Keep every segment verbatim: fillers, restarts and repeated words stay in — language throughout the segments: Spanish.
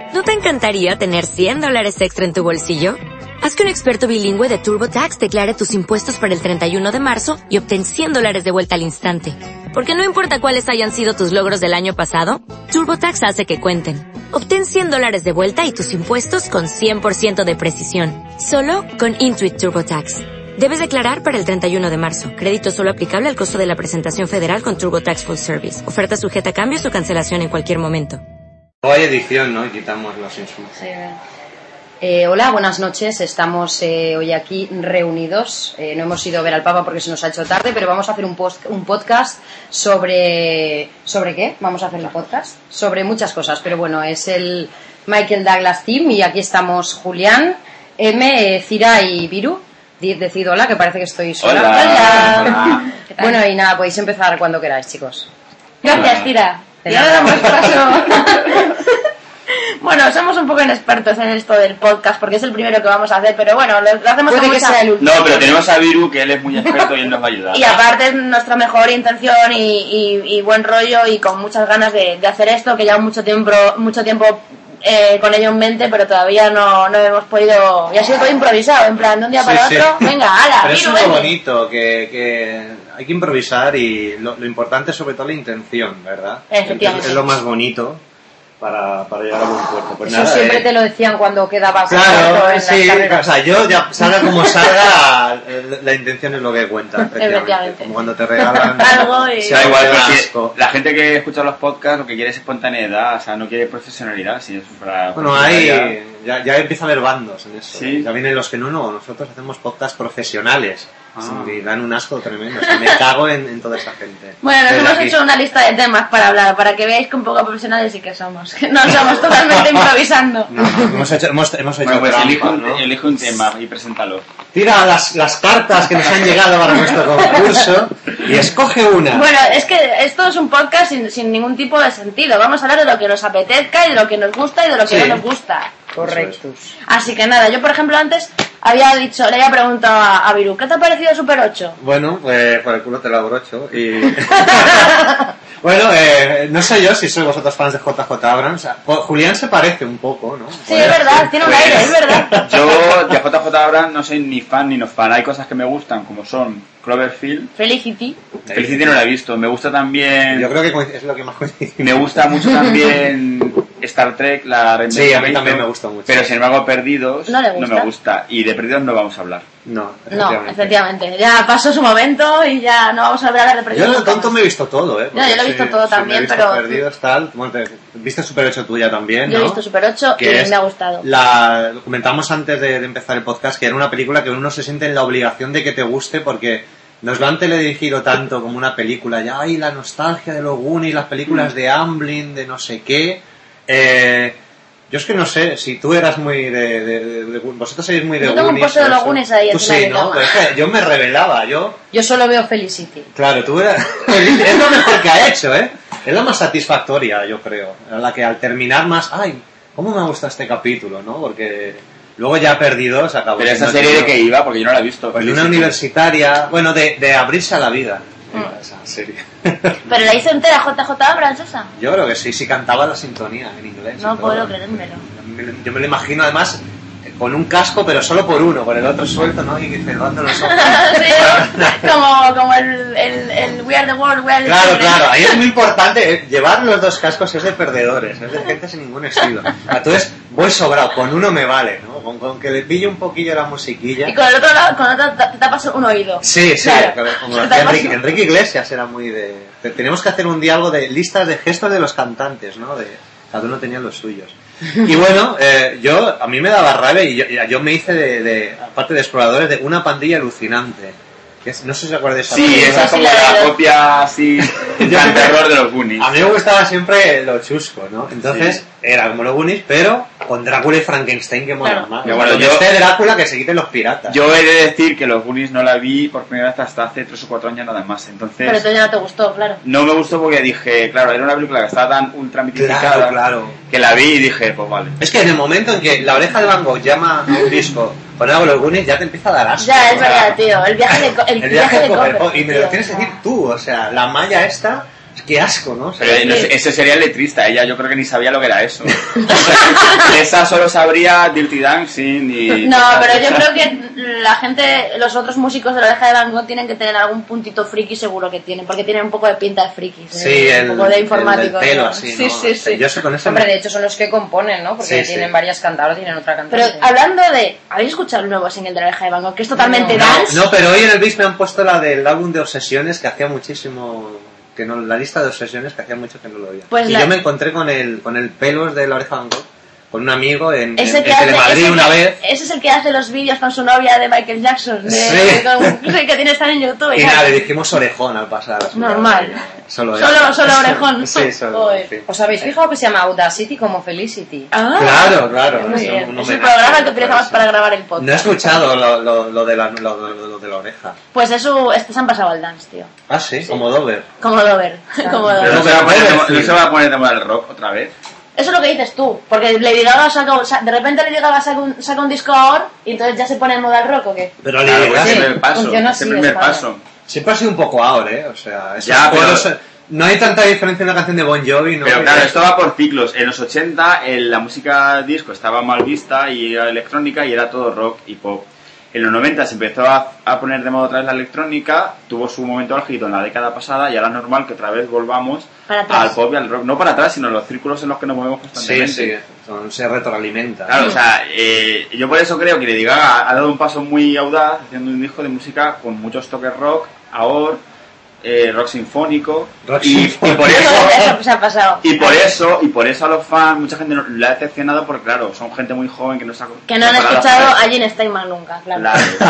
¿No te encantaría tener cien dólares extra en tu bolsillo? Haz que un experto bilingüe de TurboTax declare tus impuestos para el treinta y uno de marzo y obtén cien dólares de vuelta al instante. Porque no importa cuáles hayan sido tus logros del año pasado, TurboTax hace que cuenten. Obtén cien dólares de vuelta y tus impuestos con cien por ciento de precisión. Solo con Intuit TurboTax. Debes declarar para el treinta y uno de marzo. Crédito solo aplicable al costo de la presentación federal con TurboTax Full Service. Oferta sujeta a cambios o cancelación en cualquier momento. No hay edición, ¿no? Y quitamos los insultos. Sí, eh, hola, buenas noches. Estamos eh, hoy aquí reunidos. Eh, no hemos ido a ver al Papa porque se nos ha hecho tarde, pero vamos a hacer un, post, un podcast sobre... ¿Sobre qué? Vamos a hacer el podcast. Sobre muchas cosas, pero bueno, es el Michael Douglas Team y aquí estamos Julián, M, eh, Cira y Viru. Decid hola, que parece que estoy sola. Hola. Hola. Hola. Bueno, y nada, podéis empezar cuando queráis, chicos. Gracias, Cira. De Ya le nada. damos paso. Bueno, somos un poco inexpertos en esto del podcast porque es el primero que vamos a hacer, pero bueno, lo, lo hacemos Puede con que mucha... sea el último. No, pero tenemos a Viru, que él es muy experto y él nos va a ayudar. Y aparte es nuestra mejor intención y, y, y buen rollo y con muchas ganas de, de hacer esto, que lleva mucho tiempo mucho tiempo eh, con ello en mente, pero todavía no, no hemos podido... Y ha sido todo improvisado, en plan, de un día Sí, para sí. otro, venga, ala, Pero eso Viru, es lo vente. bonito, que, que hay que improvisar y lo, lo importante es sobre todo la intención, ¿verdad? Efectivamente. Es, es lo más bonito para, para llegar a buen puerto. Pues Eso nada, siempre eh, te lo decían cuando quedabas Claro, en las sí, carreras. o sea, yo ya salga como salga, eh, la intención es lo que cuenta, efectivamente. Efectivamente. Como cuando te regalan Algo y- si Da algo igual, de porque asco. la gente que escucha los podcasts lo que quiere es espontaneidad, o sea, no quiere profesionalidad, si es para... Bueno, ahí ya, ya empieza a haber bandos en eso. Sí. Ya vienen los que no, no, nosotros hacemos podcasts profesionales. Ah. Y dan un asco tremendo. O sea, me cago en, en toda esa gente. Bueno, nos Desde hemos aquí. hecho una lista de temas para hablar, para que veáis que un poco profesionales sí que somos. Que no somos totalmente improvisando. No, no, hemos hecho, hemos, hemos hecho Bueno, pues trampa, elige un, ¿no? elige un tema y preséntalo. Tira las, las cartas que nos han llegado para nuestro concurso y escoge una. Bueno, es que esto es un podcast sin, sin ningún tipo de sentido. Vamos a hablar de lo que nos apetezca y de lo que nos gusta y de lo que Sí. no nos gusta. Correctos. Así que nada, yo por ejemplo antes había dicho, le había preguntado a, a Viru, ¿qué te ha parecido Super ocho? Bueno, pues por el culo te lo abrocho y... Bueno, eh, no sé yo si sois vosotros fans de J J Abrams. Pues Julián se parece un poco, ¿no? Sí, es verdad, tiene un aire, es verdad. Yo de J J Abrams no soy ni fan ni no fan. Hay cosas que me gustan, como son Cloverfield. Felicity. Felicity no la he visto. Me gusta también... Yo creo que coincide- es lo que más coincide. Me gusta mucho también Star Trek, la reinvención Sí, a mí que también hizo, me gusta mucho. Pero sin embargo, Perdidos ¿No le gusta? me gusta. Y de Perdidos no vamos a hablar. No, No, efectivamente, ya pasó su momento y ya no vamos a hablar de Yo represión. de tonto me he visto todo, ¿eh? No, yo lo he Porque visto sí, todo sí, me he también, visto pero- Perdidos, tal. Bueno, te- viste Super ocho tuya también, Yo ¿no? he visto Super ocho Que y es me ha gustado. La, lo comentamos antes de, de empezar el podcast, que era una película que uno se siente en la obligación de que te guste porque nos lo han teledirigido tanto como una película, ya hay la nostalgia de los Goonies, las películas de Amblin, de no sé qué. Eh, yo es que no sé, si tú eras muy de... de- de- de- vosotros sois muy de Yo tengo un Goonies. póster de o los eso. Goonies ahí Tú encima sí, de mi ¿no? cama. Pero es que yo me rebelaba, yo... Yo solo veo Felicity. Claro, tú eras... es lo mejor que ha hecho, ¿eh? Es la más satisfactoria, yo creo. La que al terminar más... ¡Ay! ¿Cómo me gusta este capítulo, no? Porque luego ya perdido se acabó. Pero esa siendo serie de tío, que iba, porque yo no la he visto. Pues de una Felicity. universitaria... Bueno, de, de abrirse a la vida. Mm. Esa serie. Pero la hizo entera J J Abrams esa. Yo creo que sí, sí cantaba la sintonía en inglés. y No todo. puedo creérmelo. Me- Yo me lo imagino además con un casco, pero solo por uno, con el otro suelto, ¿no? Y cerrando los ojos. Sí, ¿no? como, como el, el, el We Are the World, We Are the Claro, Children. claro, ahí es muy importante. eh, Llevar los dos cascos es de perdedores, es de gente sin ningún estilo. Entonces, voy sobrado, con uno me vale, ¿no? Con, con que le pille un poquillo la musiquilla. Y con el otro lado, con el otro te tapas un oído. Sí, sí, Claro. como Te hacía tapas Enrique, un- Enrique Iglesias era muy de... te- Tenemos que hacer un diálogo de listas de gestos de los cantantes, ¿no? De, cada uno tenía los suyos. Y bueno, eh, yo, a mí me daba rabia y yo, yo me hice de, de, aparte de exploradores, de Una pandilla alucinante. Que es- no sé si se acuerda de esa Sí, película. esa es como Sí, la- la copia así, tan terror de los Goonies. A mí me gustaba siempre lo chusco, ¿no? Entonces, Sí. era como los Goonies, pero con Drácula y Frankenstein que mola Claro. más. Ya, bueno, Cuando yo- esté Drácula que se quiten los piratas. Yo he de decir que los Goonies no la vi por primera vez hasta hace tres o cuatro años nada más. Entonces, Pero entonces ya no te gustó, claro. no me gustó porque dije, claro, era una película que estaba tan ultra mitificada Claro, claro. que la vi y dije, pues vale. Es que en el momento en que La Oreja de Van Gogh llama a un disco con algo de los Goonies, ya te empieza a dar asco. Ya, es O sea, verdad, tío. El viaje de, Co- el El viaje de Copperpot, Copperpot, y me lo tío. tienes que decir tú, o sea, la malla esta, Qué asco, ¿no? O sea, Pero no sé, ese sería el letrista, ella yo creo que ni sabía lo que era eso. Esa solo sabría Dirty Dancing y... No, pero yo creo que la gente, los otros músicos de la oreja de Van Gogh tienen que tener algún puntito friki, seguro que tienen, porque tienen un poco de pinta de frikis. Sí, ¿eh? el, un poco de informáticos. el del pelo ¿no? así, ¿no? Sí, sí, sí. Yo sé con eso Hombre, me- de hecho son los que componen, ¿no? Porque Sí, tienen sí. varias cantadoras, tienen otra Pero cantante. hablando de... ¿Habéis escuchado el nuevo single de la oreja de Van Gogh? Que es totalmente No. dance. No, pero hoy en el Bis me han puesto la del álbum de Obsesiones que hacía muchísimo... que no, la lista de Obsesiones que hacía mucho que no lo oía. Pues y la- yo me encontré con el con el pelos de la oreja Van Gogh, con un amigo en, en, Ese en que hace, Telemadrid ese una que- vez. Ese es el que hace los vídeos con su novia de Michael Jackson. De, Sí. de- con- que tiene estar en YouTube. Y ¿sabes? nada, le dijimos orejón al pasar. así. Normal. Solo, Solo- solo orejón. Sí, solo. Joder. sí. ¿Os habéis fijado que se llama Audacity como Felicity? Ah, Claro, claro. muy es bien. un Es el homenaje, programa que por utilizamos eso. para grabar el podcast. No he escuchado lo, lo, lo, de, la, lo, lo- lo de la oreja. Pues eso, este se han pasado al dance, tío. Ah, sí, como Dover. Como Dover. Como Pero Dover. no se va a poner de, mo- Sí. no se va a poner de moda el rock otra vez. Eso es lo que dices tú, porque Lady Gaga saca, un- sa- de repente Lady Gaga saca un, saca un disco ahora y entonces ya se pone en moda el rock, ¿o qué? Pero Claro, Lady pues Gaga es el primer paso. funciona Es el así, primer España. paso. siempre ha sido un poco ahora, ¿eh? O sea, esos Ya, pero- coros, no hay tanta diferencia en una canción de Bon Jovi, ¿no? Pero claro, esto va por ciclos. En los ochenta el- la música disco estaba mal vista y era electrónica y era todo rock y pop. En los noventa se empezó a, a poner de moda otra vez la electrónica, tuvo su momento álgido en la década pasada y ahora es normal que otra vez volvamos Para atrás. al pop y al rock. No para atrás, sino en los círculos en los que nos movemos Sí, constantemente. sí, son- se retroalimenta. Claro, o sea, eh, yo por eso creo que Lady Gaga ha dado un paso muy audaz haciendo un disco de música con muchos toques rock, ahora, eh, rock sinfónico, Rock y, y sinfónico. por eso Eso se ha pasado. y por eso y por eso a los fans mucha gente no- le ha decepcionado porque claro, son gente muy joven que no se ha Que no han preparado escuchado para a Gene Steinman nunca, claro.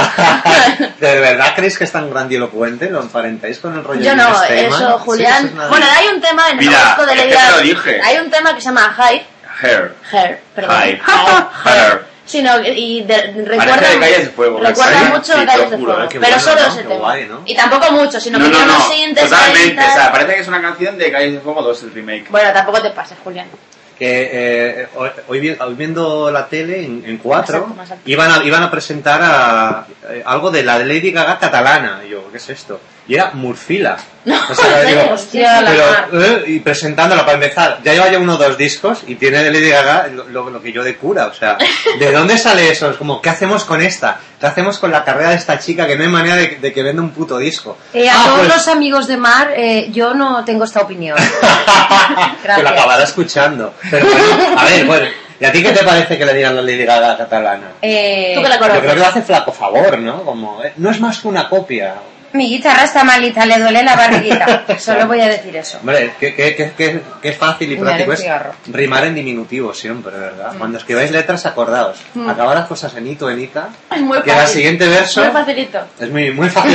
Claro. ¿De verdad creéis que es tan grandilocuente? ¿Lo emparentáis con el rollo Yo de no, Gene Steinman? eso, Julián. Sí, eso es nada. Bueno, hay un tema en el Mira, disco de es Lady que te Gaga. lo dije. Hay un tema que se llama Hype. Hair. Hair, perdón. Hype. Hype. Hair. Sí, no, y de- recuerda, Parece de Calles de Fuego, recuerda ¿sabes? mucho Sí, de te Calles lo de juro, Fuego, eh, qué pero bueno, solo ¿no? ese Qué tema. guay, ¿no? Y tampoco mucho, sino No, que no, tiene no, unos sintes ahí y totalmente, tal. o sea, parece que es una canción de Calles de Fuego dos, el remake. Bueno, tampoco te pases, Julián. Que eh, hoy, hoy vi- hoy viendo la tele en, en cuatro Más alto, más alto. iban a, iban a presentar a, eh, algo de la Lady Gaga catalana. Y yo, ¿qué es esto? Y era Murfila. No, O sea, en digo, serio, hostia, la pero, mar. eh, y presentándola para empezar, ya lleva ya uno o dos discos y tiene de Lady Gaga lo, lo- lo que yo de cura, o sea, ¿de dónde sale eso? Es como, ¿qué hacemos con esta? ¿Qué hacemos con la carrera de esta chica que no hay manera de, de que venda un puto disco? Eh, a Ah, todos pues, los amigos de Mar, eh, yo no tengo esta opinión. que Gracias. lo acabará escuchando. Pero bueno, a ver, bueno, ¿y a ti qué te parece que le digan la Lady Gaga catalana? Eh, Tú que la Yo creo que conoces. lo hace flaco favor, ¿no? Como, eh, no es más que una copia. Mi guitarra está malita, le duele la barriguita. Solo voy a decir eso. Hombre, qué, qué, qué, qué, qué fácil y Me haré práctico un es cigarro. rimar en diminutivo siempre, ¿verdad? Cuando escribáis letras, acordaos. Acabar las cosas en ito, en ita, Es muy que el fácil. siguiente verso Muy facilito. es muy, muy fácil.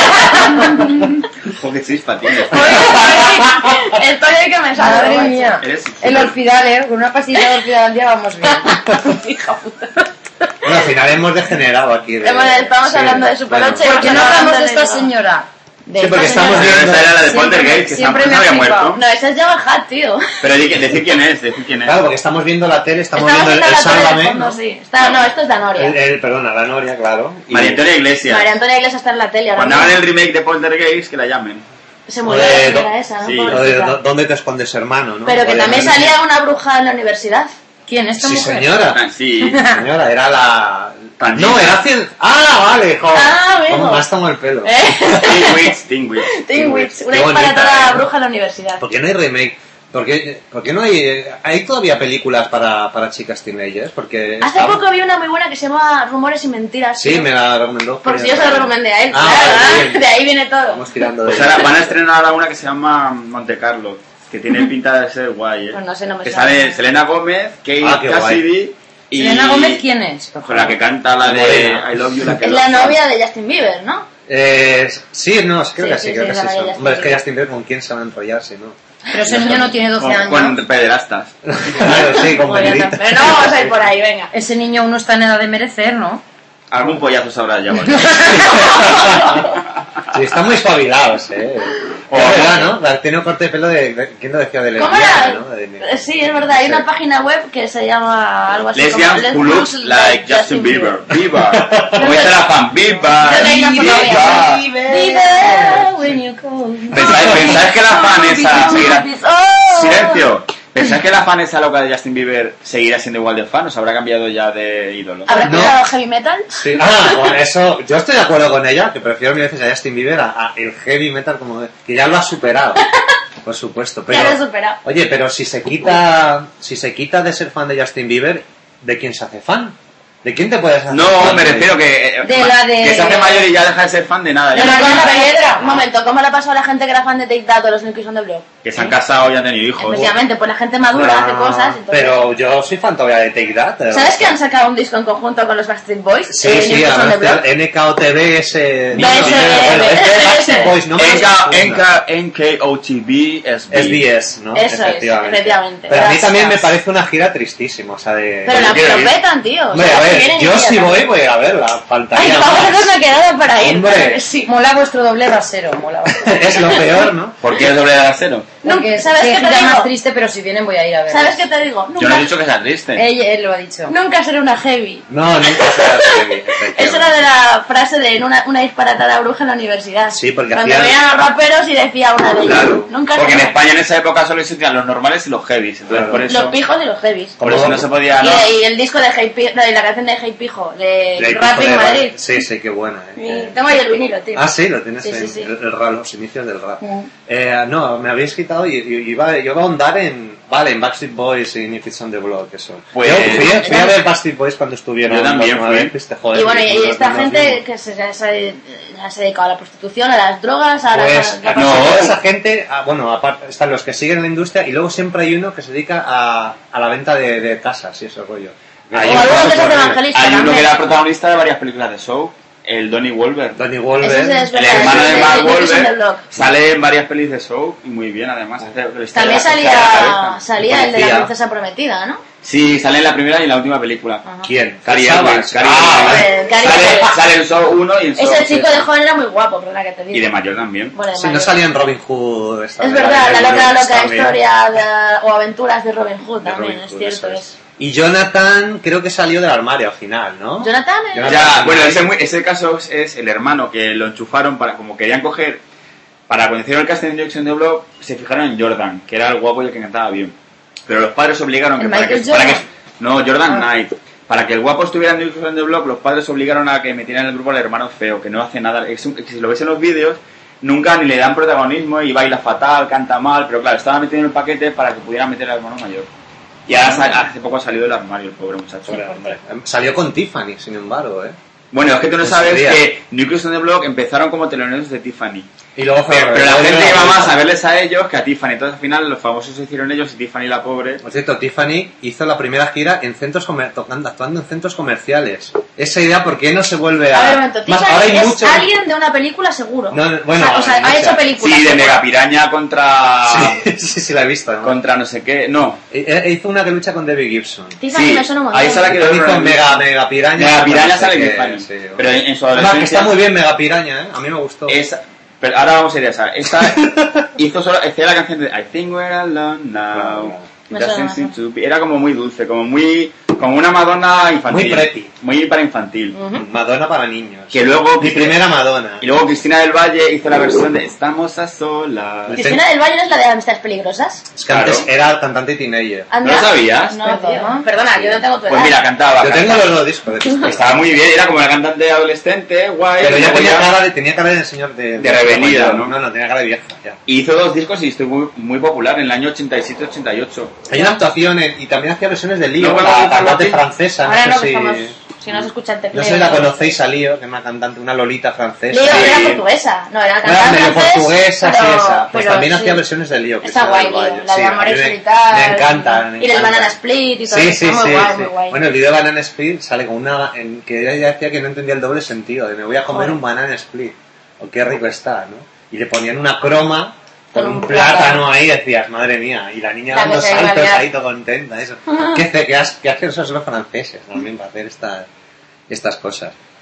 Joder, chispa tienes. Estoy ahí que me salgo. Madre macho. mía. Eres El orfidal, ¿eh? Con una pasilla de orfidal al día vamos bien. Hija puta. Bueno, al final hemos degenerado aquí. De, Hemos- estamos hablando de Super bueno. ocho. ¿Por qué no Hablando hablamos de de esta Lady Gaga. señora? De Sí, porque esta estamos señora. viendo- Esa era la de Siempre- Poltergeist, que siempre se me ha había flipado. muerto. No, ese es Java Hat, tío. Pero di- decir quién es, decir quién es. Claro, porque estamos viendo la tele, estamos, Estamos viendo el, viendo el la tele de Sálvame, fondo, ¿no? sí. Está, no, esto es Danoria. El, el- perdona, la Noria, claro. Y- María Antonia Iglesias. María Antonia Iglesias está en la tele ahora Cuando mismo. hagan el remake de Poltergeist, que la llamen. Se murió O de- la señora esa, ¿no? sí, o de Pobrecita. do- ¿Dónde te escondes, hermano? ¿no? Pero O que de- también salía una bruja en la universidad. ¿Quién? ¿Esta Sí, mujer? señora. Ah, sí. Señora, era la... Pandilla. No, era... cien- Ah, vale, joder. Ah, amigo. Como más tomo el pelo. ¿Eh? Teen Witch, Teen Witch. Teen Witch, una Qué bonita, disparatada ¿eh? bruja en la universidad. ¿Por qué no hay remake? ¿Por qué, por qué no hay... eh, ¿Hay todavía películas para, para chicas teenagers? Porque... Hace estaba- poco vi una muy buena que se llama Rumores y Mentiras. Sí, ¿no? me la recomendó. Porque si Julián. yo se lo recomendé a él, Ah, claro, vale, ¿verdad? bien. De ahí viene todo. Vamos tirando de... Pues ahora van a estrenar ahora una que se llama Monte Carlo, que tiene pinta de ser guay, ¿eh? Pues no sé, no me Que suena. sale Selena Gómez, Kate Ah, qué guay. Cassidy y... ¿Selena Gómez quién es? Con la que canta la de Morena. I Love You, la que Es lo- la novia de Justin Bieber, ¿no? Eh, sí, no, creo Sí, que sí, sí, creo sí, que la sí. de son. Justin Hombre, es que Bieber. Justin Bieber con quién se va a enrollarse, ¿no? Pero ese niño no tiene doce con, años. con pederastas. Claro, sí, con Muy bien, Benedita. pero no vamos a ir por ahí, venga. Ese niño aún no está en edad de merecer, ¿no? Algún pollazo sabrá ya. Bueno. Sí, están muy espabilados, eh. O- Es verdad, ¿no? Tiene un corte de pelo de... de- ¿Quién lo decía? De ¿Cómo lesbiana, era? ¿no? De- Sí, es verdad, hay Sí. una página web que se llama algo así Lesbian como who looks like Justin Bieber. Viva. Como dice la fan, viva. Creo que hay una Viva. fotografía. Viva when you call. ¿Pensáis, pensáis que la fan esa seguirá... Oh. Silencio. ¿Pensáis que la fan esa loca de Justin Bieber seguirá siendo igual de fan o se habrá cambiado ya de ídolo? ¿Habrá No. escuchado heavy metal? Sí. Ah, con eso, yo estoy de acuerdo con ella, que prefiero mil veces a Justin Bieber a, a el heavy metal como de- que ya lo ha superado, por supuesto. Pero, Ya lo he superado. oye, pero si se quita, si se quita de ser fan de Justin Bieber, ¿de quién se hace fan? ¿De quién te puedes hacer No, fan? me refiero que, eh, De la de- que se hace mayor y ya deja de ser fan de nada. De ya. la con la piedra. Un momento, ¿cómo le ha pasado a la gente que era fan de Take That o los New Kids on the Block? Que se han casado y han tenido hijos. Efectivamente, pues la gente madura hace cosas. Entonces... Pero yo soy fan todavía de Take That. eh, ¿Sabes o que sea, han sacado un disco en conjunto con los Backstreet Boys? Sí, Eh, sí, New Kids on the además Block. N K O T V ese... No, ese- bueno, es de Backstreet Boys, no me N K gusta. N K O T V S B. S B S, ¿no? Eso es, efectivamente. Pero a mí también me Gracias. parece una gira tristísima, o sea, de... Pero la quiero ir. petan, tío. o Hombre, sea, a que ver, vienen y yo tiran. si voy, voy a verla, Ay, faltaría vamos a más. una quedada para ir. Hombre. claro que sí. Mola vuestro doble rasero, mola bastante. Es lo peor, ¿no? ¿Por qué es doble de acero? Porque ¿Sabes qué qué te gira digo? más triste, pero si vienen voy a ir a ver. ¿Sabes qué te digo? Yo no Nunca, he dicho que sea triste. Él, él lo ha dicho. nunca seré una heavy. No, nunca será heavy, efectivamente. Eso era de la frase de una, una disparatada bruja en la universidad. Sí, porque Cuando hacían- veían a los raperos y decía una de ellas. Claro. Nunca Porque en seré- España en esa época solo existían los normales y los heavies. Entonces Claro. por eso... Los pijos y los heavies. Por eso no se podía... Y, ¿no? y el disco de Hey Pi- de la canción de Hey Pijo, de De- Rap in Madrid. Sí, sí, qué buena. Y Eh. tengo ahí el vinilo, tío. Ah, sí, lo tienes Sí, en sí, sí. El, el rap, los inicios del rap. Mm. Eh, no, me habéis quitado y, y- iba, yo iba a ahondar en, vale, en Backstreet Boys y New Kids on the Block, eso. Pues- yo fui, fui a ver Backstreet Boys cuando estuvieron. Yo también por fui. una vez, viste, joder, Y bueno, y, y y esta nos gente vimos. que se, se, se, se ha dedicado a la prostitución, a las drogas, a Pues, las... no, a- toda esa gente, ah, bueno, aparte están los que siguen la industria y luego siempre hay uno que se dedica a, a la venta de, de casas y ese rollo. Hay O un- algunos que son horrible. evangelistas Hay uno también. que era protagonista de varias películas de show, el Donnie Wolver. Donnie Wolver. Ese es El verdad, hermano ese de es Mark el New Kids on the Wolver Block. sale en varias pelis de show y muy bien además. hace- le está También la- la salía, cabeza. salía el de la Policía. princesa prometida, ¿no? Sí, sale en la primera y en la última película. Ajá. ¿Quién? Cary Sabas. Elwes, Cary Ah, Elwes. Eh, Cary Sale, Elwes. sale en show uno y en show Ese chico tres. de joven era muy guapo, perdona que te digo. Y de mayor también. Bueno, de Sí, no mayor. salía en Robin Hood. esta Es de verdad, la de loca, Elwes loca también. historia de- o aventuras de Robin Hood De también, Robin es Hood, cierto. eso Es. Y Jonathan creo que salió del armario al final, ¿no? Jonathan, eh, Jonathan. Ya, bueno, ese, muy- ese caso es, es el hermano que lo enchufaron para, como querían coger, para cuando hicieron el casting de Jackson de Block, se fijaron en Jordan, que era el guapo y el que cantaba bien. Pero los padres obligaron que ¿El para que, Michael para que- Jordan? no, Jordan Ah. Knight. Para que el guapo estuviera en Jackson de Block, los padres obligaron a que metieran en el grupo al hermano feo, que no hace nada. Es un- si lo ves en los vídeos, nunca ni le dan protagonismo y baila fatal, canta mal, pero claro, estaba metido en el paquete para que pudieran meter al hermano mayor. Y ahora sa- hace poco ha salido del armario el pobre muchacho. Hombre, hombre. Salió con Tiffany, sin embargo, ¿eh? Bueno, es que tú no En su sabes día. que New Kids on the Block empezaron como teloneros de Tiffany. Y luego fue... Pero, pero la luego gente fue- iba más a verles a ellos que a Tiffany. Entonces al final los famosos se hicieron ellos y Tiffany la pobre. Por cierto, Tiffany hizo la primera gira en centros comer- tocando, actuando en centros comerciales. Esa idea, ¿por qué no se vuelve a...? a ver, un momento, Más, Tiffany ahora hay es muchos... alguien de una película seguro. No, no, bueno, o sea, o sea, hay ha muchas. hecho películas. Sí, de seguro. Mega Piraña contra... Sí, sí, sí, la he visto. ¿no? Contra no sé qué. No. E- e- Hizo una que lucha con Debbie Gibson. Tiffany Sí, me suena un montón. ahí sale que- Hizo Pero- Mega, Mega Piraña. Mega Piraña no sé sale qué, Tiffany. sí, Pero en, en su Además, que adolescencia... está muy bien Mega Piraña, ¿eh? A mí me gustó. Esa, pero ahora vamos a ir a esa. Esta hizo solo, hacía la canción de I think we're alone now. Me It doesn't suena, seem ¿no? to be- Era como muy dulce, como muy, como una Madonna infantil. Muy pretty. Muy para infantil. Madonna para niños. Que luego Mi primera Madonna. Y luego Cristina del Valle hizo la versión de Estamos a solas. Cristina del Valle no es la de Amistades Peligrosas. Es que antes Claro. era cantante teenager. ¿No lo sabías? No, tío. Perdona, yo no tengo tu edad. Pues mira, cantaba. Yo tengo cantaba. los dos discos de Cristina. Estaba muy bien, era como una cantante adolescente, guay. Pero ya luego tenía cara de, tenía cara de señor de... De rebeldía, ¿no? No, no, tenía cara de vieja, ya. Y hizo dos discos y estuvo muy, muy popular en el año ochenta y siete ochenta y ocho. Hay una actuación en- y también hacía versiones de Lío, No, bueno, la bueno, cantante bueno, francesa, Ahora no no, sé que si... estamos... Si no se escucha el No tecleo. sé si la conocéis a Lío, que es una cantante, una lolita francesa. Lío Sí. era portuguesa. No, era Era cantante medio francés, portuguesa, pero- sí, esa. Pues pero también sí. hacía versiones de Lío. que Está esa guay, del Lío. Valle. La Sí, de a mí Amores me- y tal. Me encanta, me Y del encanta. Banana Split y todo Sí, eso. sí, Está muy sí, guay, sí. muy guay. Bueno, el video de Banana Split sale con una... En que ella decía que no entendía el doble sentido, de me voy a comer Joder. un Banana Split. O qué rico está, ¿no? Y le ponían una croma con Con un un plátano plátano. ahí, decías, madre mía, y la niña La dando que se saltos realidad. ahí, todo contenta, eso. ¿Qué, hace- qué, has- qué hacen esos los franceses también para hacer estas estas cosas?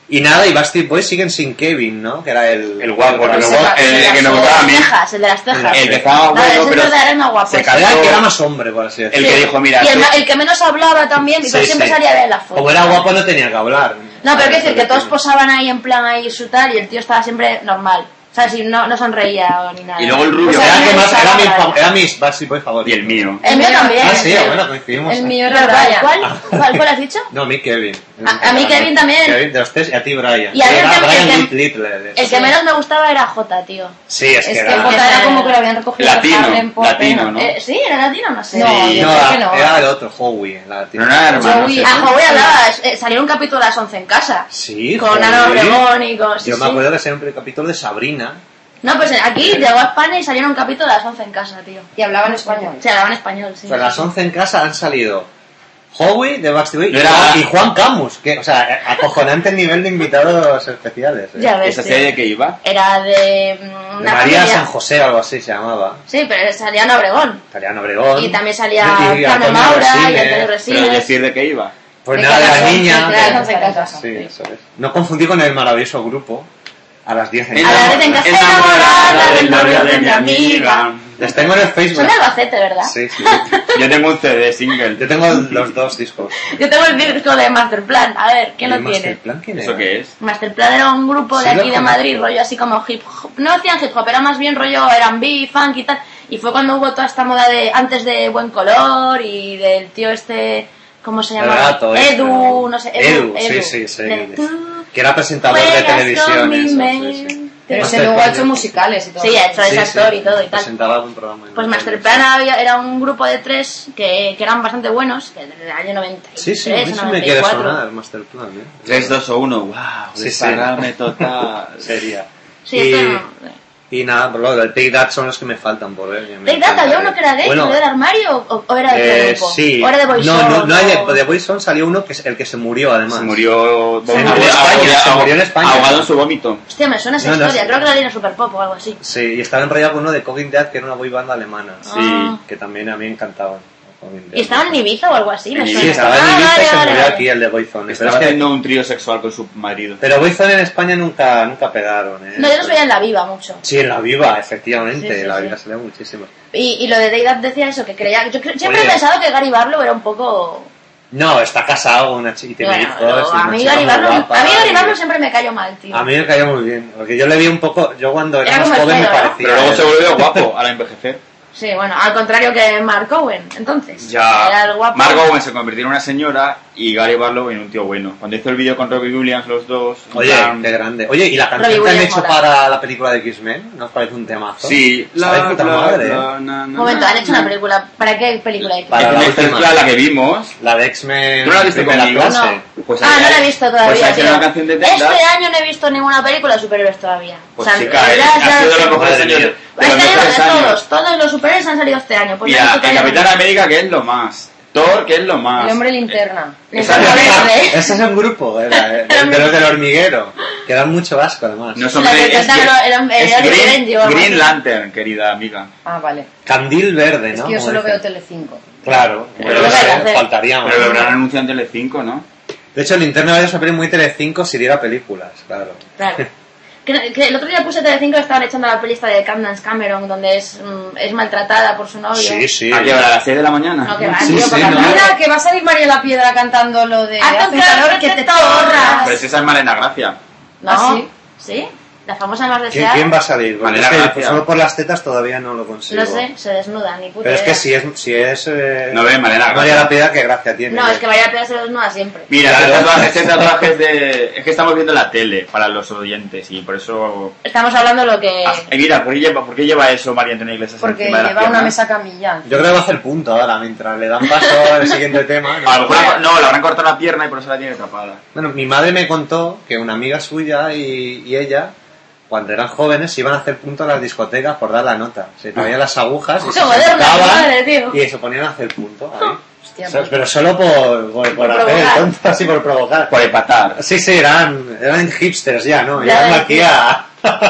Y nada, y Backstreet Boys siguen sin Kevin, ¿no? Que era el... El guapo, el, el guapo. guapo. El, el que nos gustaba a mí. El de las cejas, el de las cejas. El que estaba No, bueno, ese pero... es verdad, era más guapo. Se ese. cabía el que era más hombre, por así El decirlo. que dijo, mira... Y el, tú- ma- el que menos hablaba también, y Sí, pero siempre sí. salía de la foto. Como era guapo no tenía que hablar. No, pero hay que decir que todos Eso posaban ahí en plan ahí su tal, y el tío estaba siempre normal. O sea, si no, no sonreía ni nada. Y luego el rubio. O sea, Era, a mí el que me más, era, gustaba mi, Brian. fa- era mis Backstreet Boys Y favoritos. el mío. El mío también. Ah, sí, bueno, coincidimos. El mío Pero, era Brian. ¿Cuál? ¿Cuál, cuál has dicho? No, a mí Kevin. A- a mí Kevin también. Kevin de los tres y a ti Brian. Y a mí el Era que- Brian el que- Little. El que menos me gustaba era Jota, tío. Sí, es, Es que que era... Jota era como que lo habían recogido Latino, de Harlem por latino, pena. ¿no? Eh, ¿Sí? ¿Era latino? No sé. No, Sí, yo no, creo que era, no. era el otro, Howie. La Pero no era hermano. Joey- ¿sí? Ah, Joey hablaba, eh, salió un capítulo a las once en casa. Sí, Con joder. Ana Obregón y con... sí, Yo me sí. acuerdo que siempre el capítulo de Sabrina. No, pues aquí llegó a España y salieron un capítulo a las once en casa, tío. Y hablaban español. Se hablaban español, sí. Pero a las once en casa han salido Howie de Backstreet Boys No era- y Juan Camus. Que, o sea, acojonante el nivel de invitados especiales. ¿eh? Ya ves, ¿Esa tío. serie de qué iba? Era de... mm, De una María familia- San José o algo así se llamaba. Sí, pero salía Ana Obregón. Italiano Obregón. Y también salía Y Carmen Antonio Maura y Resines. Antonio Pero Resines. decir de qué iba. Pues De nada, de la cada niña. once, de las de- once en casa. Sí, eso es. No confundí con el maravilloso grupo. A las diez en A las diez en casa. Enamorada del novio de mi amiga. Les tengo en el Facebook. Son de Albacete, ¿verdad? Sí, sí. Yo tengo un C D single. Yo tengo los dos discos. Yo tengo el disco de Masterplan. A ver, ¿quién ¿Y lo tiene? Masterplan quién ¿Eso era? qué es? Masterplan era un grupo de Sí, lo aquí de conozco. Madrid, rollo así como hip hop. No hacían hip hop, era más bien rollo R and B, funk y tal. Y fue cuando hubo toda esta moda de antes de Buen Color y del tío este, ¿cómo se El llama? gato este, Edu, ¿no? no sé, Edu. Edu, sí, sí, sí. De tú Que era presentador de juegas televisión. con mi Eso, sí, mente. sí. Pero ese Masterplan, luego ha hecho yo- musicales y todo. Sí, ha hecho Sí, esa sí. story y todo y tal. Presentaba algún programa. en Pues la Masterplan televisión. había- era un grupo de tres que, que eran bastante buenos, que desde el año noventa y tres, Sí, sí, a mí sí me quiere noventa y cuatro. sonar Masterplan. ¿eh? tres, dos o uno. Wow. Sí, sí. Desparrame total. Sería. Sí, y, este no- y nada, por lo del Take That son los que me faltan por ver. me ¿Take That había encantaría. uno que era gay, Bueno, salió del armario o, o era de eh, otro grupo? sí. ¿O era de Boyzone? No, no, no hay de, o- de Boyzone salió uno que es el que se murió además. Se murió... Se murió en España, se murió en España. Ahogado en su vómito. Hostia, me suena esa No, no, historia, sí. creo que la leí en Super Pop o algo así. Sí, y estaba enrollado con uno de Cooking Dead que era una boy banda alemana. Sí. Ah. Que también a mí me encantaban. Cooking Dead. ¿Y estaba en Ibiza o algo así? Me En suena. Sí, estaba en Ah, Ibiza y vale, se vale, murió vale. aquí el de Boyzone. Pero, Estaba es que- haciendo un trío sexual con su marido. pero Boyzone en España nunca, nunca pegaron. ¿eh? No, yo los veía en La Viva mucho. Sí, en La Viva, efectivamente. Sí, sí, la sí. Viva salía muchísimo. Y, y lo de Day decía eso, que creía... Yo cre- siempre Oye. he pensado que Gary Barlow era un poco... No, está casado con una chica y tiene Bueno, hijos. pero y a una mí chica Gary muy Barlow, guapa a mí Gary y- Barlow siempre me cayó mal, tío. A mí me cayó muy bien, porque yo le vi un poco, yo cuando era, Era más como el joven me feo, ¿no? parecía... Pero luego se volvió guapo al envejecer. Sí, bueno, al contrario que Mark Owen, entonces. Ya. Era el guapo. Mark Owen se convirtió en una señora y Gary Barlow en un tío bueno. Cuando hizo el vídeo con Robbie Williams, los dos. en Oye, plan- qué grande. Oye, ¿y la Robbie canción que han Williams hecho mola. para la película de X-Men? ¿No os parece un temazo? Sí. ¿Sabes puta madre, eh? na, na, Un momento, na, han hecho na. una película. ¿Para qué película hay? Para Es la una última. mezcla, la que vimos. La de X-Men ¿Tú no la has visto primera conmigo? clase. No. Pues Ah, ahí- no la he visto todavía. Pues ahí tiene tío. una canción de Este Tenda. año no he visto ninguna película de superhéroes todavía. Pues O sea, chica, ya- eh, ya- ha sido de los ya- mejores Madre años. mía. De los Este año mejores de años. todos, todos los superhéroes han salido este año. Pues no he Mira, visto el todavía Capitán ninguno. América, que es lo más. Thor, que es lo más. El hombre linterna. Linterna Esa- Verde. Ese es un grupo, era, eh, de, de los del hormiguero, que dan mucho asco además. No es La hombre, que es, cantaron Green- eran- es eran Green, diferentes, o algo Green así. Lantern, querida amiga. Ah, vale. Candil verde, Es ¿no? que yo Como solo dicen. veo Telecinco. Claro, Pero pero lo no que sé, hacer. faltaría más. Pero lo habrán anunciado en Telecinco, ¿no? De hecho, Linterna Verde es una peli muy Telecinco si diera películas, claro. Claro. Que, que el otro día puse Telecinco y estaban echando la pelista de Candace Cameron, donde es, mm, es maltratada por su novio. Sí, sí. ¿A qué hora? ¿A las seis de la mañana? No, que va, Sí, tío, sí, porque no. Mira, que va a salir María la Piedra cantando lo de Hace hace calor que te torras. Pero si esa es Malena Gracia. No, ¿Ah, sí? ¿Sí? La famosa más ¿Quién, deseada. quién va a salir? Porque Manera es que Gracia. solo por las tetas todavía no lo consigo. No sé, se desnuda, ni puta Pero es que idea. si es, si es eh, No ve, Malena María Gracia. la Piedra, qué gracia tiene. No, es que María Pérez se desnuda siempre. Mira, Claro. este tatuaje, este tatuaje es de... Es que estamos viendo la tele para los oyentes y por eso... Estamos hablando de lo que... Ah, eh, mira, ¿por qué, lleva, ¿por qué lleva eso María Antonia Iglesias Porque encima de la lleva una pierna? mesa camilla. Yo creo que va a hacer punto ahora, mientras le dan paso al siguiente tema. ¿no? A lo mejor no, le habrán cortado la pierna y por eso la tiene tapada. Bueno, mi madre me contó que una amiga suya y, y ella, cuando eran jóvenes, iban a hacer punto a las discotecas por dar la nota. Se traían las agujas y Qué se moderna, sentaban madre, tío. y se ponían a hacer punto ahí. Hostia, O sea, pero solo por, por, por hacer provocar. el tonto, así por provocar. Por empatar. Sí, sí, eran, eran hipsters ya, ¿no? Ya Llegan ves, aquí tío. a,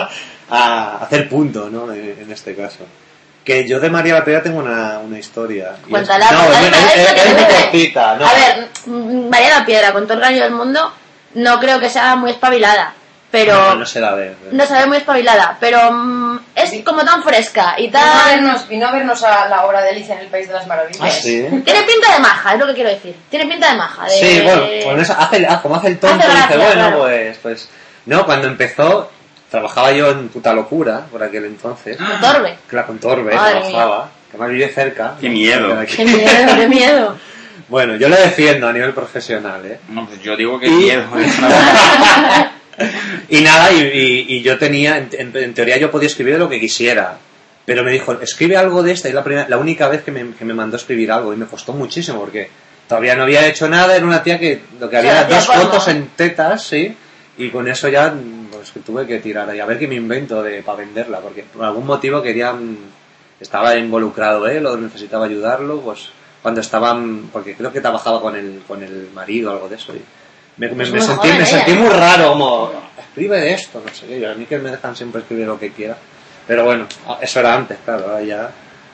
a hacer punto, ¿no? En, en este caso. Que yo de María la Piedra tengo una, una historia. Y es- Cuéntala, no, cuéntala, es, es- esto es- que es te muy dice. cortita, ¿no? A ver, mm, María la Piedra, con todo el gallo del mundo, no creo que sea muy espabilada. Pero No, no se la ve. no se ve muy espabilada, pero mm, es como tan fresca y Vino a tan... vernos, vino a vernos a la obra de Alicia en el País de las Maravillas. Ah, sí. Tiene pinta de maja, es lo que quiero decir. Tiene pinta de maja. De... Sí, bueno, con eso hace, ah, como hace el tonto, Hace gracia, dice, bueno, claro. pues, pues... No, cuando empezó, trabajaba yo en Puta Locura, por aquel entonces. Con Torbe. Claro, con Torbe, Madre trabajaba. Que más vive cerca. Qué miedo. Qué miedo, qué miedo. Bueno, yo le defiendo a nivel profesional, ¿eh? No, pues yo digo que Y- miedo. Es una- Y nada, y, y- y yo tenía, en, en- en teoría yo podía escribir lo que quisiera, pero me dijo, escribe algo de esta, y la, primera, la única vez que me, que me mandó a escribir algo, y me costó muchísimo, porque todavía no había hecho nada, era una tía que lo que había Se era hacía dos porno. fotos en tetas, sí, y con eso ya pues, que tuve que tirar ahí, a ver qué me invento de para venderla, porque por algún motivo querían, estaba involucrado él, o necesitaba ayudarlo, pues cuando estaban, porque creo que trabajaba con el, con el marido o algo de eso, y me, me, Es me muy sentí, joven me ella, sentí ¿no? muy raro, como, escribe de esto, no sé qué, yo, a mí que me dejan siempre escribir lo que quiera, pero bueno, eso era antes, claro, ahora ya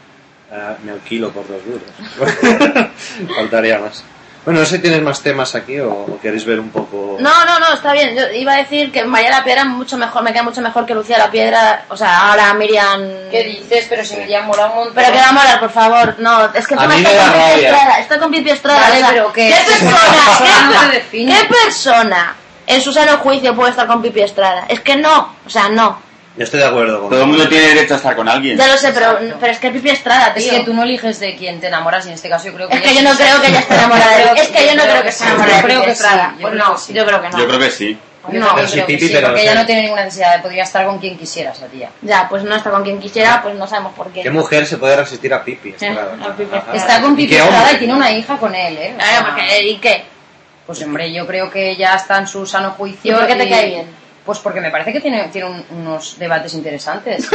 eh, me alquilo por dos duros, faltaría más. Bueno, no sé si tienes más temas aquí o, o queréis ver un poco... No, no, no, está bien. Yo iba a decir que María la Piedra mucho mejor, me queda mucho mejor que Lucía la Piedra. O sea, ahora Miriam... ¿Qué dices? Pero si me llama mola un montón. Pero que va a molar, por favor. No, es que A encima mí está me da con Pipi rabia. Estrada. Está con Pipi Estrada. Vale, o sea, pero ¿qué ¿qué es? persona? No se ¿qué, define. ¿Qué persona en su sano juicio puede estar con Pipi Estrada? Es que no, o sea, no. Yo estoy de acuerdo con Todo el mundo tiene derecho a estar con alguien. Ya lo sé, pero, Exacto. pero es que Pipi Estrada, tío. Es que tú no eliges de quién te enamoras y en este caso yo creo que... Es ella que yo sí no se- creo que ella esté enamorada de Creo él. Es que yo no creo que esté sí, enamorada de yo creo Pipi que sí, Estrada. yo Pues creo no, que sí. yo creo que no. Yo creo que sí. Yo No, también pero creo sí, que Pipi, sí, pero porque sí. ella no tiene ninguna necesidad, podría estar con quien quisiera esa tía. Ya, pues no está con quien quisiera, pues no sabemos por qué. ¿Qué mujer se puede resistir a Pipi Estrada? a Pipi Estrada. Está con ¿Y Pipi qué Estrada hombre? y tiene una hija con él, ¿eh? O sea, Claro, porque, ¿y qué? Pues hombre, yo creo que ya está en su sano juicio. ¿Y por qué te cae bien? Pues porque me parece que tiene, tiene un- unos debates interesantes.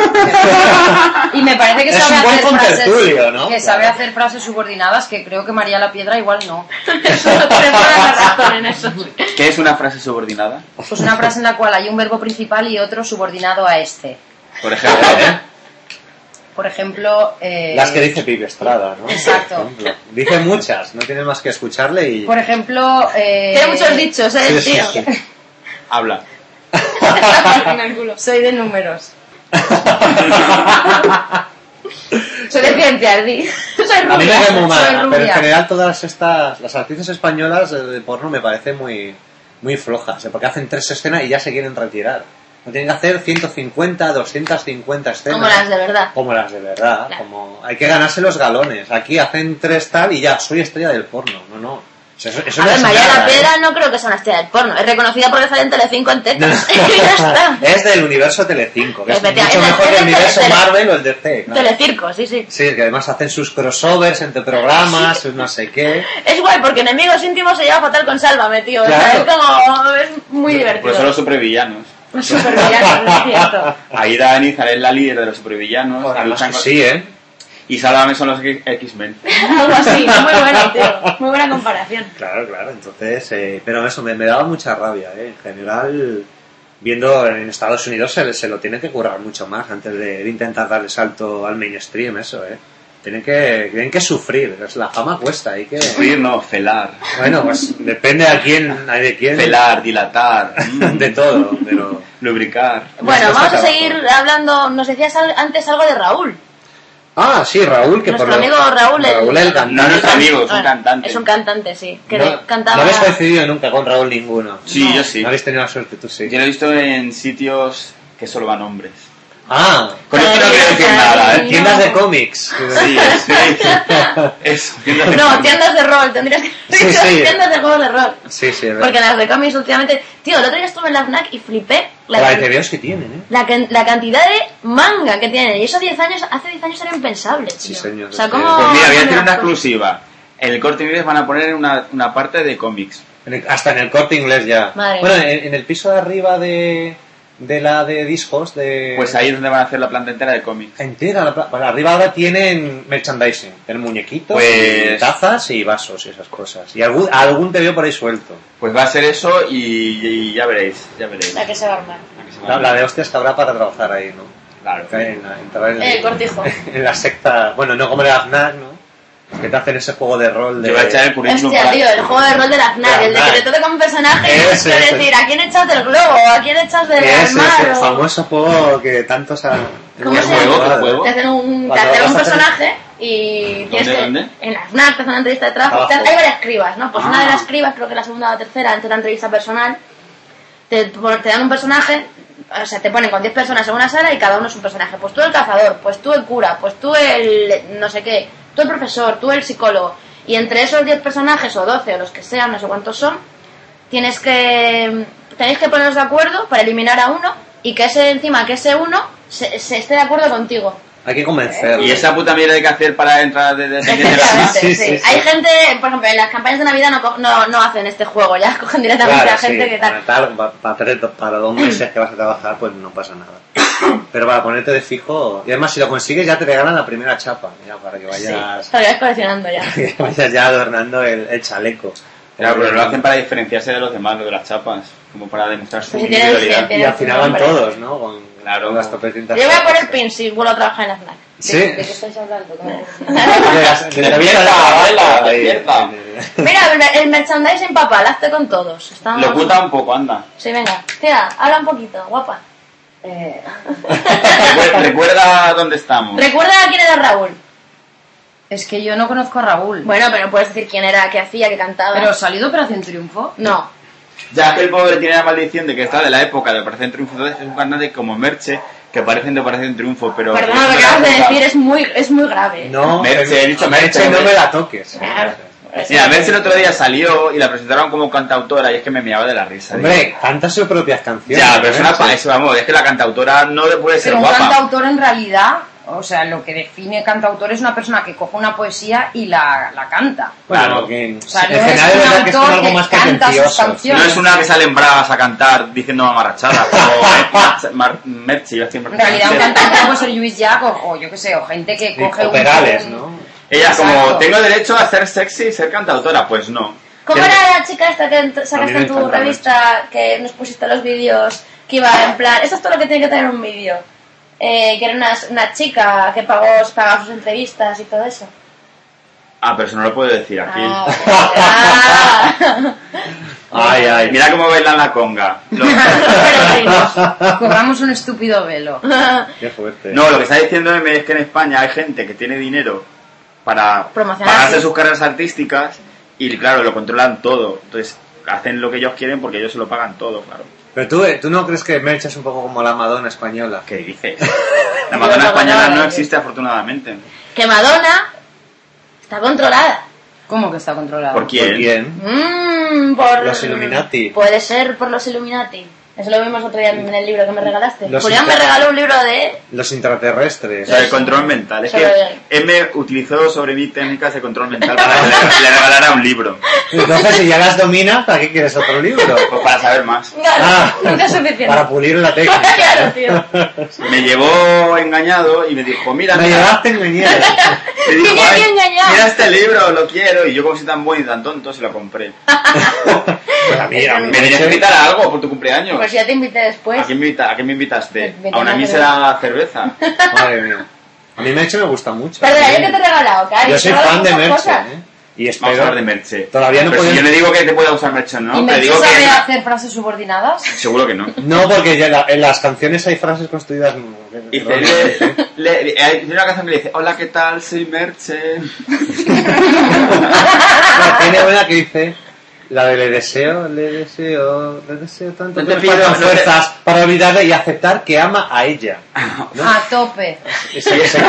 Y me parece que Es sabe un buen hacer frases, contertulio, ¿no? que sabe Claro. hacer frases subordinadas que creo que María la Piedra igual no. Eso no tiene toda la razón en eso. ¿Qué es una frase subordinada? Pues una frase en la cual hay un verbo principal y otro subordinado a este. Por ejemplo, ¿Eh? Por ejemplo... eh, Las que dice Pipi Estrada, ¿no? Exacto. Por ejemplo. Dice muchas, no tienes más que escucharle y... Por ejemplo... Eh, Tiene muchos dichos, ¿eh, Sí, sí, tío? sí. habla. Soy de números. Soy de ciencias, di. Soy A mí me rubia. cae muy soy mal, pero en rubia. general todas estas, las actrices españolas de de porno me parecen muy, muy flojas, ¿eh? Porque hacen tres escenas y ya se quieren retirar. No tienen que hacer ciento cincuenta, doscientas cincuenta escenas. Como las de verdad. Como las de verdad. Claro. Como hay que ganarse los galones. Aquí hacen tres tal y ya, soy estrella del porno. No, no. Eso, eso A no ver, es María nada, la ¿eh? Piedra no creo que sea una estrella del porno. Es reconocida porque sale en Telecinco en tetas. Y ya está. Es del universo Telecinco, que es Efectivamente, mucho mejor es que el de universo Tele- Marvel o el D C. Claro. Telecirco, sí, sí. Sí, que además hacen sus crossovers entre programas, no sé qué. Es guay porque Enemigos Íntimos se lleva fatal con Sálvame, tío. O sea, Claro. es como... es muy divertido. Pues son los supervillanos. Los supervillanos, es cierto. Aida Anizar es la líder de los supervillanos. Además luchan que con- sí, ¿eh? Y Sálvame son los X-Men. Algo así, muy bueno, tío. Muy buena comparación. Claro, claro, entonces, eh, pero eso me, me daba mucha rabia, ¿eh? En general, viendo en Estados Unidos se, se lo tiene que currar mucho más antes de, de intentar darle salto al mainstream, eso, ¿eh? Tienen que, tienen que sufrir, es- la fama cuesta, hay que... Sufrir, no, felar. Bueno, pues depende a quién, de quién, Felar, dilatar, mm, de todo, pero... lubricar. Bueno, Esto vamos a está seguir trabajo. hablando. Nos decías al- antes algo de Raúl. Ah, sí, Raúl, que Nuestro por lo- amigo Raúl, el- Raúl el cantante. No es nuestro amigo, es un Ah, cantante. Es un cantante, sí. Que No, de- cantaba. no habéis coincidido nunca con Raúl ninguno. Sí, yo sí. No habéis tenido la suerte, tú sí. Yo lo he visto en sitios que solo van hombres. Ah, Con esto no quiero decir nada, ¿eh? tiendas de cómics. Sí, sí. Eso. No, tiendas de rol, tendrías que Sí, decir sí. tiendas de juegos de rol. Sí, sí, es verdad. Porque las de cómics últimamente. Tío, el otro día estuve en la FNAC y flipé la, La de can- T V Os que tienen, ¿eh? la, can- la cantidad de manga que tienen. Y eso diez años, hace diez años era impensable. Sí, tío. señor, O sea, es ¿cómo.? que- Pues mira, voy a cómo decir una las cosas? exclusiva. En el Corte Inglés van a poner una, una parte de cómics. En el- hasta en el Corte Inglés ya. Madre bueno, mía. en, en el piso de arriba de, de la de discos de... Pues ahí es donde van a hacer la planta entera de cómics. Entera, la pla- bueno, arriba ahora tienen merchandising. Tienen muñequitos, Pues- y tazas y vasos y esas cosas. Y algún, algún te veo por ahí suelto. Pues va a ser eso y, y ya veréis, ya veréis. La que se va a armar. La que se va a La, armar. la de hostias que habrá para trabajar ahí, ¿no? Claro. En la, entrar en, Eh, cortijo. en la secta... Bueno, no como el FNAC, ¿no? Que te hacen ese juego de rol de... Yo voy a echar el currículum Hostia, para... tío, el juego de rol de la FNAC, La el de que FNAC. te toca un personaje y Ese, tienes que ese. decir a quién echas del globo, a quién echas del Que es mar, ese o- famoso juego que tantos han... ¿Cómo han se llama? jugado. ¿Qué juego? Te hacen un, te Cuando hacen vas un a hacer- personaje y tienes ¿Dónde, que... dónde? En la FNAC te hacen una entrevista de trabajo. Abajo. Te- hay varias cribas, ¿no? Pues Ah. una de las cribas, creo que la segunda o la tercera, antes de la entrevista personal, te, te dan un personaje, o sea, te ponen con diez personas en una sala y cada uno es un personaje. Pues tú el cazador, pues tú el cura, pues tú el no sé qué, tú el profesor, tú el psicólogo. Y entre esos diez personajes, o doce, o los que sean, no sé cuántos son, tienes que tenéis que poneros de acuerdo para eliminar a uno y que ese encima, que ese uno se, se esté de acuerdo contigo. Hay que convencerlo. ¿Y esa puta mierda hay que hacer para entrar de, de, de, de la Efectivamente, Sí, sí. sí, sí. Hay gente, por ejemplo, en las campañas de Navidad no, co- no, no hacen este juego, ya cogen directamente Claro, a gente sí, que tal. para, tal, pa- para, tres- para dos meses que vas a trabajar, pues no pasa nada. Pero para ponerte de fijo... Y además, si lo consigues, ya te regalan la primera chapa. Ya, para que vayas, Lo vayas coleccionando ya. que vayas ya adornando el, el chaleco. Claro, pero lo hacen para diferenciarse de los demás, lo de las chapas. Como para demostrar su Sí, tiene- individualidad. tiene- Y al final van Hombre. todos, ¿no? Con, Claro. con las tropecientas Yo voy a chapas. poner pin si vuelvo a trabajar en la FNAC. Sí. ¿De, ¿De qué estáis hablando? ¿Cómo? De las- de la Despierta, vida de la- Adela, ahí, despierta. ahí, ahí. Mira, el, el merchandising papal, hazte con todos. Estamos... Lo oculta un poco, anda. Sí, venga. Tira, habla un poquito, guapa. Eh, Recuerda, recuerda dónde estamos. Recuerda quién era Raúl. es que yo no conozco a Raúl. Bueno, pero puedes decir quién era, qué hacía, qué cantaba. ¿Pero salió de Operación Triunfo? No. Ya es que el pobre tiene la maldición de que está de la época de Operación Triunfo. Entonces es un cantante como Merche que aparecen de Operación Triunfo, pero... Perdona, lo que es acabas de una época- decir es muy, es muy grave. No, Merche, he dicho Merche, no hombre. me la toques. Claro. Mira, Merche el otro día salió y la presentaron como cantautora y es que me meaba de la risa. Hombre, digo. canta sus propias canciones. Ya, pero es una Merche. pa- eso, vamos, es que la cantautora no le puede ser Pero un guapa. cantautor en realidad, o sea, lo que define cantautor es una persona que coge una poesía y la, la canta. Bueno, Claro. que O sea, en no es general es un verdad que es como autor algo que más canta sus pretencioso. canciones. No es una que sale en bragas a cantar diciendo mamarrachadas como Mar- Merche. Yo estoy En realidad un cantante puede ser Luis Jack o, o yo qué sé, o gente que Sí, coge o un... Perales, un- ¿no? Ella como, Exacto. tengo derecho a ser sexy y ser cantautora, pues no. ¿Cómo Que- era la chica esta que ent- A mí sacaste me en tu encanta revista que nos pusiste los vídeos que iba en plan, esto es todo lo que tiene que tener un vídeo? Eh, que era una, una chica que pagó, pagaba sus entrevistas y todo eso. Ah, pero eso no lo puedo decir aquí. Ah, ah. Ay, ay. Mira cómo bailan la conga. Lo- Peregrinos. Corramos un estúpido velo. Qué fuerte. No, lo que está diciendo M es que en España hay gente que tiene dinero para Promocionar, pagarse sí. sus carreras artísticas y claro, lo controlan todo. Entonces hacen lo que ellos quieren porque ellos se lo pagan todo, claro. Pero tú, eh, tú no crees que Merche es un poco como la Madonna española. ¿Qué dices? La Madonna No, no, española no, no no. existe afortunadamente. Que Madonna está controlada. ¿Cómo que está controlado? ¿Por quién? ¿Por quién? Mm, por Los Illuminati. Puede ser por los Illuminati. Eso lo vimos otro día en el libro que me regalaste. Los Julián me inter- regaló un libro de... Los O intraterrestres. sea, el control mental. Es Solo que bien. M utilizó sobre mí técnicas de control mental para que le, le regalara un libro. Entonces, si ya las dominas, ¿para qué quieres otro libro? Pues para saber más. Claro, Ah, nunca es suficiente. para pulir la técnica. Claro, tío. Me llevó engañado y me dijo, mira, Me mira. llevaste engañado. Me dijo, Mira, "Ay, qué engañado". mira este libro, lo quiero. Y yo como soy tan bueno y tan tonto, se lo compré. Pues a mí, a mí Me tenías que invitar a algo por tu cumpleaños. Pues ya te invité después. ¿A quién me, invita- ¿A quién me invitaste? Vete A una a la mísera cerveza. Madre mía. A mí Merche me gusta mucho. Perdona, ¿yo qué te he regalado, Cari? Yo soy Te he regalado fan de muchas Merche, cosas. ¿eh? Y Vamos a hablar espero... de Merche. Todavía no Pero pueden- si yo le digo que te pueda usar Merche, ¿no? ¿Y Te me digo sabe que... hacer frases subordinadas? Seguro que no. No, porque ya la- en las canciones hay frases construidas... Dice, le, le, le- hay una canción que le dice, hola, ¿qué tal? Soy Merche. No, tiene una que dice... La de le deseo, le deseo, le deseo tanto No que te me pido- faltan no te- fuerzas para olvidarle y aceptar que ama a ella. ¿No? A tope. Ese- ese-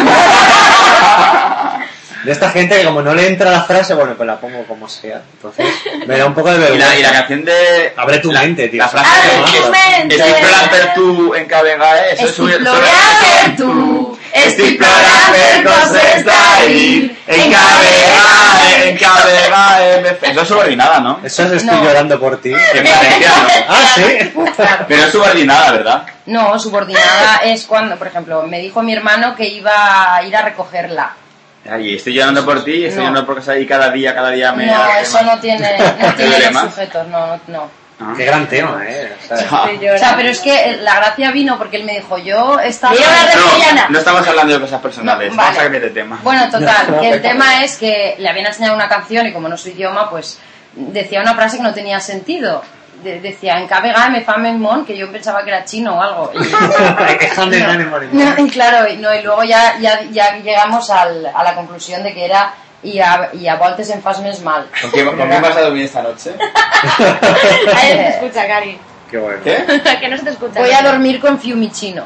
De esta gente que como no le entra la frase, bueno, pues la pongo como sea. Entonces, me da un poco de Y vergüenza. la, y la canción de... Abre tu la, mente, tío. La frase Abre que tu es- mente. Estoy per tu en Cabegae. Eso es un... Explorar tú, Explorar per coses d'ahir. En Cabegae, en Cabegae. me fe- Eso es subordinada, ¿no? Eso es estoy No. llorando por ti. En valenciano. Ah, sí. Claro. Pero es subordinada, ¿verdad? No, subordinada es cuando, por ejemplo, me dijo mi hermano que iba a ir a recogerla. Ay, estoy llorando por ti, estoy No. llorando por casa y cada día, cada día me... No, hace eso más. no tiene, no tiene duele los más? sujetos, no, no, no. Ah. Qué gran tema, ¿eh? O sea, Ah. O sea, pero es que la gracia vino porque él me dijo, yo estaba... Mira una revellana. No, no estamos hablando de cosas personales, No, vamos vale. a cambiar de tema. Bueno, total, No, que el venga. tema es que le habían enseñado una canción y como no es su idioma, pues decía una frase que no tenía sentido. De- decía, en Kabega me fame mon, que yo pensaba que era chino o algo. Déjame No, ganar, morir. no, y claro, y, no, y luego ya, ya, ya llegamos al, a la conclusión de que era y a, y a voltes en fas més mal. ¿Con quién, ¿con quién vas a dormir esta noche? Ahí te escucha, Cari. Qué bueno. ¿Qué? Que no se te escucha. Voy a dormir con Fiumicino.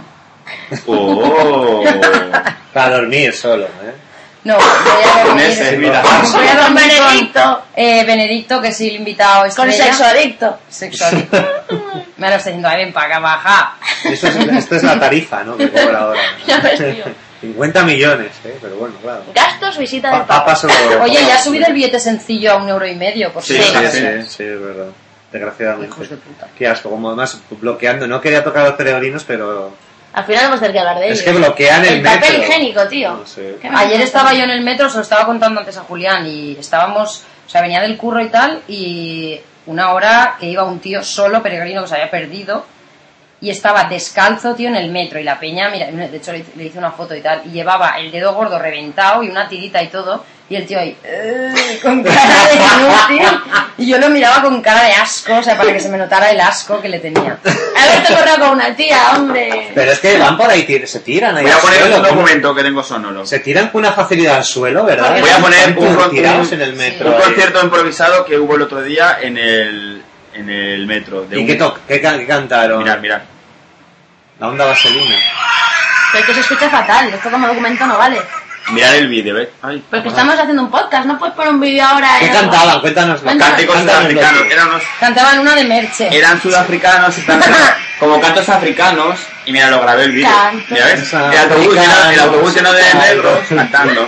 Oh. Para dormir solo, ¿eh? No, voy a Con dormir... ese, mira. Voy a dormir con Benedicto. eh, Benedicto, que es el invitado Con estrella. sexo adicto. Sexo adicto. Me lo está diciendo, ay, ven para acá, baja. Esto es, esto es la tarifa, ¿no? Que cobra ahora. Ya ves, tío. cincuenta millones, ¿eh? Pero bueno, claro. Gastos, visita del Pa- papa. Papas o- Oye, ya ha subido el billete sencillo a un euro y medio, por Sí, si sí, acaso. sí, sí, es verdad. Desgraciadamente. Hijos de puta. Qué asco, como además bloqueando. No quería tocar a los peregrinos, pero Al final vamos a tener que hablar de ello. es que bloquean el, El papel metro. higiénico, tío. No sé. ¿Qué me Ayer pasa? estaba yo en el metro, se lo estaba contando antes a Julián, y estábamos, o sea, venía del curro y tal, y una hora que iba un tío solo, peregrino, que se había perdido, y estaba descalzo, tío, en el metro, y la peña, mira, de hecho le, le hice una foto y tal, y llevaba el dedo gordo reventado y una tirita y todo, y el tío ahí, "Eh", con cara de inútil, y yo lo miraba con cara de asco, o sea, para que se me notara el asco que le tenía. Haberte corrido con una tía, hombre. Pero es que van por ahí, tir- se tiran ahí Voy a al poner suelo, un ¿cómo? documento que tengo sonoro. Se tiran con una facilidad al suelo, ¿verdad? Voy a poner Están un, con- tirados un- en el metro. un ahí. concierto improvisado que hubo el otro día en el, en el metro. De ¿Y un- qué, to- qué, can- qué cantaron? Mirad, mirad. La onda vaselina. Pero es que se escucha fatal. Esto como documento no vale. Mirad el vídeo, ¿eh? Ay. Porque estamos haciendo un podcast. No puedes poner un vídeo ahora. ¿Qué en- cantaban? Cuéntanoslo. Cánticos Cántanoslo. sudafricanos. Eran, unos, Cantaban una de Merche. eran sudafricanos y tal, como cantos africanos. Y mira, lo grabé el vídeo. Cantos Mira, ¿ves? El autobús, lleno, el autobús lleno de negros cantando.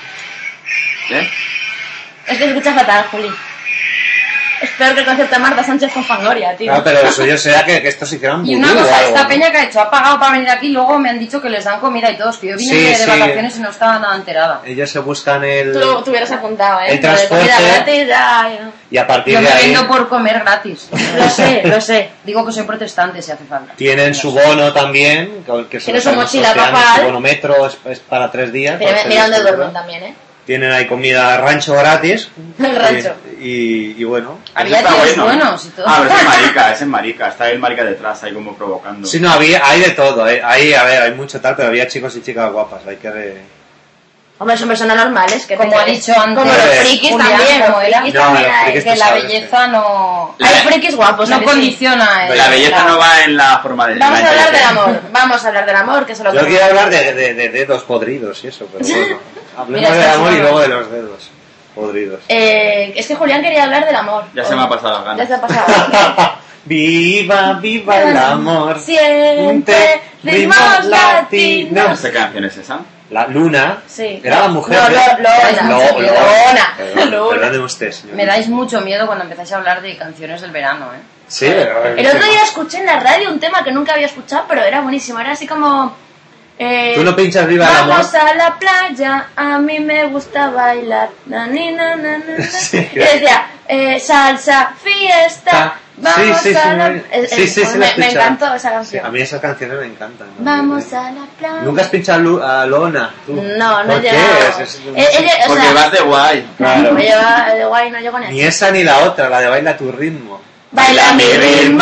¿Eh? Es que se escucha fatal, Juli. Es peor que el concierto de Marta Sánchez con Fangoria, tío. Ah, pero eso yo sea que, que estos hicieron Y vudú una o cosa, algo, esta ¿no? peña que ha hecho, ha pagado para venir aquí, luego me han dicho que les dan comida y todo, que yo vine Sí, de, de sí. vacaciones y no estaba nada enterada. Ellos se buscan el... Tú lo tú hubieras apuntado, ¿eh? El Lo de transporte. comida gratis, ya, ya. Y a partir Yo de me ahí vendo por comer gratis. Lo sé, lo sé. Digo que soy protestante si hace falta. tienen su bono también, que se Tiene lo su están mochila sorteando, papal. su bonometro es, es para tres días. Pero para mira hacer dónde esto, duermen ¿verdad? también, ¿eh? Tienen ahí comida rancho gratis. El rancho. Y, y bueno. Había Eso está tíos bueno. buenos y todo. Ah, pero ese es marica, ese es marica. Está el marica detrás, ahí como provocando. Sí, no, había, hay de todo. eh. Hay, a ver, hay mucho tal, pero había chicos y chicas guapas. Hay que... Re... Hombre, son personas normales. Que Como te- ha dicho antes, Como los Eh, frikis Julián, también. como Los era. frikis No, también los hay. frikis Que tú la sabes, belleza no... Hay frikis guapos. ¿a No que sí? condiciona. La el- belleza no va en la forma de... Vamos la a hablar del inteligencia. amor. Vamos a hablar del amor, que es lo Yo que... quiero hablar de, de, de dedos podridos y eso, pero bueno. Hablemos Mira, del está amor y chulo. luego de los dedos podridos. Eh, es que Julián quería hablar del amor. Ya se me ha pasado las ganas. Ya se ha pasado. Viva, viva el amor. Siempre ritmos No latinos. sé qué canción es esa. La Luna. Sí. Era la mujer. No, ¿eh? lo- Lona. Lo- Lona. Lona. Perdón, Lona. perdóneme usted, señor. Me dais mucho miedo cuando empezáis a hablar de canciones del verano, ¿eh? Sí, pero... El otro día escuché en la radio un tema que nunca había escuchado, pero era buenísimo. Era así como... eh, Tú no pinchas viva el amor. Vamos a la playa, a mí me gusta bailar. Na, ni, na, na, na, na. Sí. Y decía, eh, salsa, fiesta, vamos Sí, sí, a sí, la... me- Eh, sí, eh, sí, sí, la me, he me escuchado. encantó esa Sí, canción. a mí esas canciones me encantan. ¿no? Vamos a la playa. ¿Nunca has pinchado Lu- a Lona? Tú? No, no ¿Por he qué? llegado. Es- es- Eh, ella- o Porque sea, vas de guay. Claro. me lleva de guay, no llego ni Ni así. esa ni la otra, la de Baila tu ritmo. Baila mi ritmo.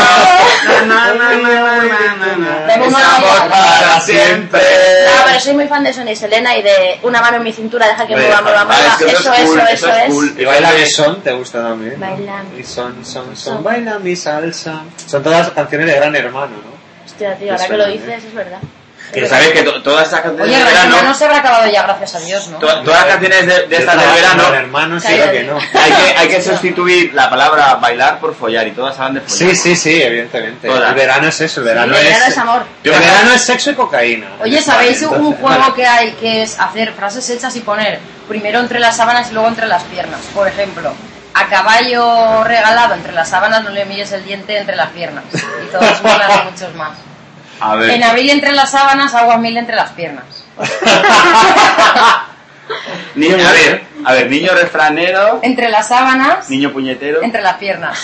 Vamos a para siempre. No, pero soy muy fan de Sonia y Selena y de Una mano en mi cintura, deja que Hombre, mueva, mueva, Ah, mueva. es que Eso, eso es eso, cool, eso eso es es. cool. Y Baila mi son, ¿te gusta también? ¿no? Baila mi Y son, son, son, son. baila mi salsa. Son todas canciones de Gran Hermano, ¿no? Hostia, tío, ahora Eso, que lo ¿eh? dices, es verdad. Que sabes que to- todas esas canciones Oye, de el verano... verano se habrá acabado ya, gracias a Dios, ¿no? to- Todas las canciones de, de Yo estas de trabajo verano... con hermanos, sí Cállate. que no. Hay que, hay que sustituir la palabra bailar por follar y todas hablan de follar. Sí, sí, sí, evidentemente. Todas. El verano es eso, el verano, el verano es, es amor. El verano es sexo y cocaína. Oye, ¿sabéis un Entonces, juego vale. que hay que es hacer frases hechas y poner primero entre las sábanas y luego entre las piernas? Por ejemplo, a caballo regalado entre las sábanas no le mires el diente entre las piernas. Y todos molan muchos más. A ver. En abril entre las sábanas, aguas mil entre las piernas. Ni- a ver, A ver, niño refranero. Entre las sábanas. Niño puñetero. Entre las piernas.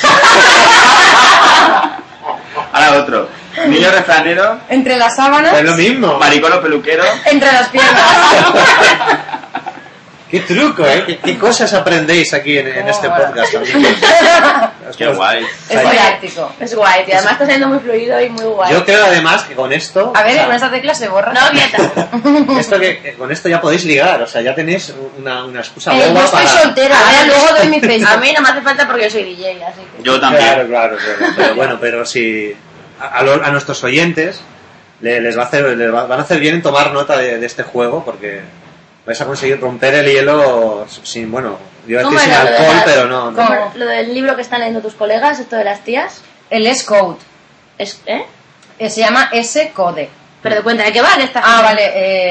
Ahora otro. Niño refranero. Entre las sábanas. Es lo mismo. Maricón o peluquero. Entre las piernas. Qué truco, ¿eh? ¿Qué, qué cosas aprendéis aquí en, en este bueno. podcast, amigos? Qué guay. Es didáctico. Es guay, tío. Además está siendo muy fluido y muy guay. Yo creo además que con esto... A ver, o sea, con esta tecla se borra. No, quieta. esto que, que con esto ya podéis ligar, o sea, ya tenéis una, una excusa Eh, buena yo estoy para... soltera, a ver, luego doy mi Facebook. A mí no me hace falta porque yo soy D J, así que... Yo también. Claro, claro, claro. Pero bueno, pero si a, a, lo- a nuestros oyentes le- les, va a hacer, les va- van a hacer bien en tomar nota de, de este juego porque vais a conseguir romper el hielo sin, bueno, yo iba a ¿Cómo decir sin era lo de alcohol, la- pero no. no. ¿Cómo? Lo del libro que están leyendo tus colegas, esto de las tías, El S-Code. es, ¿eh? Eh, se llama S-Code. Pero de cuenta de qué va, que está... Ah, vale,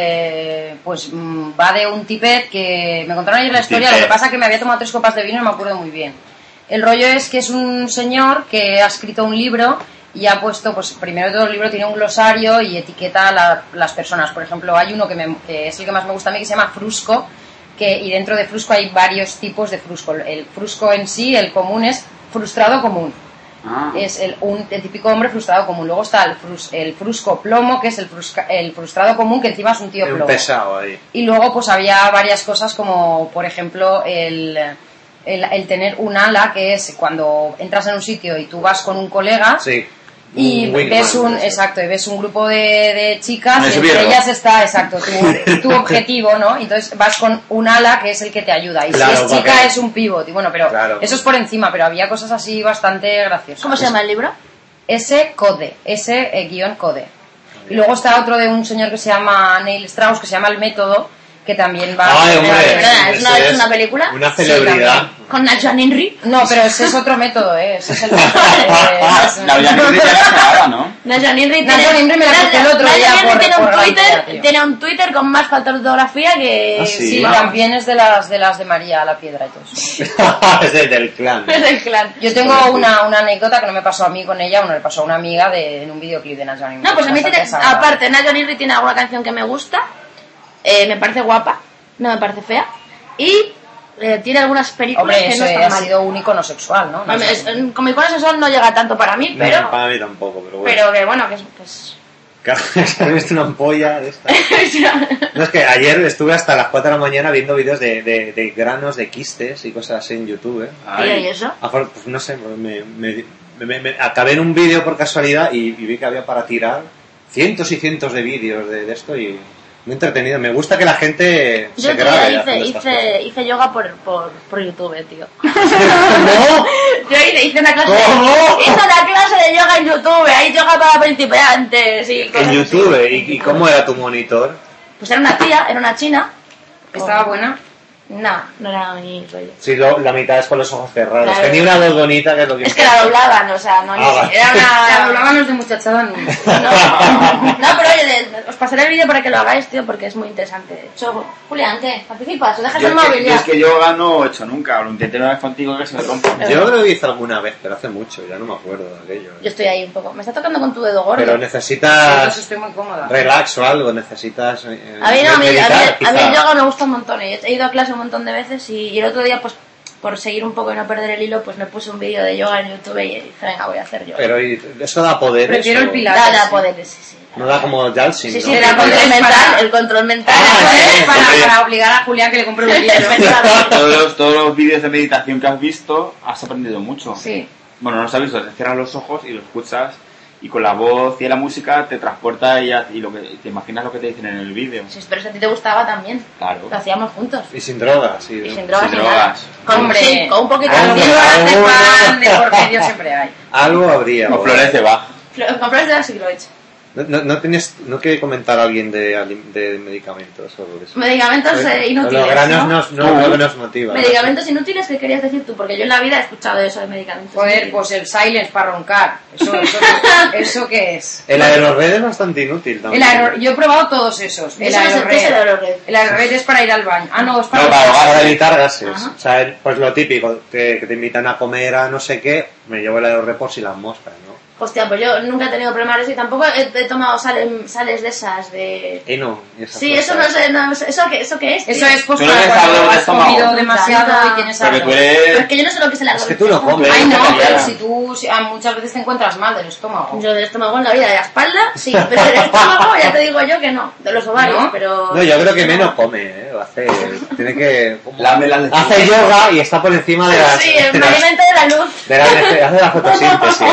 eh, pues mm, va de un tipet que me contaron ayer la historia, Tipet. lo que pasa es que me había tomado tres copas de vino y no me acuerdo muy bien. El rollo es que es un señor que ha escrito un libro y ha puesto, pues primero de todo el libro tiene un glosario y etiqueta a la- las personas. Por ejemplo, hay uno que, me- que es el que más me gusta a mí que se llama Frusco, que, y dentro de Frusco hay varios tipos de Frusco. El Frusco en sí, el común es frustrado común. Ah. Es el, un, el típico hombre frustrado común. Luego está el, frus, el frusco plomo, que es el, frusca, el frustrado común, que encima es un tío Es un plomo. pesado ahí. Y luego pues había varias cosas como, por ejemplo, el, el, el tener un ala, que es cuando entras en un sitio y tú vas con un colega Sí. y Un wingman, ves un, eso. exacto, y ves un grupo de, de chicas Un y entre esbirro. ellas está, exacto, tu, tu objetivo, ¿no? Y entonces vas con un ala que es el que te ayuda. Y Claro, si es chica porque- es un pivot. Y bueno, pero Claro. eso es por encima, pero había cosas así bastante graciosas. ¿Cómo se llama el libro? S-Code, S-Code. Y luego está otro de un señor que se llama Neil Strauss, que se llama El Método, que también va... Ay, hombre. ¿Es ese una- es una película? Una Sí, celebridad. también. Con Nacho Henry. No, pero ese es otro método, ¿eh? Ese es el método. eh, es- La vida que ya la sonaba, ¿no? Nacho Henry Nacho Henry me la cogí el otro día por- tiene un por la Twitter, idea, tío. tiene un Twitter con más falta de ortografía que... Ah, sí. Sí, Vamos. también es de las de las de María la Piedra y todo eso. Es del, del clan. Es del clan. Yo tengo una, una anécdota que no me pasó a mí con ella, bueno, le pasó a una amiga de, en un videoclip de Nacho Henry. No, pues a mí Bastante tiene, desagradable. aparte, Nacho Henry tiene alguna canción que me gusta, eh, me parece guapa, no me parece fea, y eh, tiene algunas películas Hombre, que eso no ha están mal. sido un icono sexual, ¿no? No Hombre, sé. es- en- con mi corazón sexual no llega tanto para mí, pero, No, para mí tampoco, pero bueno. pero que bueno, que es... Pues... Claro, es que he visto una ampolla de esta. No, es que ayer estuve hasta las cuatro de la mañana viendo vídeos de, de, de granos, de quistes y cosas así en YouTube. ¿eh? Tío, Ay. ¿y eso? Ah, pues no sé, me, me, me- me- acabé en un vídeo por casualidad y, y vi que había para tirar cientos y cientos de vídeos de, de esto y muy entretenido. Me gusta que la gente Yo se el otro día grabe hice, haciendo estas hice, hice yoga por, por, por YouTube, tío. ¿Cómo? Yo hice, hice una clase ¿Cómo? hice una clase de yoga en YouTube, hay yoga para principiantes y cosas En así. YouTube, ¿y, y cómo era tu monitor? Pues era una tía, era una china. ¿Estaba buena? No, no era mi rollo. Sí, lo- la mitad es con los ojos cerrados. Claro. Tenía una voz bonita que es lo que Es que la doblaban, o sea, no, ni Ah, siquiera vale. era La una... doblábamos de muchachada ni... No, no, pero oye, de- os pasaré el vídeo para que lo hagáis, tío, porque es muy interesante. De hecho, Julián, ¿qué? ¿Participas? ¿O dejas Yo el es, que, móvil yo ya? es que yoga no he hecho nunca, lo intenté una vez contigo que se me rompe. Yo creo que hice alguna vez, pero hace mucho, ya no me acuerdo de aquello. Yo estoy ahí un poco. Me está tocando con tu dedo gordo. Pero Entonces necesitas estoy muy cómoda. relax o algo, necesitas eh, A mí no, a mí, a mí- meditar, a mí quizá. el yoga me gusta un montón. y He ido a clase un montón de veces y, y el otro día, pues, por seguir un poco y no perder el hilo, pues me puse un vídeo de yoga en YouTube y dije, venga, voy a hacer yoga. Pero ¿y eso da poder. Prefiero el pilar. Da, da sí. poderes, sí, sí. No da como Yalsin, Sí, ¿no? sí, Era el control para- mental, el control mental. Ah, Pues, sí, para, sí. para obligar a Julián que le compre un libro. todos, los, todos los vídeos de meditación que has visto, has aprendido mucho. Sí. Bueno, no los has visto, te cierras los ojos y lo escuchas y con la voz y la música te transporta y, y lo que, te imaginas lo que te dicen en el vídeo. Sí, pero si a ti te gustaba también. Claro. Lo hacíamos juntos. Y sin drogas, sí. Y ¿no? sin drogas Sin ni nada. drogas. Con, Hombre. sí, con un poquito Ah, de Algo no. de Alguna. pan de por medio siempre hay. Algo habría. Con o- flores de Bach. Flo- Con flores de Bach sí que lo he hecho. No, no, no tienes, no quiere comentar a alguien de, alim- de medicamentos o de eso. Medicamentos eh, inútiles. Los granos ¿no? nos, no, no, no nos motivan. Medicamentos inútiles, ¿qué querías decir tú? Porque yo en la vida he escuchado eso de medicamentos. Joder, inútiles. pues el silence para roncar. ¿Eso, eso, ¿eso qué es? El aerorred es bastante inútil El también. aero- Yo he probado todos esos. El Eso no sé qué es el aerorred. aerorred. El aerorred es para ir al baño. Ah, no, es para... No, para, para evitar gases. Ajá. O sea, el- pues lo típico, que, que te invitan a comer a no sé qué, me llevo el aerorred por si las moscas, ¿no? Hostia, pues yo nunca he tenido problemas de eso y tampoco he, he tomado sales, sales de esas de... Y no, y esas Sí, cosas. eso no sé, no, ¿eso qué, eso qué es? Eso tío? es pues Tú no para eres cuando algo de has estómago. comido demasiado y tienes Porque algo. tú Pero eres... es que yo no sé lo que es el Es que tú lo comes. Ay, no, pero vegetariana. si tú si, ah, muchas veces te encuentras mal del estómago. Yo del estómago en la vida, de la espalda, sí, pero del estómago ya te digo yo que no, de los ovarios, ¿No? pero... No, yo creo que menos come, ¿eh? Hace, tiene que... Lame las lechugas. Hace yoga y está por encima de las... Sí, de me las- alimento de la luz. de la, nece- hace la fotosíntesis,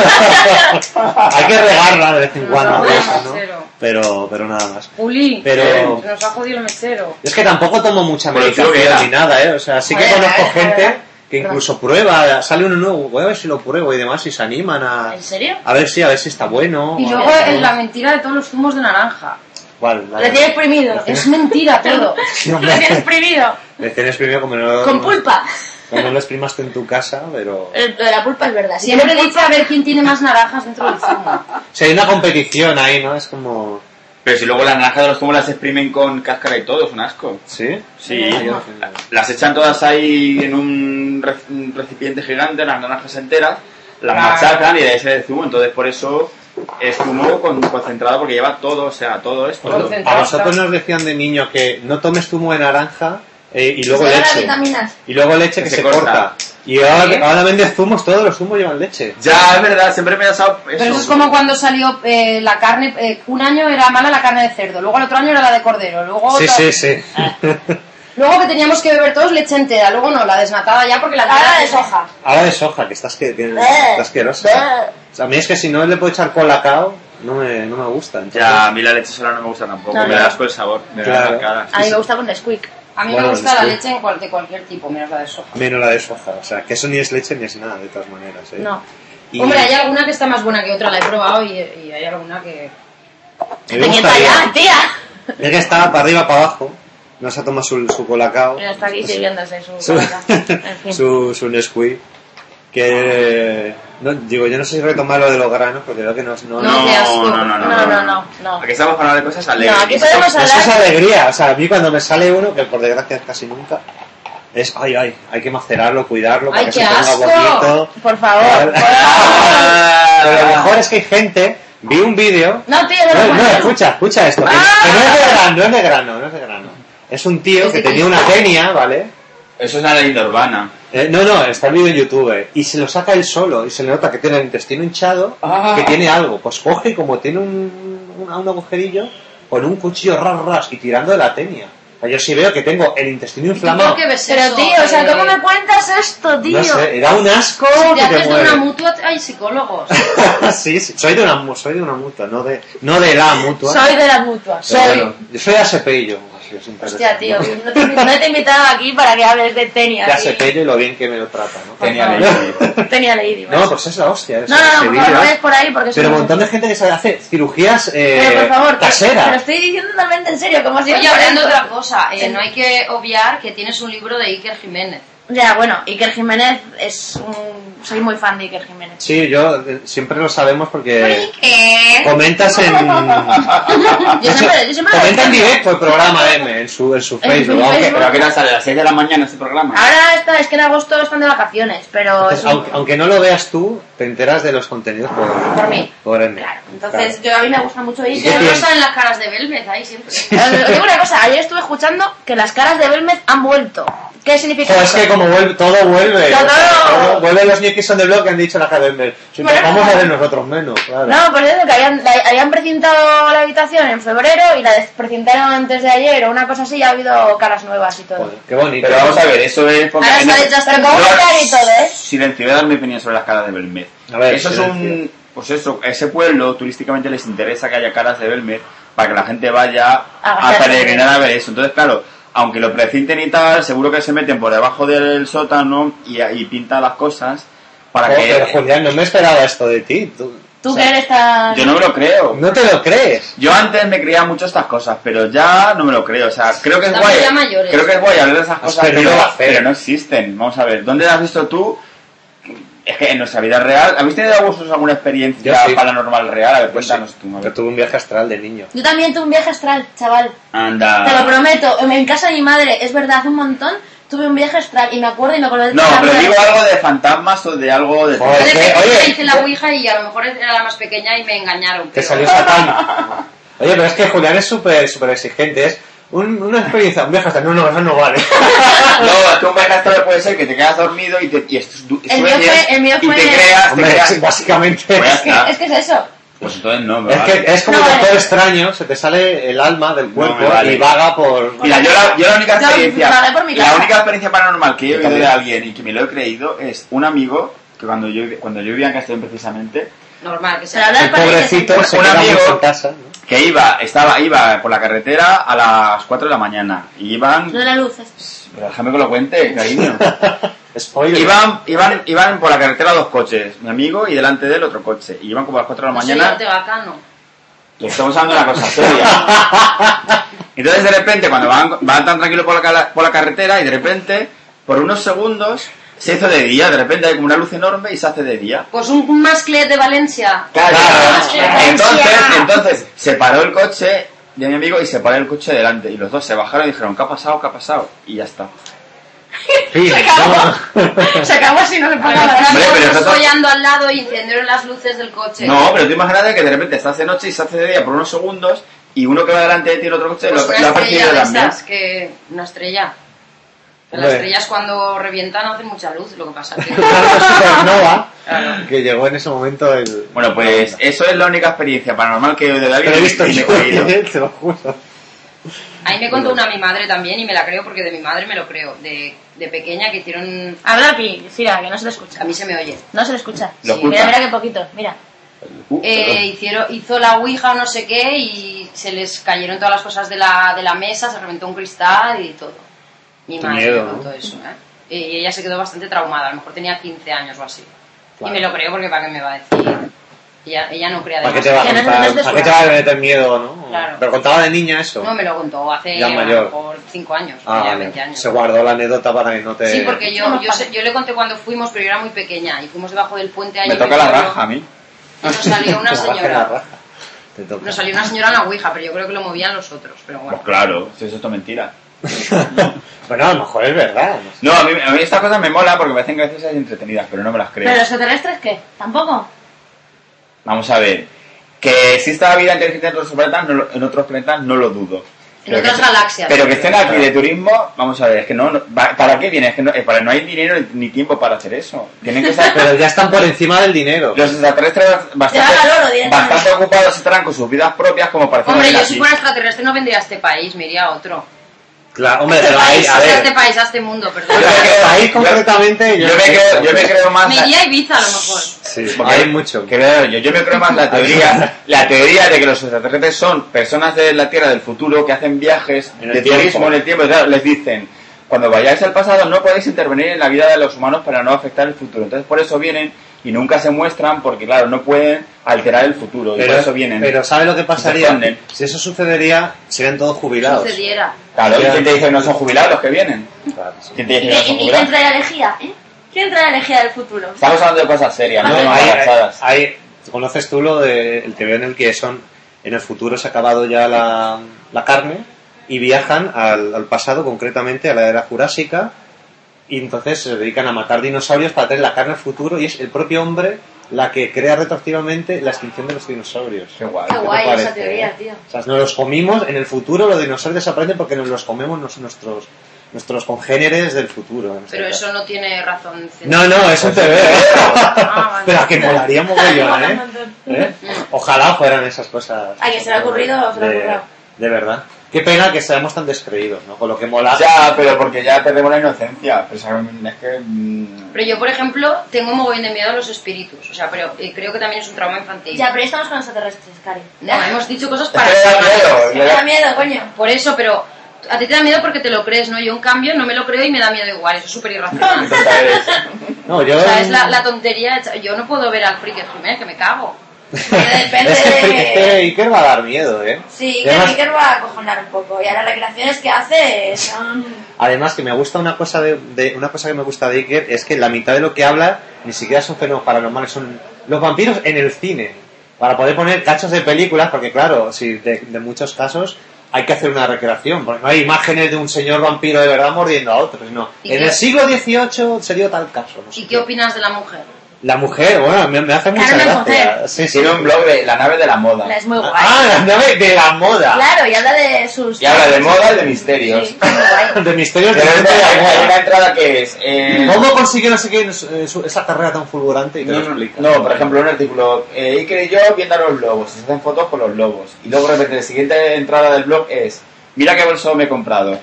¿no? Hay que regarla de vez en cuando, No, eso, ¿no? mechero. Pero, pero nada más. Juli, Pero- se nos ha jodido el mechero. Es que tampoco tomo mucha Pero tío, medicación que ni nada, ¿eh? O sea, sí que A ver, conozco a ver, a ver. gente que incluso prueba, sale uno nuevo, voy a ver si lo pruebo y demás, y se animan a... ¿En serio? A ver si, a ver si está bueno. Y o luego algo. es la mentira de todos los zumos de naranja. ¿Cuál? La- Recién exprimido. Es mentira todo. Sí, hombre. Recién exprimido. Recién exprimido como no... Con pulpa. Como no lo exprimaste en tu casa, pero... El- Lo de la pulpa es verdad. Si Siempre tiene dice a ver quién tiene más naranjas dentro del zumo. Si hay una competición ahí, ¿no? Es como... Pero si luego las naranjas de los zumos las exprimen con cáscara y todo, es un asco. ¿Sí? Sí, Yo- las echan todas ahí en un, re- un recipiente gigante, las naranjas enteras, las Claro. machacan y de ahí sale el zumo, entonces por eso es zumo con, concentrado porque lleva todo, o sea, todo esto. Concentrado. A nosotros nos decían de niño que no tomes zumo de naranja eh, y luego Todas las leche. vitaminas. Y luego leche que, Que se, se corta. corta. Y ahora, ¿Sí? ahora venden zumos, todos los zumos llevan leche. Ya, es verdad, siempre me he pensado eso. Pero eso es como cuando salió eh, la carne, eh, un año era mala la carne de cerdo, luego el otro año era la de cordero, luego Sí, otra- sí, sí. luego que teníamos que beber todos leche entera, luego no, la desnatada ya porque la Ahora de soja. Ahora de soja, que estás, que, que, Bleh. está asquerosa. O sea, a mí es que si no le puedo echar colacao, no me, no me gusta. Entonces, Ya, a mí la leche sola no me gusta tampoco, No, me no. da asco el sabor, me Claro. da la cara. A mí me gusta con Nesquik. A mí Bueno, me gusta la sí. leche en cual- de cualquier tipo, menos la de soja. menos la de soja. O sea, que eso ni es leche ni es nada, de todas maneras. ¿eh? No. Y Hombre, hay alguna que está más buena que otra, la he probado y, y hay alguna que... me gustaría- Peñeta ya, tía. Es que está para arriba, para abajo. No se toma su, su colacao. Mira, está aquí sirviéndose su Su, colaca. En fin. su, su Nesquik. Que... No, digo, yo no sé si retomar lo de los granos, porque creo que no... no, No, qué asco. no, no, no, No, no, no, no. Aquí estamos para hablar de cosas alegres. No, aquí podemos Eso hablar... es alegría. O sea, a mí cuando me sale uno, que por desgracia es casi nunca, es, ay, ay, hay que macerarlo, cuidarlo, para ¡Ay, que qué se ponga asco! bonito. Por favor. Pero lo mejor es que hay gente, vi un vídeo... No, tío, no No, lo no, puedo. escucha, escucha esto, que, Ah. que no es de grano, no es de grano, no es de grano. Es un tío Es que de tenía una cristal. tenia, ¿vale? Eso es una leyenda urbana. Eh, no, no, está el vídeo en YouTube y se lo saca él solo y se le nota que tiene el intestino hinchado, Ah. que tiene algo. Pues coge y como tiene un, un, un agujerillo, con un cuchillo ras ras y tirando de la tenia. O sea, yo sí veo que tengo el intestino ¿Y tú inflamado. por qué ves Pero eso? tío, o sea, Eh, ¿cómo me cuentas esto, tío? No sé, era un asco Si te que te haces de muere. una mutua, hay psicólogos. sí, sí, soy de una, mu- soy de una mutua, no de, no de la mutua. Soy de las mutuas. Pero Soy. bueno, yo soy A S P y yo. Así es Hostia, tío, interesante. no te, no te he invitado aquí para que hables de Tenia. De A S P y lo bien que me lo trata, ¿no? Tenía favor. ley. Tenía Lady. No, pues es la hostia. es No, no, ese no, por vídeo, favor, no ¿eh? vayas por ahí porque Pero soy un montón de gente que se hace cirugías eh, Pero por favor, que- caseras. te lo estoy diciendo totalmente en serio, como si Oye, no fuera hablando de esto. otra cosa, eh, no hay que obviar que tienes un libro de Iker Jiménez. Ya, bueno, Iker Jiménez es un... Soy muy fan de Iker Jiménez. Sí, yo eh, siempre lo sabemos porque ¿Qué? comentas en... Yo siempre, yo siempre lo Comenta en defiendo. directo el programa M en su, en su En Facebook. su aunque, Facebook. Pero a qué hora sale, a las seis de la mañana este programa. Ahora está, es que en agosto están de vacaciones, pero entonces, es un- aunque, aunque no lo veas tú, te enteras de los contenidos por, Por mí. por M. Claro, entonces yo a mí me gusta mucho ¿Y Iker. qué Pero no tienes? están en las caras de Belmez ahí siempre. Os digo una cosa, ayer estuve escuchando que las caras de Belmez han vuelto. ¿Qué significa Joder, es eso? que como vuelve, todo vuelve. Todo. O sea, todo- vuelven los New Kids on the Block que han dicho la Cadember. Si nos Bueno. vamos a ver nosotros menos, claro. No, pues eso, que habían, la- habían precintado la habitación en febrero y la desprecintaron antes de ayer o una cosa así, y ha habido caras nuevas y todo. Joder, qué bonito. Pero vamos a ver, eso es porque... Ahora en se ha ese- dicho hasta con un cara y todo, ¿eh? Silencio, voy a dar mi opinión sobre las caras de Belmez. A ver, eso es silencio. un... Pues eso, a ese pueblo turísticamente les interesa que haya caras de Belmez para que la gente vaya A a gastarse peregrinar dinero. a ver eso. Entonces, claro, aunque lo precinten y tal, seguro que se meten por debajo del sótano y, y pintan las cosas para Joder, que... Julián, no me esperaba esto de ti. Tú, Tú o sea, que eres tan... Yo no me lo creo. no te lo crees. Yo antes me creía mucho estas cosas, pero ya no me lo creo. O sea, creo que es Estamos guay. ya mayores. Creo que es guay hablar de esas Has cosas, perdido pero, la fe. pero no existen. Vamos a ver, ¿dónde has visto tú? Es que en nuestra vida real, ¿habéis tenido vosotros alguna experiencia Yo sí. paranormal real? A ver, Yo cuéntanos sí. tú. A Yo ver. tuve un viaje astral de niño. Yo también tuve un viaje astral, chaval. Anda. Te lo prometo, en casa de mi madre, es verdad, hace un montón, tuve un viaje extraño y me acuerdo y me acuerdo de... No, pero digo algo de fantasmas o de algo de... Joder, Yo de es que, pequeña oye, hice la ouija y a lo mejor era la más pequeña y me engañaron. Te pero- salió fatal. Oye, pero es que Julián es súper súper exigente. Es un- una experiencia, un viaje hasta... No, no, eso no vale. No, tú un viaje astral puede ser que te quedas dormido y, te, y est- du- El mío sueñes fue- el mío y fue- te creas... Te Hombre, creas... es- básicamente... Pues ya Es que, está. es que es eso. Pues entonces no, me Es vale. que es como No, un vale. doctor extraño, se te sale el alma del cuerpo me vale. y vaga por... Mira, yo la, yo la única Yo experiencia, vagué por mi la casa. única experiencia paranormal que he Yo oído de también. alguien y que me lo he creído es un amigo que cuando yo cuando yo vivía en Castellón precisamente, Normal, que Pero sea. hablar El para pobrecito ellos, se un queda amigo- mucho en casa, ¿no? que iba estaba iba por la carretera a las cuatro de la mañana y iban, no de la luz. es- pero déjame que lo cuente, cariño. Spoiler. Iban, iban, iban por la carretera dos coches, mi amigo y delante de él otro coche. Y iban como a las cuatro de la No soy mañana. Ortega Cano. Y estamos hablando de una cosa seria. Entonces de repente, cuando van, van tan tranquilos por la, cala- por la carretera y de repente, por unos segundos, se hizo de día. De repente hay como una luz enorme y se hace de día. Pues un, un masclet de Valencia. Claro. Claro. Entonces, entonces se paró el coche de mi amigo y se paró el coche delante. Y los dos se bajaron y dijeron, ¿qué ha pasado? ¿Qué ha pasado? Y ya está. Fin, Se acabó. ¿no? Se acabó así, no le A pongo lo mejor la Hombre, pero estábamos nosotros- follando al lado y encendieron las luces del coche. No, pero tú imagínate que de repente estás de noche y se hace de día por unos segundos y uno que va delante de ti y el otro coche Pues lo, una lo ha estrella percibido de también. esas, que una estrella. Las Hombre. estrellas cuando revientan hacen mucha luz, lo que pasa que... Una supernova Claro. que llegó en ese momento el... Bueno, pues eso es la única experiencia paranormal que he oído de Pero David he visto y me he yo, creído. te lo juro. Ahí me contó una mi madre también y me la creo porque de mi madre me lo creo. De, de pequeña que hicieron... Habla aquí, Cira, que no se le escucha. A mí se me oye. No se le escucha. Lo Sí, mira, oculta. mira qué poquito, mira. Uh, Eh, perdón. hicieron, hizo la ouija o no sé qué y se les cayeron todas las cosas de la, de la mesa, se reventó un cristal y todo. Mi Qué madre miedo, me contó ¿no? eso, ¿eh? Y ella se quedó bastante traumada, a lo mejor tenía quince años o así. Claro. Y me lo creo porque para qué me va a decir. Ella, ella no crea ¿Para qué demasiado. te va a Que no se- contar? no se ¿Para qué te suena. va a meter miedo, no? Claro. Pero contaba de niña eso. No, me lo contó hace Ya a lo mayor. mejor cinco años, Ah, ya vale. veinte años. Se guardó la anécdota para que no te... Sí, porque yo, Somos yo, sé- padres. yo le conté cuando fuimos, pero yo era muy pequeña y fuimos debajo del puente allí Me en toca mi la pueblo, raja a mí. y nos salió una Te baja la señora. raja. Te toca. Nos salió una señora en la ouija, pero yo creo que lo movían los otros, pero bueno. Pues claro, si eso es todo mentira. Bueno, a lo mejor es verdad. no sé. No, a mí, a mí estas cosas me molan porque me hacen gracias entretenidas, pero no me las creo. ¿Pero los extraterrestres qué? ¿Tampoco? Vamos a ver. Que exista vida inteligente en otros planetas, no lo, en otros planetas no lo dudo. En otras que, galaxias. Pero que estén aquí de turismo, vamos a ver, es que no, no- va- ¿para qué viene? Es que no, eh, para, no hay dinero ni tiempo para hacer eso. Tienen que ser... Pero ya están por encima del dinero. Los extraterrestres bastante, Ya, valoro, directamente. bastante ocupados estarán con sus vidas propias como para hacer Hombre, venir yo aquí. si fuera extraterrestre no vendría a este país, me iría a otro. Claro, hombre, Este pero ahí, país, a a ver... este país, a este mundo, perdón. Yo me creo- Ahí yo- concretamente... Yo, me creo, yo me creo más... Me la- iría a Ibiza a lo mejor. Sí, porque hay mucho. que veo yo, yo me creo más la teoría, la teoría de que los extraterrestres son personas de la Tierra del futuro que hacen viajes En el de tiempo. turismo en el tiempo. Y claro, les dicen, cuando vayáis al pasado no podéis intervenir en la vida de los humanos para no afectar el futuro. Entonces por eso vienen y nunca se muestran porque claro, no pueden alterar el futuro. y Pero, por eso vienen. pero ¿sabe lo que se pasaría? esconden. Si eso sucedería, serían todos jubilados. Sucediera. Claro, ¿y quién te dice que no son jubilados los que vienen? Claro, sí. ¿Quién te dice ¿Y, que no son y, y quién jubilados? trae la lejía? ¿Eh? ¿Quién trae la lejía del futuro? Estamos hablando de cosas serias, no, No, de hay, embarazadas. hay- ¿conoces tú lo del teoría en el que son en el futuro se ha acabado ya la, la carne y viajan al, al pasado, concretamente a la era jurásica, y entonces se dedican a matar dinosaurios para tener la carne al futuro, y es el propio hombre la que crea retroactivamente la extinción de los dinosaurios. Qué guay. Qué ¿Qué te guay esa parece, teoría, eh? tío. O sea, nos los comimos, en el futuro los dinosaurios desaparecen porque nos los comemos nos- nuestros nuestros congéneres del futuro. en este Pero caso. eso no tiene razón. No, no, es un T V, ¿eh? Ah, vale. Pero a que molaría mogollón, Mola un ¿eh? montón. ¿Eh? Ojalá fueran esas cosas. ¿A quién se le ha ocurrido o se le ha de, ocurrido? de verdad. Qué pena que seamos tan descreídos, ¿no? Con lo que mola. Ya, pero porque ya perdemos la inocencia. Pero ¿sabes? Es que... mm, Pero yo, por ejemplo, tengo un mogollón de miedo a los espíritus. O sea, pero eh, creo que también es un trauma infantil. Ya, pero ya estamos con los extraterrestres, Cari. No, hemos dicho cosas Es que para... le da miedo, Me le da da- miedo, coño. Por eso, pero a ti te da miedo porque te lo crees, ¿no? Yo, en cambio, no me lo creo y me da miedo igual. Eso es súper irracional. tonta eres. No, yo. O sea, es la, la tontería. hecha- Yo no puedo ver al Friki Jiménez, que me cago. Depende Es que este de... Iker va a dar miedo, ¿eh? Sí, Y que además, Iker va a acojonar un poco. Y a las recreaciones que hace son... además que me gusta una cosa de, de- una cosa que me gusta de Iker es que la mitad de lo que habla ni siquiera son fenómenos paranormales, son los vampiros en el cine. Para poder poner cachos de películas, porque claro, si de, de muchos casos hay que hacer una recreación, porque no hay imágenes de un señor vampiro de verdad mordiendo a otros, no. ¿Y En qué? el siglo dieciocho se dio tal caso. No sé ¿Y qué opinas de la mujer? La mujer, bueno, me, me hace mucha Carmen gracia. Mujer. Sí, sí. Tiene un blog de la nave de la moda. Es muy guay. Ah, la nave de la moda. Claro, y habla de sus... Y habla de moda y de misterios. Sí, muy guay. De misterios de Pero es de- gente de la hay, hay moda. una entrada que es... eh, ¿Cómo consiguió no sé quién eh, su- esa carrera tan fulgurante? Y te No, lo no, explica. no, por ejemplo, un artículo, eh, Iker y yo viendo a los lobos, y se hacen fotos con los lobos. Y luego de repente la siguiente entrada del blog es, mira qué bolso me he comprado.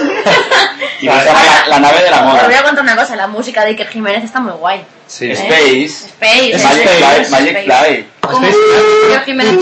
Y me llama la, la nave de la Os voy a moda. contar una cosa, la música de Iker Jiménez está muy guay. Sí. ¿Eh? Space, Space, Magic Space, Fly, Magic Space. Fly. ¿Cómo? Space. Iker Jiménez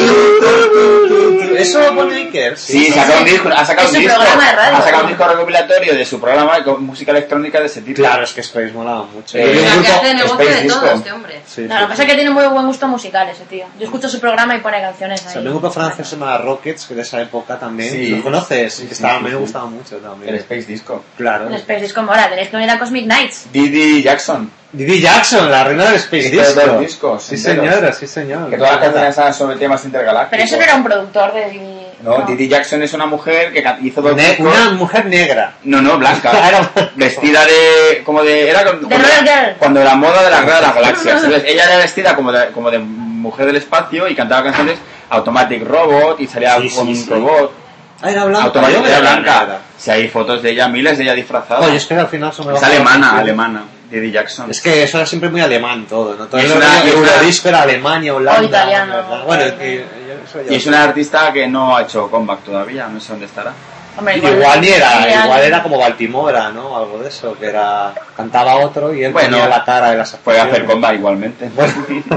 tiene- ¿Eso lo pone Iker? Sí, sí, saca sí. un disco, ha sacado Es un su disco, programa de radio. ha sacado un disco recopilatorio de su programa con música electrónica de ese tipo. Claro, es que Space molaba mucho. Eh, Yo vi O un sea, que grupo- hace negocio Space de todo Disco. este hombre. Sí, No, sí, lo que sí. pasa es que tiene muy buen gusto musical ese tío. Yo escucho su programa y pone canciones O ahí. sea, un grupo francés se llama Rockets, que de esa época también. Sí. ¿Lo conoces? Sí, que sí, estaba, sí, a mí me sí. gustaba mucho también. El Space Disco. Claro. El Space Disco mola, tenéis que venir a Cosmic Nights. Didi Jackson, Didi Jackson, la reina del Space Hizo Disco. dos discos Sí, enteros. señora, sí, señor. que todas las canciones eran sobre temas intergalácticos. Pero eso no era un productor de... No, Didi Jackson es una mujer que ca- hizo dos Ne- discos. una mujer negra. No, no, blanca. Era- Vestida de... como de... Era como, De Royal Girl. cuando la moda de la guerra de las galaxias. Entonces, ella era vestida como de, como de mujer del espacio y cantaba canciones Automatic Robot y salía Sí, con sí, un sí. robot. Ah, era blanca. Automatic Yo era era blanca. negra. Si hay fotos de ella, miles de ella disfrazada. Oye, es que al final se me es baja la alemana, canción. alemana. Didi Jackson. Es que eso era siempre muy alemán todo, ¿no? Todo Y es el una- y es una- Eurodisco era Alemania, Holanda. O italiano. ¿verdad? Bueno, y- y- eso ya- Y es una artista que no ha hecho comeback todavía, no sé dónde estará. Hombre, Igual, ni era, Sí, igual era como Baltimora, ¿no? Algo de eso, que era cantaba otro y él Bueno, ponía la cara de las Puede hacer actuaciones. comeback igualmente. Bueno,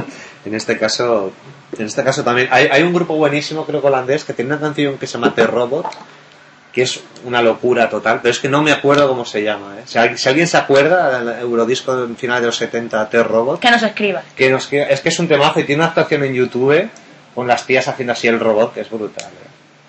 en este caso, en este caso también hay, hay un grupo buenísimo, creo que holandés, que tiene una canción que se llama The Robot, que es una locura total, pero es que no me acuerdo cómo se llama, ¿eh? Si, al- si alguien se acuerda del Eurodisco del final de los setenta, The Robot, Que nos escriba. que nos, que- es que es un temazo y tiene una actuación en YouTube con las tías haciendo así el robot, que es brutal. ¿eh?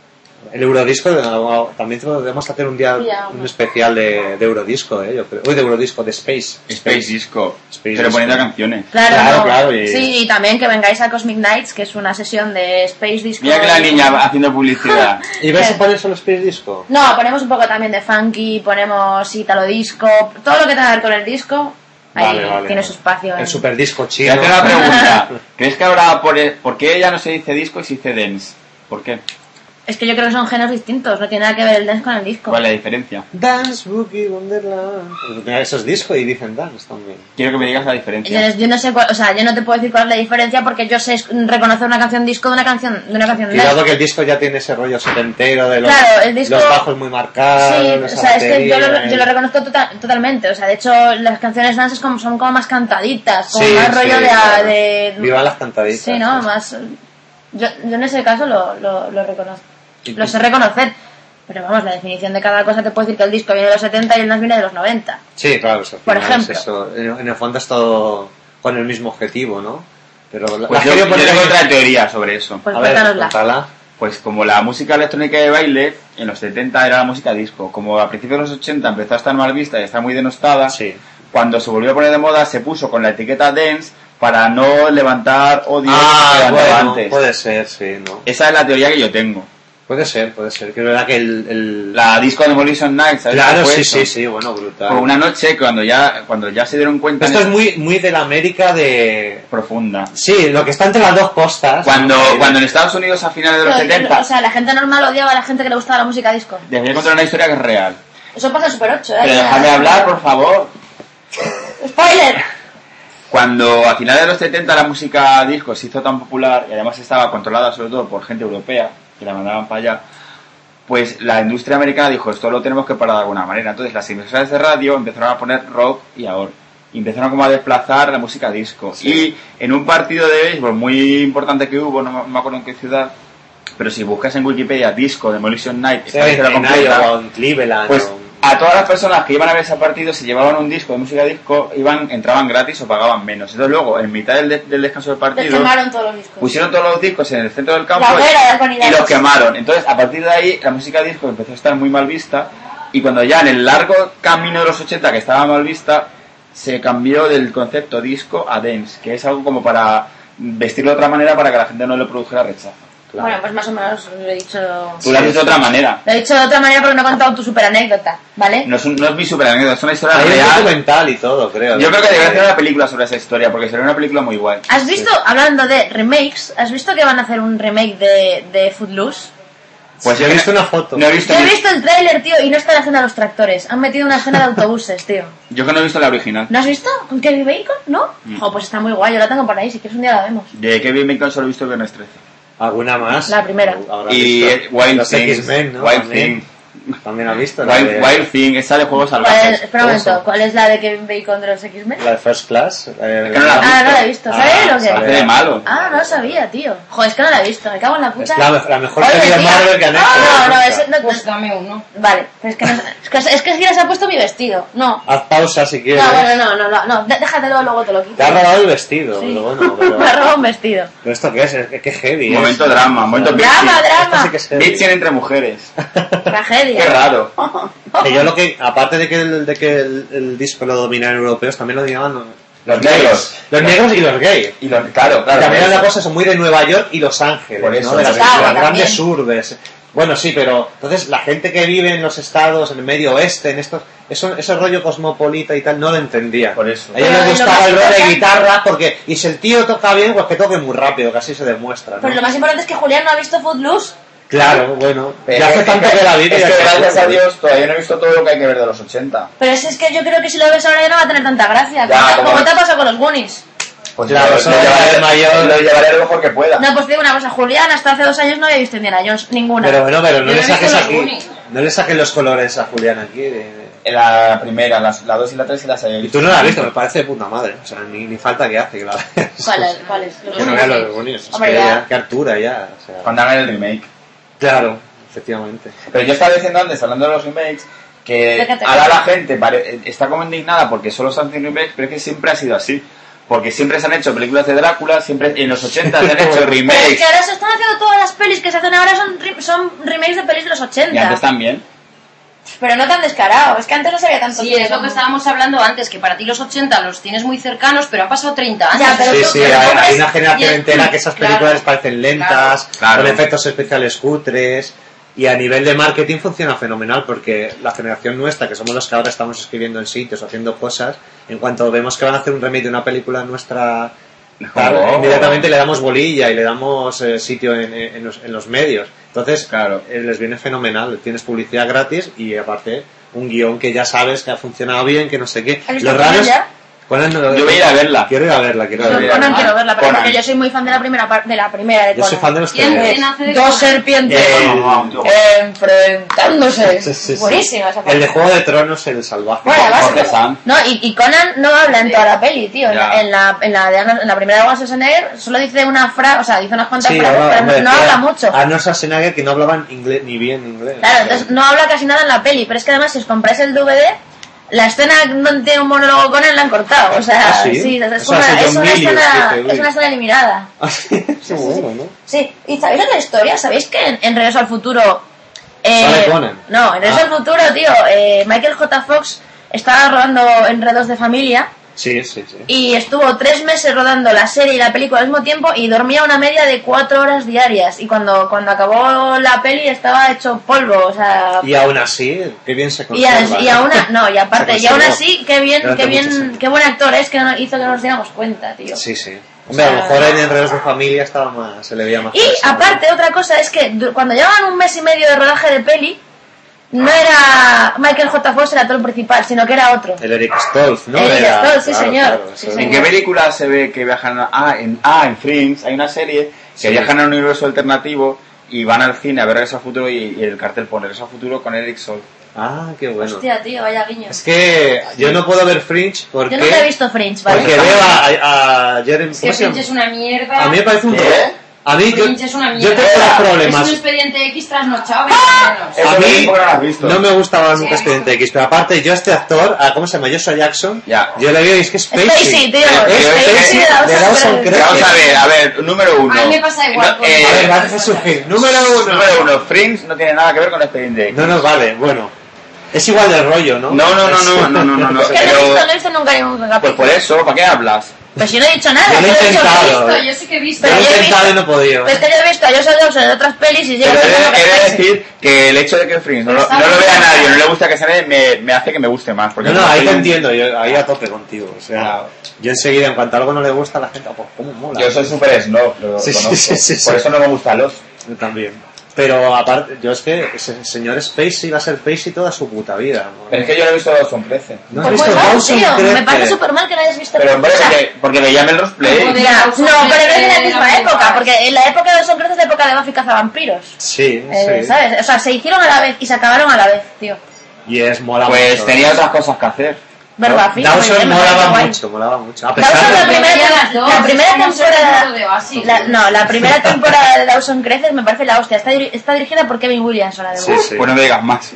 El Eurodisco, eh, también debemos hacer un día Ya, un no. especial de, de Eurodisco, ¿eh? Yo creo. Uy, de Eurodisco, de Space. Space Disco. Space pero Disco. poniendo canciones. Claro, Claro, no. claro, y- Sí, y también que vengáis a Cosmic Nights, que es una sesión de Space Disco. Mira que la niña va haciendo publicidad. ¿Y vais a poner solo Space Disco? No, ponemos un poco también de funky, ponemos italo disco, todo lo que tenga que ver con el disco, ahí Vale, vale. tiene su espacio. El en- super disco Te chino. hace una pregunta. ¿Crees que ahora por, el- por qué ya no se dice disco y se dice dance? ¿Por qué? Es que yo creo que son géneros distintos, no tiene nada que ver el dance con el disco. ¿Cuál es la diferencia? Dance, Boogie, Wonderland. Pues eso es disco y dicen dance también. Quiero que me digas la Yo, diferencia. yo no sé cuál, o sea, yo no te puedo decir cuál es la diferencia porque yo sé reconocer una canción disco de una canción de una canción Cuidado dance. que el disco ya tiene ese rollo setentero de los, Claro, el disco- los bajos muy marcados. Sí, o esa sea, es que yo lo, batería, yo lo el- reconozco tota- totalmente. O sea, de hecho, las canciones dance es como, son como más cantaditas, como Sí, más sí, rollo de, claro. de- Viva las cantaditas. Sí, ¿no? Más. Yo, yo en ese caso lo, lo, lo reconozco. ¿Y Lo tú? sé reconocer. Pero vamos, la definición de cada cosa te puede decir que el disco viene de los setenta y el dance viene de los noventa. Sí, claro, eso, al Por final ejemplo. es eso. En, en el fondo es todo con el mismo objetivo, ¿no? Pero la- Pues la yo, quería yo poner tengo ahí- otra teoría sobre eso. Pues A ver, cuéntanosla. cuéntala. Pues como la música electrónica de baile en los setenta era la música disco, como a principios de los ochenta empezó a estar mal vista y está muy denostada, Sí. cuando se volvió a poner de moda se puso con la etiqueta dance para no levantar odio que Ah, levantaba bueno, antes. puede ser, sí, ¿no? Esa es la teoría que yo tengo. Puede ser, puede ser. Que es verdad que el... el... La disco Demolition Night, ¿sabes Claro, qué fue sí, eso? sí, sí, bueno, brutal. Fue una noche cuando ya, cuando ya se dieron cuenta Esto es en- muy, muy de la América de... profunda. Sí, lo que está entre las dos costas. Cuando, ¿no? cuando en Estados Unidos a finales de los Pero, setenta o sea, la gente normal odiaba a la gente que le gustaba la música disco. les voy a contar una historia que es real. Eso pasa en Super ocho, ¿eh? Pero dejadme hablar, por favor. ¡Spoiler! Cuando a finales de los setenta la música disco se hizo tan popular y además estaba controlada sobre todo por gente europea que la mandaban para allá, pues la industria americana dijo esto lo tenemos que parar de alguna manera. Entonces las emisoras de radio empezaron a poner rock y ahora y empezaron como a desplazar la música disco. Sí. Y en un partido de béisbol muy importante que hubo, no me- no me acuerdo en qué ciudad, pero si buscas en Wikipedia disco Demolition Night, Sí, esta en, historia en completa, Iowa, o en Cleveland. pues o- a todas las personas que iban a ver ese partido, si llevaban un disco de música disco, iban, entraban gratis o pagaban menos. Entonces luego, en mitad del, de- del descanso del Les partido, quemaron todos los discos. pusieron todos los discos en el centro del campo La hoguera de y, Alconidades. y los quemaron. Entonces, a partir de ahí, la música disco empezó a estar muy mal vista y cuando ya en el largo camino de los ochenta que estaba mal vista, se cambió del concepto disco a dance, que es algo como para vestirlo de otra manera para que la gente no le produjera rechazo. Claro. Bueno, pues más o menos lo he dicho... Tú lo has dicho de otra manera. Lo he dicho de otra manera porque no he contado tu super anécdota, ¿vale? No es, un, no es mi super anécdota, es una historia Hay un real. documental y todo, creo. Yo creo que debería hacer una película sobre esa historia, porque sería una película muy guay. ¿Has visto, hablando de remakes, has visto que van a hacer un remake de, de Footloose? Pues Yo he visto una foto. No he visto Yo he ni- visto el tráiler, tío, y no está la escena de los tractores. Han metido una escena de autobuses, tío. Yo que no he visto la original. ¿No has visto? ¿Con Kevin Bacon? ¿No? Mm. Oh, pues está muy guay, yo la tengo por ahí, si quieres un día la vemos. De Kevin Bacon solo he visto Viernes trece. ¿Alguna más? La primera. Habrás Y visto. eh, Wild Los Things. X-Men, ¿no? Wild También. Thing. También has visto. la Wild, de- Wild Thing, esa de juegos ¿Cuál es, salvajes. espera un momento, Eso. ¿cuál es la de Kevin Bacon de los X-Men? La de First Class. eh, que no la- Ah, no la he visto, ¿sabes Ah, lo que? Hace de malo. Ah, no lo sabía, tío. Joder, es que no la he visto, me cago en la Es puta. la, la mejor Oye, peli de tía. Marvel que han hecho. No, no, nunca. ese, no, Pues dame uno. Vale, pero es que, no, es que es que ya se ha puesto mi vestido. No. Haz pausa si quieres. No, bueno, no, no, no, no, de- déjatelo, luego te lo quito. Te has robado el vestido, Sí. pero bueno. Pero, Me ha robado un vestido. ¿pero esto qué es? Es que, que heavy. Un es. momento drama, un momento Drama, bitching. Esto drama. sí que es heavy. Bitching entre mujeres. Tragedia. Qué raro. Que yo lo que, aparte de que el, de que el, el disco lo dominaran europeos, también lo dominaban los, Los gays. negros. Los negros y los gays. Y los, claro, Y claro. también por era una eso. cosa eso, muy de Nueva York y Los Ángeles, Por eso. ¿no? De las, Chicago de las también. grandes urbes. Bueno, sí, pero entonces la gente que vive en los estados, en el medio oeste, en estos, eso, ese rollo cosmopolita y tal, no lo entendía. Por eso. A ellos Pero les lo gustaba más el rollo de importante- guitarra porque, y si el tío toca bien, pues que toque muy rápido, que así se demuestra, ¿no? Pero lo más importante es que Julián no ha visto Footloose. Claro, bueno, Pero ya hace es tanto que la vi Es que que ya se gracias acuerda. a Dios todavía no he visto todo lo que hay que ver de los ochenta. Pero es, es que yo creo que si lo ves ahora ya no va a tener tanta gracia. Ya, como, como- como te ha pasado con los Goonies. Pues Claro, lo, eso lo ya llevaré, de mayor. lo llevaré lo mejor que pueda. No, pues te digo una cosa, Julián hasta hace dos años no había visto Indiana Jones, ninguna. Pero bueno, pero no Yo le no he visto saques los aquí, Goonies. no le saques los colores a Julián aquí. de- de- En la primera, las, la dos y la tres y las había Y visto. tú no la has visto, me parece de puta madre. O sea, ni, ni falta que hace que la veas. ¿Cuál es? ¿Cuál es? Los Que no Goonies. veas los Goonies. Es Hombre, que ya. ya, qué altura ya. O sea, Cuando hagan el remake. claro, efectivamente. Pero yo estaba diciendo antes, hablando de los remakes, que ¿De qué te ahora la acuerdas? gente pare- está como indignada porque solo se hacen remakes, pero es que siempre ha sido así. Porque siempre se han hecho películas de Drácula, siempre en los ochenta se han hecho Pero es remakes. que ahora se están haciendo todas las pelis que se hacen ahora son, re- son remakes de pelis de los Y ochenta. antes también. Pero no tan descarado, es que antes no se había tanto Sí, cine es lo que como- estábamos hablando antes, que para ti los ochenta los tienes muy cercanos, pero han pasado treinta años. Ya, pero Sí, tú- sí, pero hay, tú hay ves- una generación y- entera que esas claro, películas les parecen lentas, claro. con efectos especiales cutres. Y a nivel de marketing funciona fenomenal porque la generación nuestra, que somos los que ahora estamos escribiendo en sitios, haciendo cosas, en cuanto vemos que van a hacer un remake de una película nuestra, tal, Oh. inmediatamente le damos bolilla y le damos eh, sitio en, en los, en los medios. Entonces, Claro. eh, les viene fenomenal. Tienes publicidad gratis y aparte un guión que ya sabes que ha funcionado bien, que no sé qué. ¿Has visto Lo Conan raro es- ya? Conan no lo- Yo voy a ir a verla. Quiero ir a verla, quiero ir a Yo Conan, verla. Conan quiero verla, pero Conan. porque yo soy muy fan de la primera parte de la primera de Yo soy Conan. fan de los ¿Quién, tres. quién hace de Dos Conan? serpientes El- enfrentándose. Sí, sí, sí. Buenísima esa El de parte. Juego de Tronos, el salvaje. Bueno, además, Jorge Sanz. no, y, y Conan no habla en toda la peli, tío. En, Ya. la, en, la, en, la de Arnold- en la primera de Arnold Schwarzenegger solo dice una frase, o sea, dice unas cuantas Sí, frases, ahora, pero hombre, no, no decía habla mucho. Arnold Schwarzenegger que no hablaban inglés, ni bien inglés. Claro, O sea, entonces no habla casi nada en la peli, pero es que además si os compráis el D V D, la escena donde tiene un monólogo con él la han cortado. O sea, ¿Ah, sí? es, O sea, una, es es, John una Milius, escena, dice, uy. es una escena eliminada. Ah, sí, es bueno, ¿no? Sí, ¿y sabéis otra historia? ¿Sabéis que en, en Regreso al Futuro... eh, Sale Conan. No, en Regreso Ah. al Futuro, tío, eh, Michael J. Fox estaba rodando Enredos de Familia Sí, sí, sí. y estuvo tres meses rodando la serie y la película al mismo tiempo y dormía una media de cuatro horas diarias. Y cuando, cuando acabó la peli estaba hecho polvo, o sea... Y aún así, qué bien se Y, conserva. a- y aún, a- no, y aparte, Se y aún conservó así, qué bien, durante qué muchos bien, años. qué buen actor es que no- hizo que no nos diéramos cuenta, tío. Sí, sí. Hombre, a lo O sea, mejor en Enredos de Familia estaba más, se le veía más. Y fresco, ¿no? aparte, otra cosa es que du- cuando llevaban un mes y medio de rodaje de peli, no era Michael J. Fox el actor principal, sino que era otro. El Eric Stoltz, ¿no? Eric Era- Stoltz, sí, señor. Sí, eso ¿En era- qué película se ve que viajan a... Ah, en, ah, en Fringe hay una serie que Sí. viajan a un universo alternativo y van al cine a ver Regreso al Futuro y, y el cartel pone Regreso al Futuro con Eric Sol. Ah, qué bueno. Hostia, tío, vaya guiño. Es que yo no puedo ver Fringe porque... Yo nunca he visto Fringe, ¿vale? Porque veo a, a Jeremy... Es ¿cómo que se llama? Fringe es una mierda. A mí me parece un... ¿Qué? A mí yo, Fringe es una yo mierda. tengo dos problemas. Es un expediente X trasnochado, veinte Eso A lo mí mismo que no lo has visto. no me gustaba nunca Sí. Expediente X, pero aparte yo a este actor, a, ¿cómo se llama? Joshua Jackson, Ya. yo le veo y es que es Spacey. Spacey, tío. Eh, eh, Spacey eh, de Dawson de Dawson Creek. Creek. Vamos a ver, a ver, número uno. A mí me pasa igual No, con- eh, A ver, va a surgir. Número uno. Número uno, Fringe no tiene nada que ver con Expediente X. No nos vale, bueno. Es igual del rollo, ¿no? No, no, no, Es- no, no, no, no, no. Es que no he Pero- visto, no he visto nunca ningún capítulo. Pues por eso, ¿para qué hablas? Pues yo no he dicho nada. Yo lo he he dicho intentado. que he visto, Yo sí que he visto. Yo lo he Pero yo he intentado visto- y no he podido. Pues que yo he visto a Joshua Dawson en otras pelis y sigo Pero diciendo he que he de es decir que el hecho de que Friends no, lo- no lo vea nadie, no le gusta que se ve, me, me hace que me guste más. Porque No, no, como ahí soy te un- entiendo, yo ahí a tope contigo. O sea, yo enseguida, en cuanto algo no le gusta a la gente, oh, pues cómo mola. Yo soy súper snob, lo Sí, sí, conozco. sí, sí, sí. Por eso no me gusta los. Yo también. Pero aparte, yo es que ese señor Spacey va a ser Spacey toda su puta vida. ¿no? Pero es que yo no he visto Dawson trece. ¿No has Pues visto muy mal, Dawson tío. Me Creek? parece súper mal que no hayas visto. Pero hombre, O sea, porque, porque veía Melrose Place. Joder. ya, Dawson no, pero no Creek es de la era misma muy época, guay. porque en la época de Dawson Creek es la época de Buffy cazavampiros. Sí, Eh, sí. ¿Sabes? O sea, se hicieron a la vez y se acabaron a la vez, tío. Y es mola Pues mucho. tenía otras cosas que hacer. Ver Buffy. Dawson muy bien, me parece molaba guay. mucho, molaba mucho. A Dawson pesar la de... primera, Veía las dos, la primera es como ser temporada un mundo de Oasis. la- no, la primera temporada de Dawson Creces me parece la hostia. Está, diri- está dirigida por Kevin Williamson, además. Sí, sí. Pues no me digas más.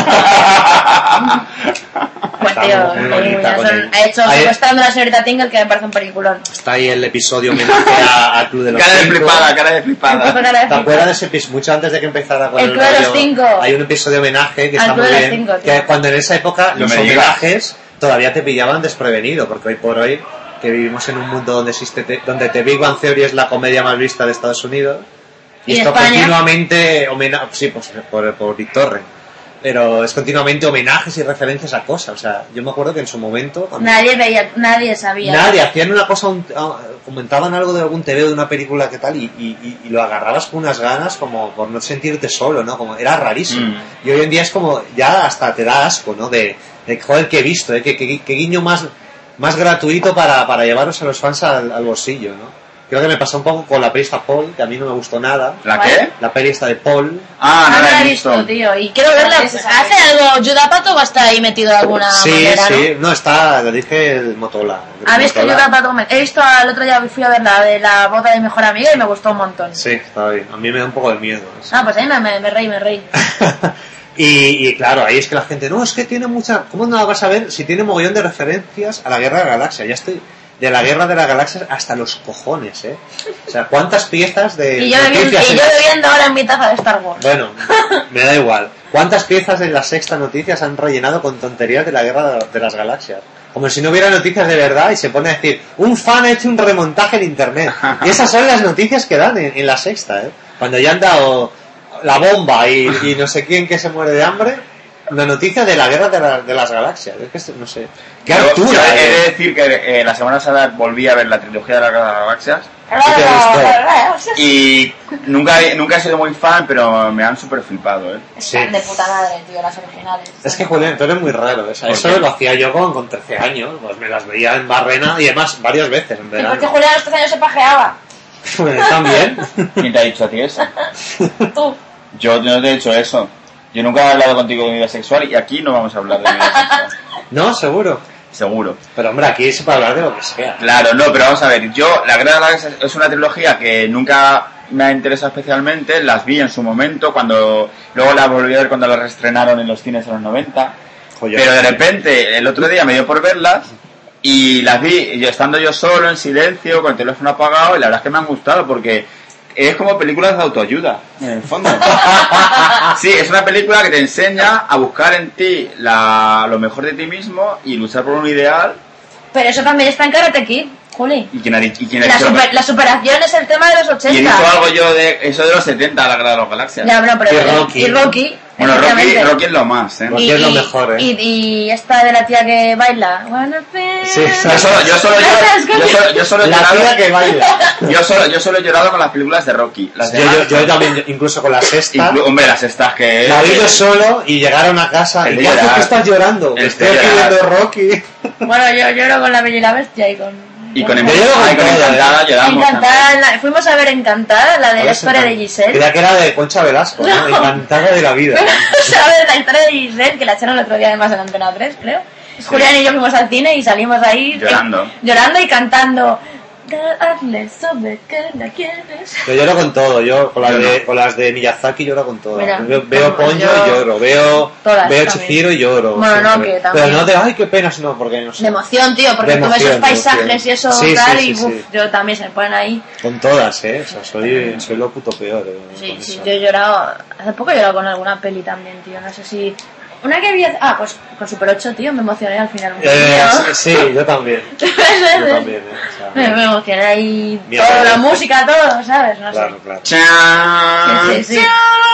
Pues Está tío, muy Kevin bonita con Williamson él. ha hecho Ahí- Secuestrando a la señorita Tingle, que me parece un peliculón. Está ahí el episodio homenaje a- al Club de los Cara de Cinco. flipada, cara de flipada. ¿Te acuerdas de ese episodio? Mucho antes de que empezara con El el, Club de los rollo, Cinco. hay un episodio de homenaje que Al está Club muy de los bien. Cinco, tío. Que cuando en esa época No los me digas. homenajes todavía te pillaban desprevenido, porque hoy por hoy que vivimos en un mundo donde existe te- donde The Big Bang Theory es la comedia más vista de Estados Unidos y, ¿Y esto España? continuamente homena- sí, pues por, por Big Torre. Pero es continuamente homenajes y referencias a cosas. O sea, yo me acuerdo que en su momento cuando Nadie veía, nadie sabía. nadie hacían una cosa, un- ah, comentaban algo de algún T V de una película que tal y, y, y- y lo agarrabas con unas ganas como por no sentirte solo, ¿no? Como era rarísimo. Mm. Y hoy en día es como ya hasta te da asco, ¿no? De, de joder, que he visto, ¿eh? Que, que, que guiño más, más gratuito para, para llevaros a los fans al, al bolsillo, ¿no? Creo que me pasó un poco con la peli esta Paul, que a mí no me gustó nada. ¿La ¿Cuál? qué? La peli esta de Paul. Ah, Ah, no no la la he he visto. visto, tío. Y quiero verla. ¿Hace ¿Hace algo Judah Pato o está ahí metido de alguna Sí, manera, sí, no, está, lo dije el Motola. no? ¿Ha visto Judah Pato? He visto el otro día, fui a ver la de la boda de mi mejor amiga y me gustó un montón. Sí, está bien. A mí me da un poco de miedo. eso. Ah, pues ahí me, me, me reí, me reí. y, y claro, ahí es que la gente, no, es que tiene mucha... ¿Cómo no la vas a ver si tiene mogollón de referencias a la Guerra de la Galaxia? Ya estoy de la Guerra de las Galaxias hasta los cojones, ¿eh? O sea, ¿cuántas piezas de Y yo, bebiendo, noticias y en yo la- bebiendo ahora en mi taza de Star Wars. Bueno, me da igual. ¿Cuántas piezas en la Sexta Noticias han rellenado con tonterías de la Guerra de las Galaxias? Como si no hubiera noticias de verdad y se pone a decir, un fan ha hecho un remontaje en internet. Y esas son las noticias que dan en, en la Sexta, ¿eh? Cuando ya han dado la bomba y, y no sé quién que se muere de hambre, una noticia de la Guerra de, la- de las Galaxias. Es que no sé. ¡Qué Yo- altura! yo he ¿eh? de decir que eh, la semana pasada volví a ver la trilogía de las galaxias te gustó? y nunca, he- nunca he sido muy fan, pero me han súper flipado, ¿eh? Sí. Están de puta madre, tío, las originales. Es que, Julián, tú eres muy raro. O sea, ¿Por eso qué? lo hacía yo con, con trece años. Pues me las veía en Barrena y además varias veces en ¿Y verano. por qué Julián a los trece años se pajeaba? Pues también. ¿Quién te ha dicho a ti eso? Tú. Yo no te he dicho eso. Yo nunca he hablado contigo de mi vida sexual y aquí no vamos a hablar de mi vida sexual. No, seguro. Seguro. Pero hombre, aquí se puede hablar de lo que sea. Claro, no, pero vamos a ver. Yo, La Guerra de las Galaxias es una trilogía que nunca me ha interesado especialmente. Las vi en su momento, cuando luego las volví a ver cuando las reestrenaron en los cines en los noventa. Joder. Pero de repente, el otro día me dio por verlas y las vi yo estando yo solo, en silencio, con el teléfono apagado, y la verdad es que me han gustado porque es como películas de autoayuda, en el fondo. Sí, es una película que te enseña a buscar en ti la, lo mejor de ti mismo y luchar por un ideal. Pero eso también está en Karate Kid, Juli. ¿Y quién ha dicho? Y quién ha La, dicho- super- la superación es el tema de los y he ochenta. dicho algo yo de eso de los setenta, La Guerra de las Galaxias. Ya, bueno, pero Y Rocky. y Rocky, Bueno, Rocky, efectivamente. Rocky es lo más, ¿eh? Rocky es lo mejor, ¿eh? Y, y esta de la tía que baila. Wanna be- Sí, sí. Yo solo, yo solo, yo, yo solo, yo solo he La llorado, tía que baila. yo solo, yo solo he llorado con las películas de Rocky. Las Yo, demás, yo, yo también, incluso con la sexta, inclu- hombre, las estas que la vi yo solo y llegaron a casa El y de ¿qué haces llorar. que estás llorando? El Estoy de aquí llorar. viendo Rocky. Bueno, yo lloro con la Bella y la Bestia y con... y con, Yo lloro con ay, con todo, Encantada ¿eh? lloramos. Encantada, la- fuimos a ver Encantada, la de la historia de Giselle. Creía que era de Concha Velasco, ¿no? No. Encantada de la vida. A ver, la historia de Giselle, que la echaron el otro día además en Antena tres, creo. Julián y yo fuimos al cine y salimos ahí Llorando. eh, llorando y cantando. Hazle sobre que la quieres. Yo lloro con todo, yo con las, Yo de, no. con las de Miyazaki lloro con todo. Mira, veo veo pues Ponyo yo- y lloro, veo, Todas veo también. Chihiro y lloro. Bueno, no, siempre. que también. Pero no de, ay, qué pena, sino porque no sé. De emoción, tío, porque De tú ves esos emoción, de paisajes emoción. y eso Sí, sí, tal, sí, y sí. uf, yo también se me ponen ahí. Con todas, ¿eh? O sea, soy, soy lo puto peor. eh, Sí, con sí, eso. yo he llorado, hace poco he llorado con alguna peli también, tío, no sé si... Una que vi... Ah, pues con Super ocho, tío, me emocioné al final. Eh, sí, yo también. Yo también, ¿eh? O sea, me, me emocioné ahí, Mira, toda la pero- música, todo, ¿sabes? No Claro, sé. claro. ¡Chán! Sí, sí, sí.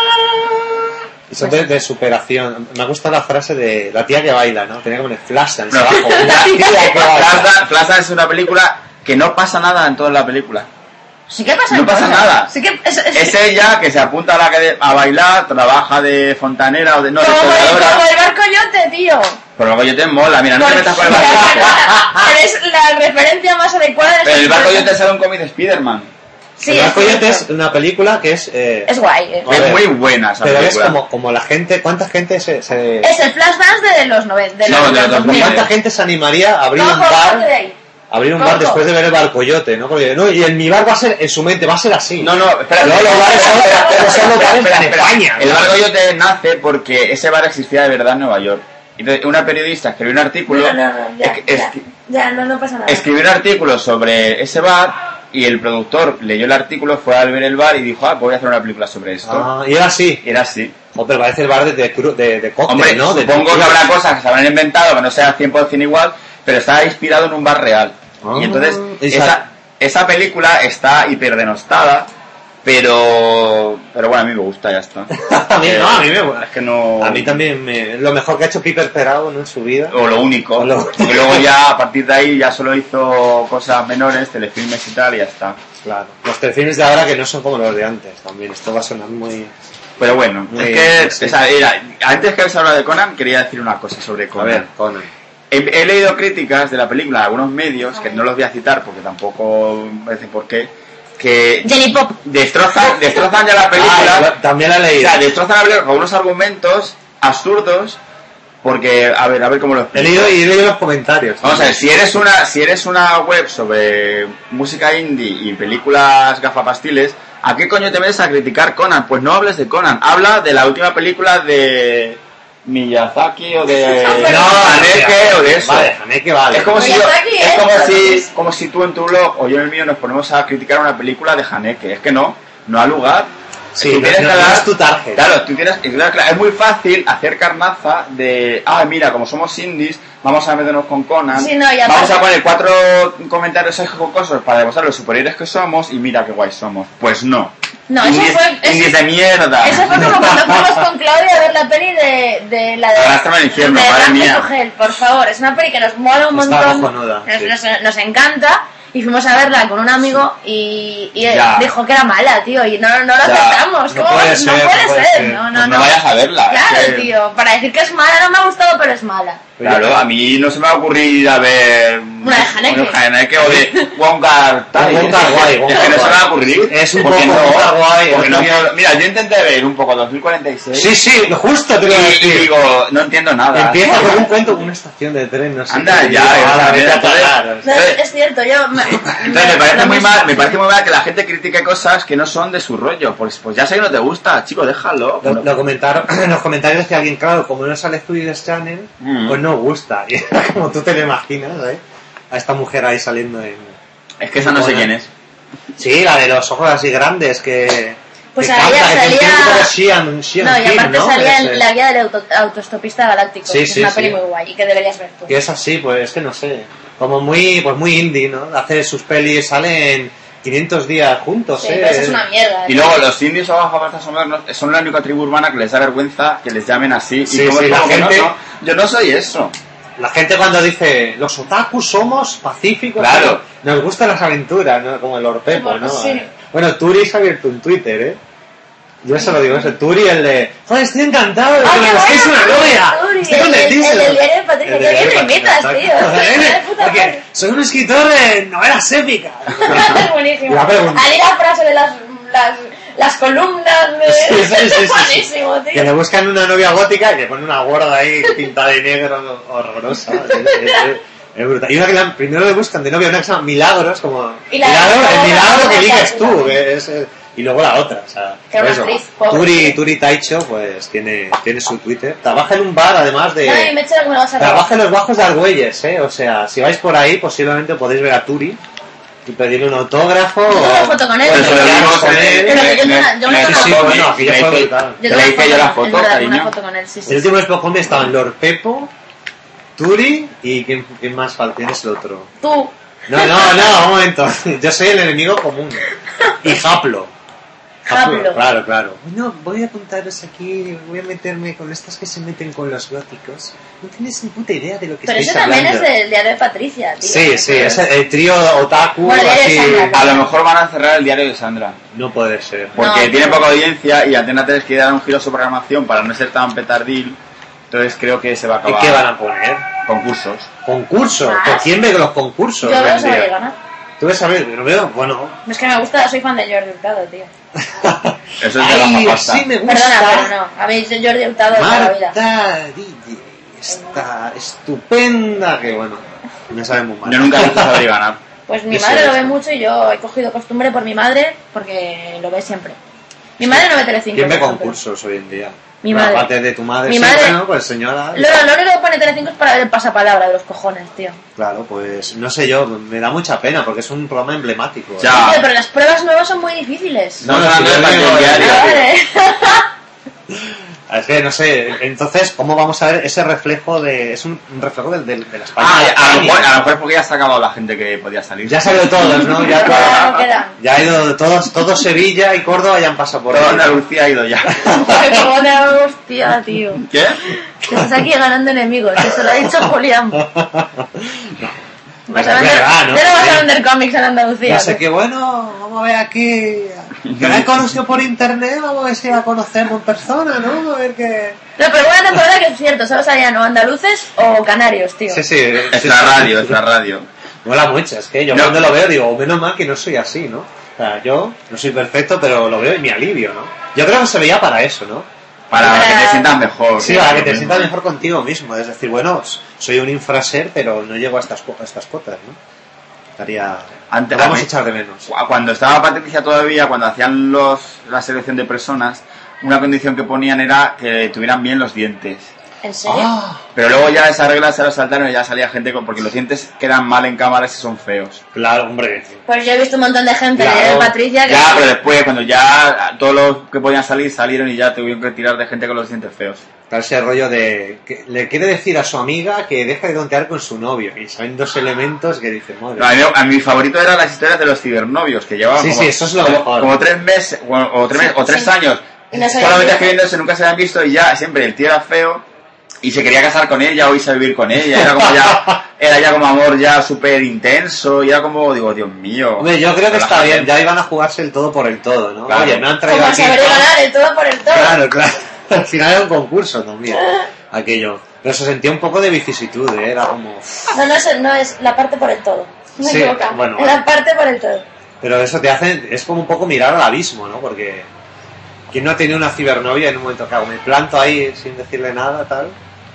Eso de, de superación. Me gusta la frase de la tía que baila, ¿no? Tenía como el Flashdance No, abajo. la Una tía que baila. Flashdance Flashdance es una película que no pasa nada en toda la película. Sí que pasa No pasa cosas. nada. Sí que es, es, Es ella que se apunta a la academia a bailar, trabaja de fontanera o de no, de como, el, soldadora. como el barco yote, tío. Pero luego yo te mola, mira, no te metas con el barco yote. Eres la referencia más adecuada de Pero el esta barco situación. yote sale un cómic de Spider-Man. Sí, El es Barco Yote cierto. es una película que es... Eh, Es guay. eh. A ver, Es muy buena esa pero es película. como, como la gente... ¿Cuánta gente se... se Es el Flashdance de los noventa. De No, los, de los dos mil. ¿Cuánta gente se animaría a abrir No, un córtate de bar... ahí. Abrir un Cojo. bar después de ver el Barcoyote, ¿no? Porque, no, y en mi bar va a ser, en su mente, va a ser así. No, no, espera. No, los bares son, Espera, son los bares espera, de espera. España. El barco yote nace porque ese bar existía de verdad en Nueva York. Entonces, una periodista escribió un artículo... No, no, no, ya, es- es- ya, ya, no, no pasa nada. escribió un artículo sobre ese bar y el productor leyó el artículo, fue al ver el bar y dijo, ah, pues voy a hacer una película sobre esto. Ah, y era así. Y era así. Oh, pero parece el bar de, de, cru- de, de cóctel, Hombre, ¿no? De supongo que habrá cosas que se habrán inventado que no sea cien por ciento igual, pero está inspirado en un bar real. Ah, y entonces, esa- esa, esa película está hiperdenostada, pero pero bueno, a mí me gusta, ya está. A mí, no, a mí me Es que no... A mí también me, lo mejor que ha hecho Piper Perabo, ¿no? En su vida. O lo único. O lo- Porque luego ya, a partir de ahí, ya solo hizo cosas menores, telefilmes y tal, y ya está. Claro. Los telefilmes de ahora que no son como los de antes también. Esto va a sonar muy... Pero bueno, Muy es bien, que, sí. o sea, era- antes que habéis hablado de Conan, quería decir una cosa sobre A Conan. ver, Conan. He, he leído críticas de la película en algunos medios, que no los voy a citar porque tampoco me dicen por qué, que Jenny Pop. destrozan, destrozan ya la película. Ah, lo- también la he O leído. sea, destrozan la película con unos argumentos absurdos, porque, a ver, a ver cómo lo He explico. leído y he leído los comentarios. Vamos a ver, si eres una, si eres una web sobre música indie y películas gafapastiles, ¿a qué coño te metes a criticar Conan? Pues no hables de Conan, habla de la última película de Miyazaki o de No, Haneke o de eso. Vale, Haneke vale. Es como si, yo- Miyazaki, es ¿eh? como si, como si tú en tu blog o yo en el mío nos ponemos a criticar una película de Haneke. Es que no, no ha lugar. Sí, Tú no, tienes no- que no dar- es tu target. Claro, tú tienes, y claro, claro, es muy fácil hacer carnaza de, ah, mira, como somos indies, vamos a meternos con Conan, Sí, no, y vamos aparte- a poner cuatro comentarios jocosos para demostrar los superiores que somos y mira qué guay somos. Pues no. No, eso indies, fue- eso- indies de mierda. Eso fue como cuando fuimos con Claudia a ver la peli de, de la de... Arrástrame al infierno, de madre Ramsey mía. Cougel, por favor. Es una peli que nos mola un Está montón. cojonuda, nos, sí. nos, nos encanta. Y fuimos a verla con un amigo y, y él Ya. dijo que era mala, tío. Y no, no lo Ya. aceptamos. No ¿Cómo? puede no ser, puede no puede ser. ser. No, no, Pues no no. vayas a verla. Claro, es que- tío. Para decir que es mala no me ha gustado, pero es mala. Claro, a mí no se me va a ocurrir a ver Una de Haneke. una de Haneke o de Wonka Tai. Wong Kar-wai, Wong Es que no se me va a Kar-wai. ocurrir. Es un porque poco no, Wong Kar-wai, porque es no lo quiero- Mira, yo intenté ver un poco dos mil cuarenta y seis. Sí, sí, justo te lo iba a y, y decir. digo, no entiendo nada. Empieza con un cuento, una estación de tren, no sé. Anda, qué, ya, y digo, ya, "Ala, vete a entonces- cagar". No, Entonces- es, es cierto, yo... Me, Entonces me parece muy mal, me parece muy mal que la gente critique cosas que no son de su rollo. Pues, pues ya sé que no te gusta, chico, déjalo. Lo, lo comentaron en los comentarios decía alguien, claro, como no sale Studios Channel, Mm. pues no gusta. Y era como tú te lo imaginas, ¿eh? A esta mujer ahí saliendo en... Es que esa no sé Bueno. quién es. Sí, la de los ojos así grandes, que... Pues que a ella canta, que salía- tiene como Xian, Xian No, y Kim, aparte ¿no? salía Es, en eh, la guía del auto- autostopista galáctico. Sí, que sí, es una sí. peli muy guay y que deberías ver tú. Que es así, pues es que no sé. Como muy, pues muy indie, ¿no? Hace sus pelis, salen quinientos días juntos, Sí, ¿eh? pero eso es una mierda. Y ¿eh? luego los indios o gafapastas modernos son la única tribu urbana que les da vergüenza que les llamen así. Sí, y como sí, es la como que no, gente- no, yo no soy eso. La gente cuando dice, los otakus somos pacíficos, Claro. nos gustan las aventuras, ¿no? Como el Orpepo, ¿no? Sí. Bueno, Turi se ha abierto un Twitter, ¿eh? Yo se lo digo, ese Turi, el de, joder, estoy encantado de ¡Ah, que me qué busquéis bueno! una novia. Turi, Estoy el- contentísimo. el del diario de Patricia, El qué del bien diario lo de imitas, Patricia, tío. exacto. Está de puta Porque madre. soy un escritor de novelas épicas. Es buenísimo. Iba a preguntar. Ali la frase de las, las, las columnas de... Sí, sí, sí, sí, sí. Es buenísimo, tío. Que le buscan una novia gótica y le ponen una gorda ahí pintada de negro horrorosa. Es, es- es brutal. Y una que la- primero le buscan de novia una que se llama Milagros, como Y la- Milagro, la- el milagro la- que la- eliges la- tú, que es, eh, y luego la otra. O sea, Que era por una eso, actriz pobre. Turi, Turi Taicho, pues tiene, tiene su Twitter. Trabaja en un bar, además de. Ay, me he hecho que me lo vas a robar. Trabaja en los bajos de Argüelles, ¿eh? O sea, si vais por ahí, posiblemente podéis ver a Turi. Y pedirle un autógrafo. Yo tengo o- una foto con él. o Pues Pero lo enseñarnos mismo con con él. él. Pero que yo Me- tengo- yo me- tengo me- una sí, foto- bueno, aquello me fue hice- brutal. Yo Le tengo hice una yo la foto, foto, es verdad, tengo cariño. una foto con él, sí, sí. El último Spokon estaban Lord Pepo, Turi y ¿quién, quién más falta? ¿Quién es el otro? Tú. No, no, no, un momento. Yo soy el enemigo común. Y Haplo. Haplo. Claro, claro. Bueno, voy a apuntaros aquí, voy a meterme con estas que se meten con los góticos. No tienes ni puta idea de lo que Pero estáis ese también hablando. es del diario de Patricia, tío. Sí, sí, es el, el trío otaku Bueno, ya así. eres Sandra. A lo mejor van a cerrar el diario de Sandra. No puede ser. Porque No, tiene no. poca audiencia y Antena tres quiere dar un giro a su programación para no ser tan petardil. Entonces creo que se va a ¿Y acabar. qué van a poner? Concursos. ¿Concurso? ¿Más? ¿Por quién ve los concursos? Yo hoy veo en saber día? ganar. ¿Tú ves a ver? Lo veo, bueno. Es que me gusta, soy fan de Jordi Hurtado, tío. Eso es de Ay, la pasta. sí me gusta. Perdona, pero no. A mí Jordi Hurtado de toda la vida. Marta Dille, está estupenda, que bueno, me sabe muy mal. Yo nunca he visto saber y ganar. Pues mi Eso madre es. lo ve mucho y yo he cogido costumbre por mi madre porque lo ve siempre. Mi madre no ve Telecinco. ¿Quién ve por ejemplo. concursos hoy en día? Mi Bueno, madre. Aparte de tu madre, Mi siempre, madre- ¿no? Pues señora. Lo, lo único que pone Telecinco es para ver el pasapalabra de los cojones, tío. Claro, pues no sé yo, me da mucha pena porque es un programa emblemático. ¿eh? Ya. Tío, pero las pruebas nuevas son muy difíciles. No, No, no, no, si no, yo no, digo, no, diario. Ah, vale. Es que no sé, entonces, ¿cómo vamos a ver ese reflejo de. Es un, un reflejo del, del, de la España? Ah, a lo mejor, a lo mejor es porque ya se ha acabado la gente que podía salir. Ya salió todos, ¿no? Ya, Ya no queda. ya ha ido todos, todo Sevilla y Córdoba ya han pasado por Toda ahí. Andalucía ha ido ya. Qué buena hostia, tío. ¿Qué? Que estás aquí ganando enemigos, que se lo ha dicho Julián. Vas a Pero es vender, verdad, ¿no? ya no vas a Sí. vender cómics en Andalucía. No sé tú. qué bueno, vamos a ver aquí. Que la he conocido por internet, vamos a ver si la conocemos en persona, ¿no? A ver qué. No, pero buena temporada que es cierto, ¿sabes? Harían o andaluces o canarios, tío. Sí, sí. Es sí, la sí. radio, es la radio. Mola mucho, es que yo No. cuando lo veo digo, menos mal que no soy así, ¿no? O sea, yo no soy perfecto, pero lo veo y me alivio, ¿no? Yo creo que se veía para eso, ¿no? Para Para- que te sientas mejor. Sí, para que te sientas mejor contigo mismo. Es decir, bueno, soy un infraser, pero no llego a estas, co- a estas cotas, ¿no? Estaría... Antes- Lo vamos a a mí- echar de menos. Cu- Cuando estaba Patricia todavía, cuando hacían los la selección de personas, una condición que ponían era que tuvieran bien los dientes. ¿En serio? Ah, Pero luego ya esa regla se lo saltaron y ya salía gente con... Porque los dientes quedan mal en cámara y son feos. claro, hombre. Pues yo he visto un montón de gente Claro. de Patricia que... Ya, pero después, cuando ya todos los que podían salir salieron y ya tuvieron que tirar de gente con los dientes feos. Está ese rollo de... Que le quiere decir a su amiga que deje de tontear con su novio. Y saben dos elementos que dice, madre. No, a, mí, a mi favorito eran las historias de los cibernovios, que llevaban Sí, como, sí, eso es lo como, mejor. como tres meses o, o tres, meses, o tres sí. años Y no se habían solamente visto. escribiéndose, nunca se habían visto y ya siempre el tío era feo y se quería casar con ella o irse a vivir con ella. Era como ya, era ya como amor ya súper intenso y era como, digo, Dios mío. Hombre, yo creo que está relájate. bien. Ya iban a jugarse el todo por el todo, ¿no? Claro. Oye, me han traído Como aquí... saber ganar el todo por el todo. Claro, claro. Al final era un concurso también. Aquello. Pero se sentía un poco de vicisitud, ¿eh? Era como... No, no es, no es la parte por el todo. No me Sí, equivoco. bueno, Es vale. la parte por el todo. Pero eso te hace... Es como un poco mirar al abismo, ¿no? Porque... ¿Quién no ha tenido una cibernovia en un momento que hago? Me planto ahí sin decirle nada, tal?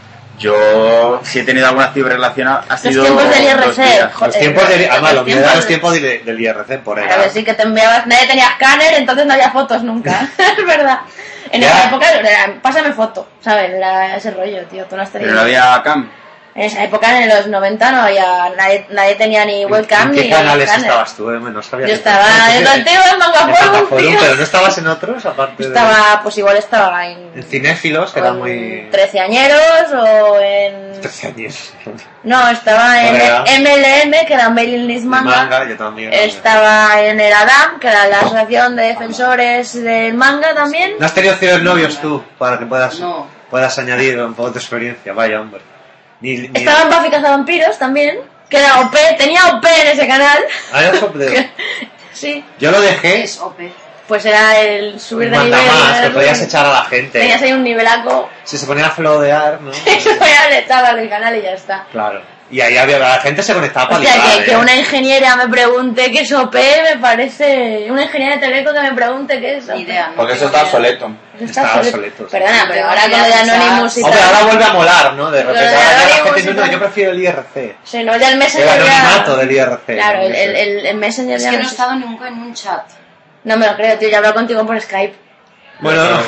Yo, si he tenido alguna ciberrelación, ha ha sido... tiempos del I R C, dos días. joder. Los tiempos del... Además, lo mío tiempos eran los de- tiempos de- del I R C por ahí. A ver, sí que te enviabas, nadie tenía escáner, entonces no había fotos nunca. Es verdad. En Ya. esa época era, pásame foto, ¿sabes? Era ese rollo, tío, tú no has tenido. Pero no había cam. En esa época, en los noventa, no había, nadie, nadie tenía ni webcam ¿En ni qué canales escáner. estabas tú? Eh? No sabía Yo que- estaba en contigo en En Mangaforum, Mangaforum, tío. pero no estabas en otros, aparte de... Estaba, pues igual estaba en... En cinéfilos, que era con muy... treceañeros o en... trece años. No, estaba en ¿Cuál era? M L M, que era Mailing List Manga. Manga, yo también. Estaba en el ADAM, que era la Asociación de Defensores del Manga también. ¿No has tenido cibernovios tú? Para que puedas, No. puedas añadir un poco tu experiencia. Vaya, hombre. Ni, ni... Estaba en Buffy Cazavampiros también, que era O P, tenía O P en ese canal. Ah, era sobre- Sí, Yo lo dejé Es O P. pues era el subir de manda nivel. más, era que el- podías echar a la gente. Tenías ahí un nivelaco, Si se ponía a flodear, ¿no? eso ya le echaba del canal y ya está. Claro. Y ahí había, la gente se conectaba para Hostia, ligar, que, que ¿eh? una ingeniera me pregunte qué es O P me parece... Una ingeniera de Teleco que me pregunte qué es O P. Ni idea. no Porque eso tengo está ni idea. obsoleto. Eso está Estaba obsoleto. obsoleto, sí. Perdona, pero Pero ahora ya con lo de escuchas- Anonymous y Hombre, tal... ahora vuelve a molar, ¿no? De Lo repente, de ahora ya la Anonymous gente y dice, no, tal. yo prefiero el I R C. Sí, no, ya el El Messenger ya... anonimato del I R C. Claro, ¿no? el, el, el, el Messenger Es ya que no he existe. estado nunca en un chat. No me lo creo, tío, ya he hablado contigo por Skype. Bueno, no.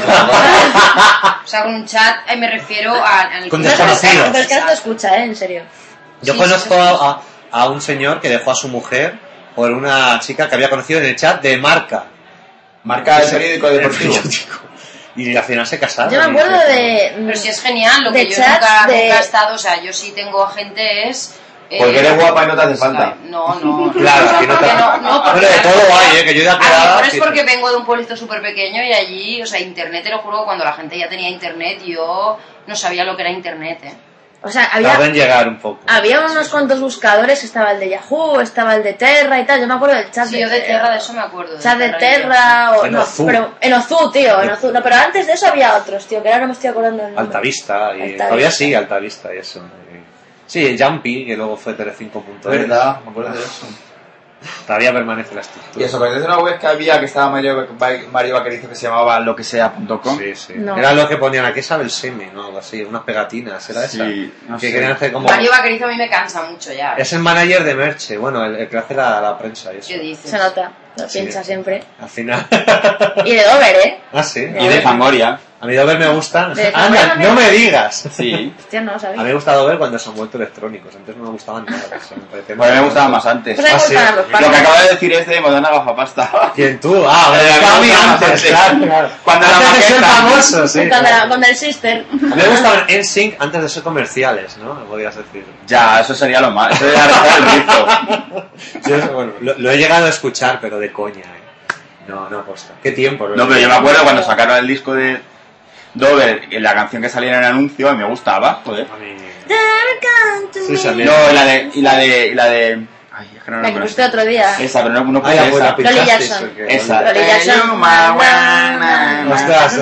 O sea, con un chat eh, me refiero a... al Con No, pero, desconocidos. pero es que no te escucha, ¿eh? En serio. Yo Sí, conozco sí, sí, sí. a, a un señor que dejó a su mujer por una chica que había conocido en el chat de Marca. Marca el periódico deportivo. El periódico. Y al final se casaron. Yo me acuerdo de... Pero si es genial, lo de que yo chats nunca, de- nunca he estado, o sea, yo sí tengo gente es... eh, Porque eres guapa y no te hace falta. No, no. Claro, aquí no te- no, no, porque- Bueno, de todo hay, ¿eh? Que yo ya A lo quedaba... mejor es porque vengo de un pueblito súper pequeño y allí, o sea, internet, te lo juro, cuando la gente ya tenía internet, yo no sabía lo que era internet, ¿eh? O sea, había, Tarda en llegar un poco. había unos cuantos buscadores, estaba el de Yahoo, estaba el de Terra y tal. Yo me acuerdo del chat Sí, de yo de Terra, de eso me acuerdo. Chat de y Terra o En no, Ozu. pero en Ozu, tío, en Ozu. No, pero antes de eso había otros, tío, que ahora no me estoy acordando del nombre. Altavista, y Altavista. todavía sigue Altavista y eso. Y- Sí, Jumpy, que luego fue telecinco punto es. ¿Verdad? Me acuerdo de eso. Todavía permanece la Y estructura. eso, ¿conoces una web que había que estaba Mario, Mario Vaquerizo que se llamaba lo que sea punto com? Sí, sí. No. Era lo que ponían aquí, sabe el seme, ¿no? Algo así, unas pegatinas, ¿era esa? Sí, no que sé. querían hacer como... Mario Vaquerizo a mí me cansa mucho ya. Es el manager de Merche, bueno, el, el que hace la, la prensa y eso. ¿Qué dices? Se nota, lo Sí. piensa siempre. Al final... Y de Dover, ¿eh? ah, sí. Y de Fangoria. A mí Dover me gusta... De Anda, Fangoria no me digas. Sí. Hostia, no lo A sabía. mí me gusta Dover cuando se han vuelto electrónicos, antes no me gustaban nada. Eso me parecía Bueno, me muy- gustaba más antes. Pues a mí Ah, me sí. gustaban los Lo que panes. acaba de decir es de Madonna Gafapasta. ¿Quién tú? Ah, Eh, bueno, a mí a mí me gustaba antes, antes. claro, claro. Cuando era Antes de ser maqueta. famoso, sí. Cuando, claro. era- cuando el sister. A mí me gustaban N Sync antes de ser comerciales, ¿no? Me podrías decir. Ya, eso sería lo más. Eso sería rizar el rizo. Yo, bueno, lo, lo he llegado a escuchar, pero de coña, ¿eh? No, no aposta. ¿Qué tiempo? No, pero yo me acuerdo cuando sacaron el disco de Dover, la canción que salía en el anuncio, a mí me gustaba, joder. A mí... Sí, Sí, salía. No, y la de... Y la de... Y la de... Ay, es que no La que recuerdo. pusiste otro día. Esa, pero no, no Ah, puede ya, esa. pues la Loli pinchasteis, Jackson. ¿o qué? Esa. Loli Jackson. Ostras,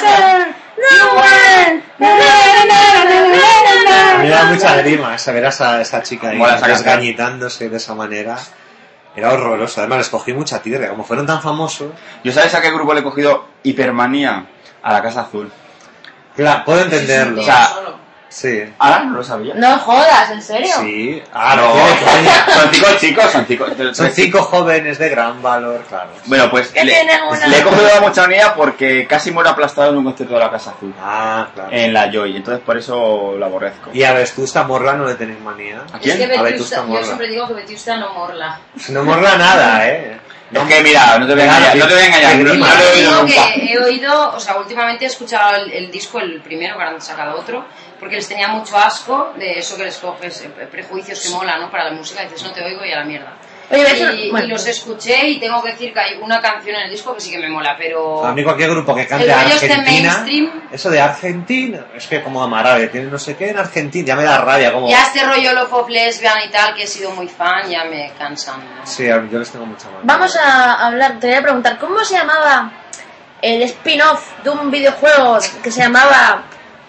a mí me da mucha grima esa, ver a esa, esa chica ahí Mola esa canción. desgañitándose de esa manera. Era horroroso. Además, les cogí mucha tirria. Como fueron tan famosos... ¿Yo sabes a qué grupo le he cogido hipermanía? A la Casa Azul. Claro, puedo entenderlo. O sea, Sí. ¿ah? No lo sabía. No jodas, ¿en serio? Sí. Ah, No, no, qué coña. son cinco chicos, son cinco. Son cinco jóvenes de gran valor, claro. Bueno, pues ¿Qué le, tienen una? le he cogido mucha manía porque casi muero aplastado en un concierto de la Casa Azul. Ah, claro. En la Joy, entonces por eso la aborrezco. Y a Vetusta Morla no le tenéis manía. ¿A quién? Es que A Vetusta, Vetusta yo Morla. siempre digo que Vetusta no morla. No morla nada, ¿eh? Es que mira, no te voy a engañar, no te voy a engañar, no, no lo he oído Digo nunca. que he oído, o sea, últimamente he escuchado el, el disco, el primero, que ahora han sacado otro, porque les tenía mucho asco de eso que les coges, eh, prejuicios que mola, ¿no? Para la música, y dices, no te oigo y a la mierda. Oye, eso- y, bueno. y los escuché y tengo que decir que hay una canción en el disco que sí que me mola, pero... A mí cualquier grupo que cante El rollo este Argentina, mainstream. eso de Argentina, es que como Amarabe tiene no sé qué en Argentina, ya me da rabia, como... Ya este rollo Love of Lesbian y tal, que he sido muy fan, ya me cansan, ¿no? Sí, a- yo les tengo mucha mano. Vamos a hablar, te voy a preguntar, ¿cómo se llamaba el spin-off de un videojuego que se llamaba...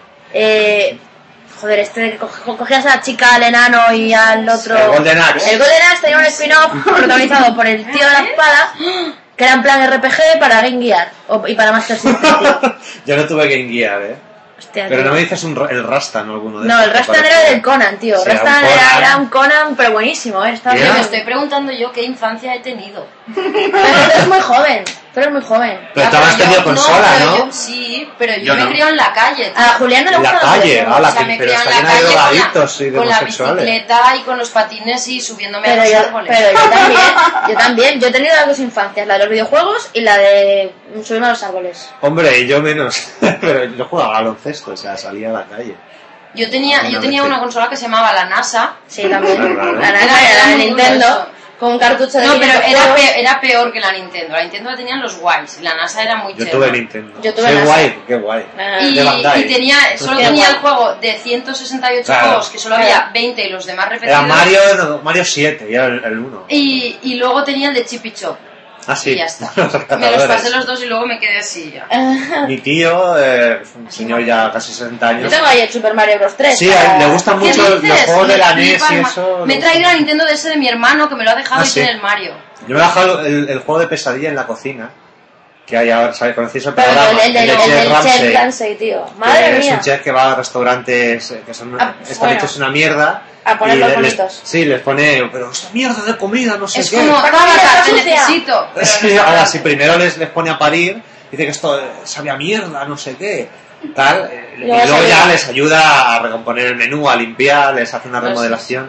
Eh, joder, este que co- cogías a la chica, al enano y al otro... El Golden Axe. El Golden Axe tenía un spin-off protagonizado por el tío de la espada, que era en plan R P G para Game Gear o- y para Master System, tío. Yo no tuve Game Gear, ¿eh? Hostia, Pero tío. no me dices un, ra- el Rastan o alguno de No, estos el que Rastan parecía. era del Conan, tío. Sí, Rastan era un era, Conan. era un Conan, pero buenísimo, ¿eh? Estaba Y Pero era- me estoy preguntando yo qué infancia he tenido. Pero tú eres muy joven, tú eres muy joven. Pero Ya, tú habrás yo- tenido consola, pero ¿no? yo- sí, pero yo, Yo me he no. criado en la calle, tío. A Julián no le En la gustan los calle, videojuegos. ah, la O sea, me pero he criado está en la llena de calle con drogadictos y la, de con la homosexuales. bicicleta y con los patines y subiéndome a Pero los yo, árboles. pero yo también, yo también. Yo he tenido las dos infancias, la de los videojuegos y la de subirme a los árboles. Hombre, y yo menos. Pero yo jugaba al baloncesto, o sea, salía a la calle. Yo tenía, yo Una tenía vez una que- consola que se llamaba la NASA. Sí, también. Claro. La Era- naranja era era de muy Nintendo, curioso. con un cartucho de No, pero quinientos era juegos. peor, era peor que la Nintendo. La Nintendo la tenían los guays y la NASA era muy Yo cherra. tuve Nintendo. Yo tuve Qué NASA. guay, qué guay. Ah. Y, De Bandai. y tenía, solo Qué tenía guay. el juego de ciento sesenta y ocho Claro. juegos, que solo Claro. había veinte y los demás repetidos. Era Mario, no, Mario siete, y era el, el uno. Y, y luego tenía el de Chip y Chop. Ah, sí. Y ya está. Los Me los rescatadores. pasé los dos y luego me quedé así ya. Mi tío, eh, un señor ya casi sesenta Yo años. tengo ahí el Super Mario Bros. tres. Sí, para- a él le gustan ¿Qué mucho los dices? juegos de la Me N E S y flipa, eso. Me he lo- traído la Nintendo D S de mi hermano que me lo ha dejado Ah, y sí. tiene el Mario. Yo me he bajado el, el juego de pesadilla en la cocina. Que hay ahora, ¿sabes? ¿Conocéis el Pero programa? el, el, del- de el Chef del Ramsay, Chef Ramsay, tío. que Madre es mía. un chef que va a restaurantes eh, que son, Ah, están bueno. hechos una mierda. A ponerlos y le- les- bonitos. Sí, les pone, pero esta mierda de comida, no sé Es qué. como, Pero Tabata, mira, te sucia. necesito. Pero Sí, no- ahora si primero les, les pone a parir, dice que esto eh, sabe a mierda, no sé qué, tal, eh, y Luego luego les ya ayuda. les ayuda a recomponer el menú, a limpiar, les hace una Pues remodelación.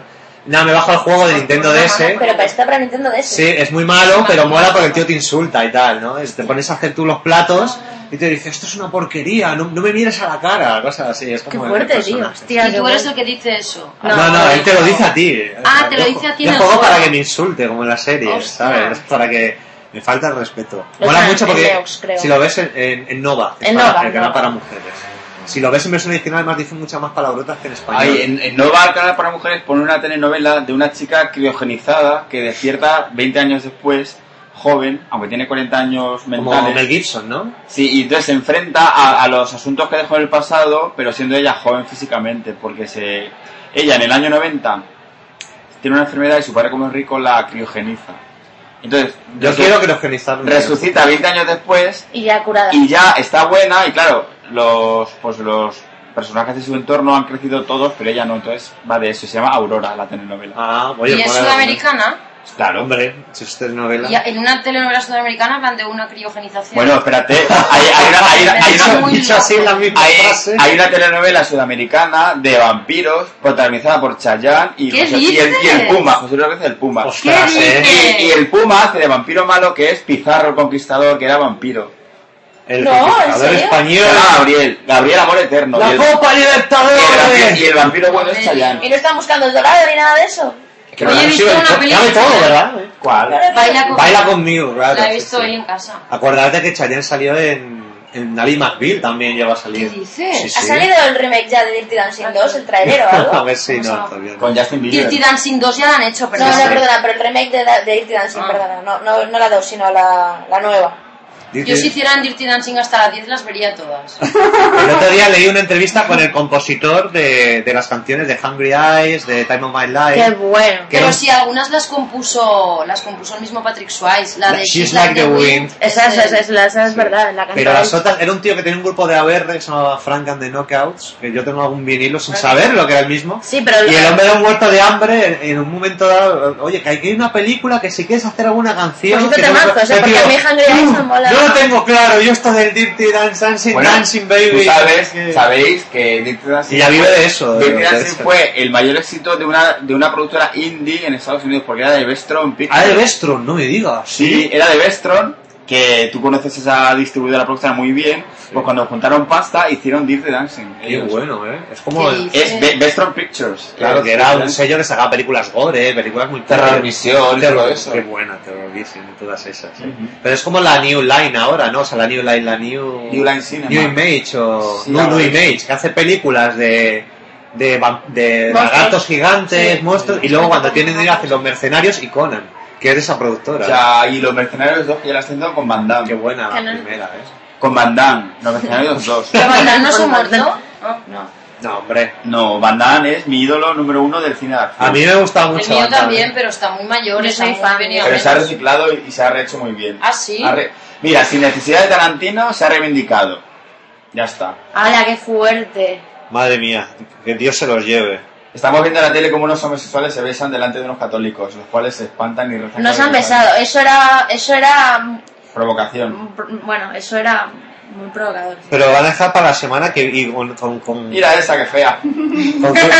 No, me bajo el juego de Nintendo D S. Pero para esta para Nintendo D S. Sí, es muy malo, pero mola porque el tío te insulta y tal, ¿no? Es- Te pones a hacer tú los platos y te dice, esto es una porquería, no, no me mires a la cara, cosas así. Es como Qué fuerte, el tío. personaje. Hostia, Y qué tú eres bueno. el que dice eso. No, no, él te lo dice a ti. Ah, te lo Yo- dice a ti Yo en el juego juego. para que me insulte, como en la serie, Hostia. ¿sabes? Para que me falta el respeto. Lo Mola está mucho en porque Neox, creo. si lo ves en, en- en Nova, En para- Nova, el canal Nova. para mujeres. Si lo ves en versión original, además dicen muchas más palabrotas que en español. Ahí, en, en Nova, el canal para mujeres, pone una telenovela de una chica criogenizada que despierta veinte años después, joven, aunque tiene cuarenta años Como mentales. Mel Gibson, ¿no? Sí, y entonces se enfrenta a, a los asuntos que dejó en el pasado, pero siendo ella joven físicamente, porque se ella en el año noventa tiene una enfermedad y su padre, como es rico, la criogeniza. Entonces, Yo resu- quiero criogenizarme. resucita veinte años después Y ya curada. y ya está buena, y claro, los pues los personajes de su entorno han crecido todos, pero ella no, entonces va de eso, se llama Aurora la telenovela. Ah, oye, Y es mola, sudamericana. Claro. Hombre, si es telenovela. Y en una telenovela sudamericana hablan de una criogenización. Bueno, espérate, hay, hay una, hay una- hay Está una- muy Dicho así la misma hay- frase. hay una telenovela sudamericana de vampiros protagonizada por Chayanne y, ¿Qué José- y, el, y el dices? Puma, José Luis Rodríguez el Puma. Ostras, ¿Qué eh. dices? Y, y el Puma hace de vampiro malo, que es Pizarro el Conquistador, que era vampiro. El No, ¿en conquistador serio? Se español. llama Gabriel, Gabriel Amor Eterno. ¡La y, el, Copa y, el, Libertadores! y el vampiro bueno es ¿Y Chayanne. no están buscando el dorado ni nada de eso? Que Oye, no- he visto Sí, una ya película. de todo, ¿verdad? ¿Cuál? Baila, con- Baila conmigo, claro. La he sí, visto sí. hoy en casa. Acordate que Chayanne salió en, en Ali McBeal también llegó a salir. ¿Qué dices? Sí, ¿Ha sí. salido el remake ya de Dirty Dancing dos, el trailer o algo? A ver si ¿Cómo se no, llama? todavía no. Con Justin Bieber. Dirty Dancing dos ya la han hecho, pero No, no no, sé. perdona, pero el remake de, de Dirty Dancing, Ah. perdona, no, no, no la dos, sino la, la nueva. Yo si hicieran Dirty Dancing hasta las diez las vería todas. El otro día leí una entrevista con el compositor de, de las canciones de Hungry Eyes, de Time of My Life. Qué bueno. Que Pero era- si algunas las compuso las compuso el mismo Patrick Swayze, la de She's Like the Wind. Esa es, esa es, la- esa es Sí. verdad, la Pero cantaba las él. otras, era un tío que tenía un grupo de A B R que se llamaba Frank and the Knockouts, que yo tengo algún vinilo sin saber lo que era el mismo. Sí, pero Y el hombre era un muerto de hambre en, en un momento dado, oye, que hay que ir a una película, que si quieres hacer alguna canción... Pues que hizo no- temazos, ¿eh? el Porque tío, a mí Hungry Eyes me mola. Yo lo tengo claro, yo esto del Dirty Dance, Dancing, Bueno, Dancing Baby... tú sabes, que- sabéis que Dirty Dancing Y ya vive de eso, de- Dirty de Dancing eso. fue el mayor éxito de una de una productora indie en Estados Unidos, porque era de Vestron Pictures. Ah, de Vestron, no me digas. Sí, era de Vestron, que tú conoces esa distribuidora productora muy bien, pues cuando juntaron pasta hicieron Dirty Dancing. Qué ellos. bueno, ¿eh? Es como... ¿Qué el- dices? Es Ve- Vestron Pictures. Claro, Es que era Dirty un Dancing. sello que sacaba películas gore, películas muy... Terrorvisión y Terror- todo eso. Qué buena, Terrorvision y todas esas. ¿eh? Pero es como la New Line ahora, ¿no? O sea, la New Line, la New... New Line Cinema. New Image o... Sí, no, algo New de eso. Image, que hace películas de... De, vam- de Monstruos. lagartos gigantes, Sí. monstruos, y luego cuando tienen dinero hacen Los Mercenarios y Conan, que es de esa productora. O sea, y los Mercenarios dos que ya las haciendo con Van Damme. Qué buena la Que no- primera, ¿eh? Con Van Damme, los Mercenarios dos. ¿Pero Van Damme no se ha Con Van muerto? Damme. No. No, hombre. No, Van Damme es mi ídolo número uno del cine de acción. A mí me gustaba El mucho. mío Van Damme. también, pero está muy mayor, Yo está soy muy fan. venido a Pero se ha menos. reciclado y, y se ha rehecho muy bien. ¿Ah, sí? Ha re- Mira, sin necesidad de Tarantino se ha reivindicado. Ya está. ¡Hala, qué fuerte! Madre mía, que Dios se los lleve. Estamos viendo en la tele cómo unos homosexuales se besan delante de unos católicos, los cuales se espantan y rezan. Nos cada han vez más. besado. Eso era, eso era, Provocación. bueno, eso era muy provocador. Pero van a dejar para la semana que... Y con, con, con, Mira esa, que fea. con cru-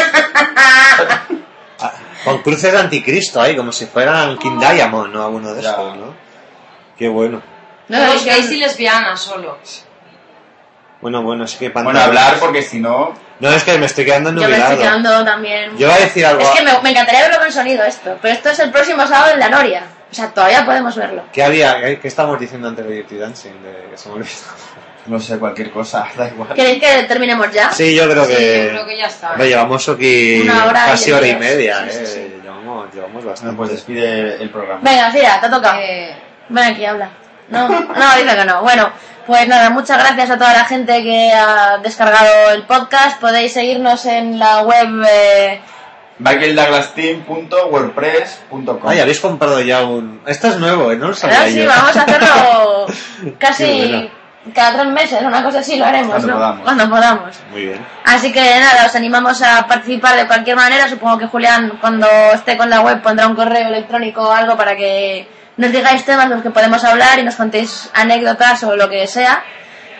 Ah, con cruces de anticristo ahí, como si fueran King Diamond, ¿no? Alguno de Ya. esos, ¿no? Qué bueno. No, Los es que- gays y lesbianas solo. Bueno, bueno, es que... Bueno, hablar porque si no... No, es que me estoy quedando Yo me nubilado. estoy quedando también. Yo iba a decir algo... Es que me, me encantaría verlo con sonido esto, pero esto es el próximo sábado en la Noria. O sea, todavía podemos verlo. ¿Qué había? ¿Qué, qué estábamos diciendo antes de Dirty Dancing? De, que se me olvidó. No sé, cualquier cosa, da igual. ¿Queréis que terminemos ya? Sí, yo creo Sí, que... yo creo que ya está. Hombre, llevamos aquí Una hora y casi diez hora y minutos. media, Sí, ¿eh? sí, sí. Llevamos, llevamos Bueno, bastante. pues despide el programa. Venga, Cira, te ha tocado. Eh, Ven aquí, habla. No, no, dice que no. Bueno, pues nada, muchas gracias a toda la gente que ha descargado el podcast. Podéis seguirnos en la web... Eh, michael douglas team punto wordpress punto com. Ay, habéis comprado ya un... Esto es nuevo, ¿eh? No lo sabía ahora sí, yo. vamos a hacerlo Qué casi bueno. cada tres meses, una cosa así lo haremos, Cuando ¿no? podamos. Cuando podamos. Muy bien. Así que nada, os animamos a participar de cualquier manera. Supongo que Julián, cuando esté con la web, pondrá un correo electrónico o algo para que nos digáis temas de los que podemos hablar y nos contéis anécdotas o lo que sea.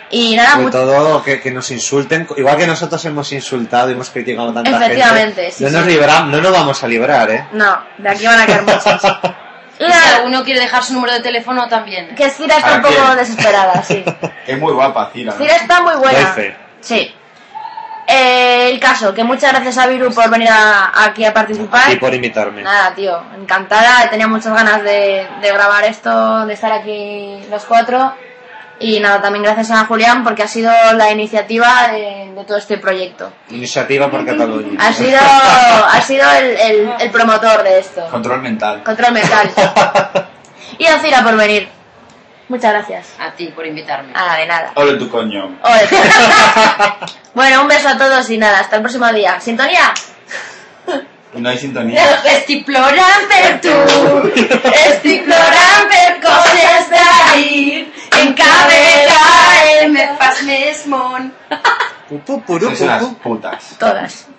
Y nada, Sobre mucho... todo que, que nos insulten, igual que nosotros hemos insultado y hemos criticado a tanta Efectivamente, gente. sí, no, sí. Nos libra, no nos vamos a librar, ¿eh? No, de aquí van a caer muchos. Y Y si nada, alguno quiere dejar su número de teléfono también. que Cira está ¿A un poco quién? desesperada, sí. Es muy guapa, Cira. ¿no? Cira está muy buena. Doy fe. Sí. Eh, el caso, que muchas gracias a Viru por venir a- aquí a participar. Y por invitarme. Nada, tío, encantada. Tenía muchas ganas de, de grabar esto, de estar aquí los cuatro. Y nada, también gracias a Julián porque ha sido la iniciativa de, de todo este proyecto. Iniciativa por Cataluña. Ha sido, ha sido el, el, el promotor de esto. Control mental. Control mental. Y a Cira por venir. Muchas gracias. A ti por invitarme. Nada, de nada. Ole tu coño. Ole. Bueno, un beso a todos y nada, hasta el próximo día. ¿Sintonía? No hay sintonía. Estic plorant per tu, estic plorant per coses d'ahir, en cada vegada me fas més món. Pu, pu, puru, Sois unas pu, pu. putas. Todas.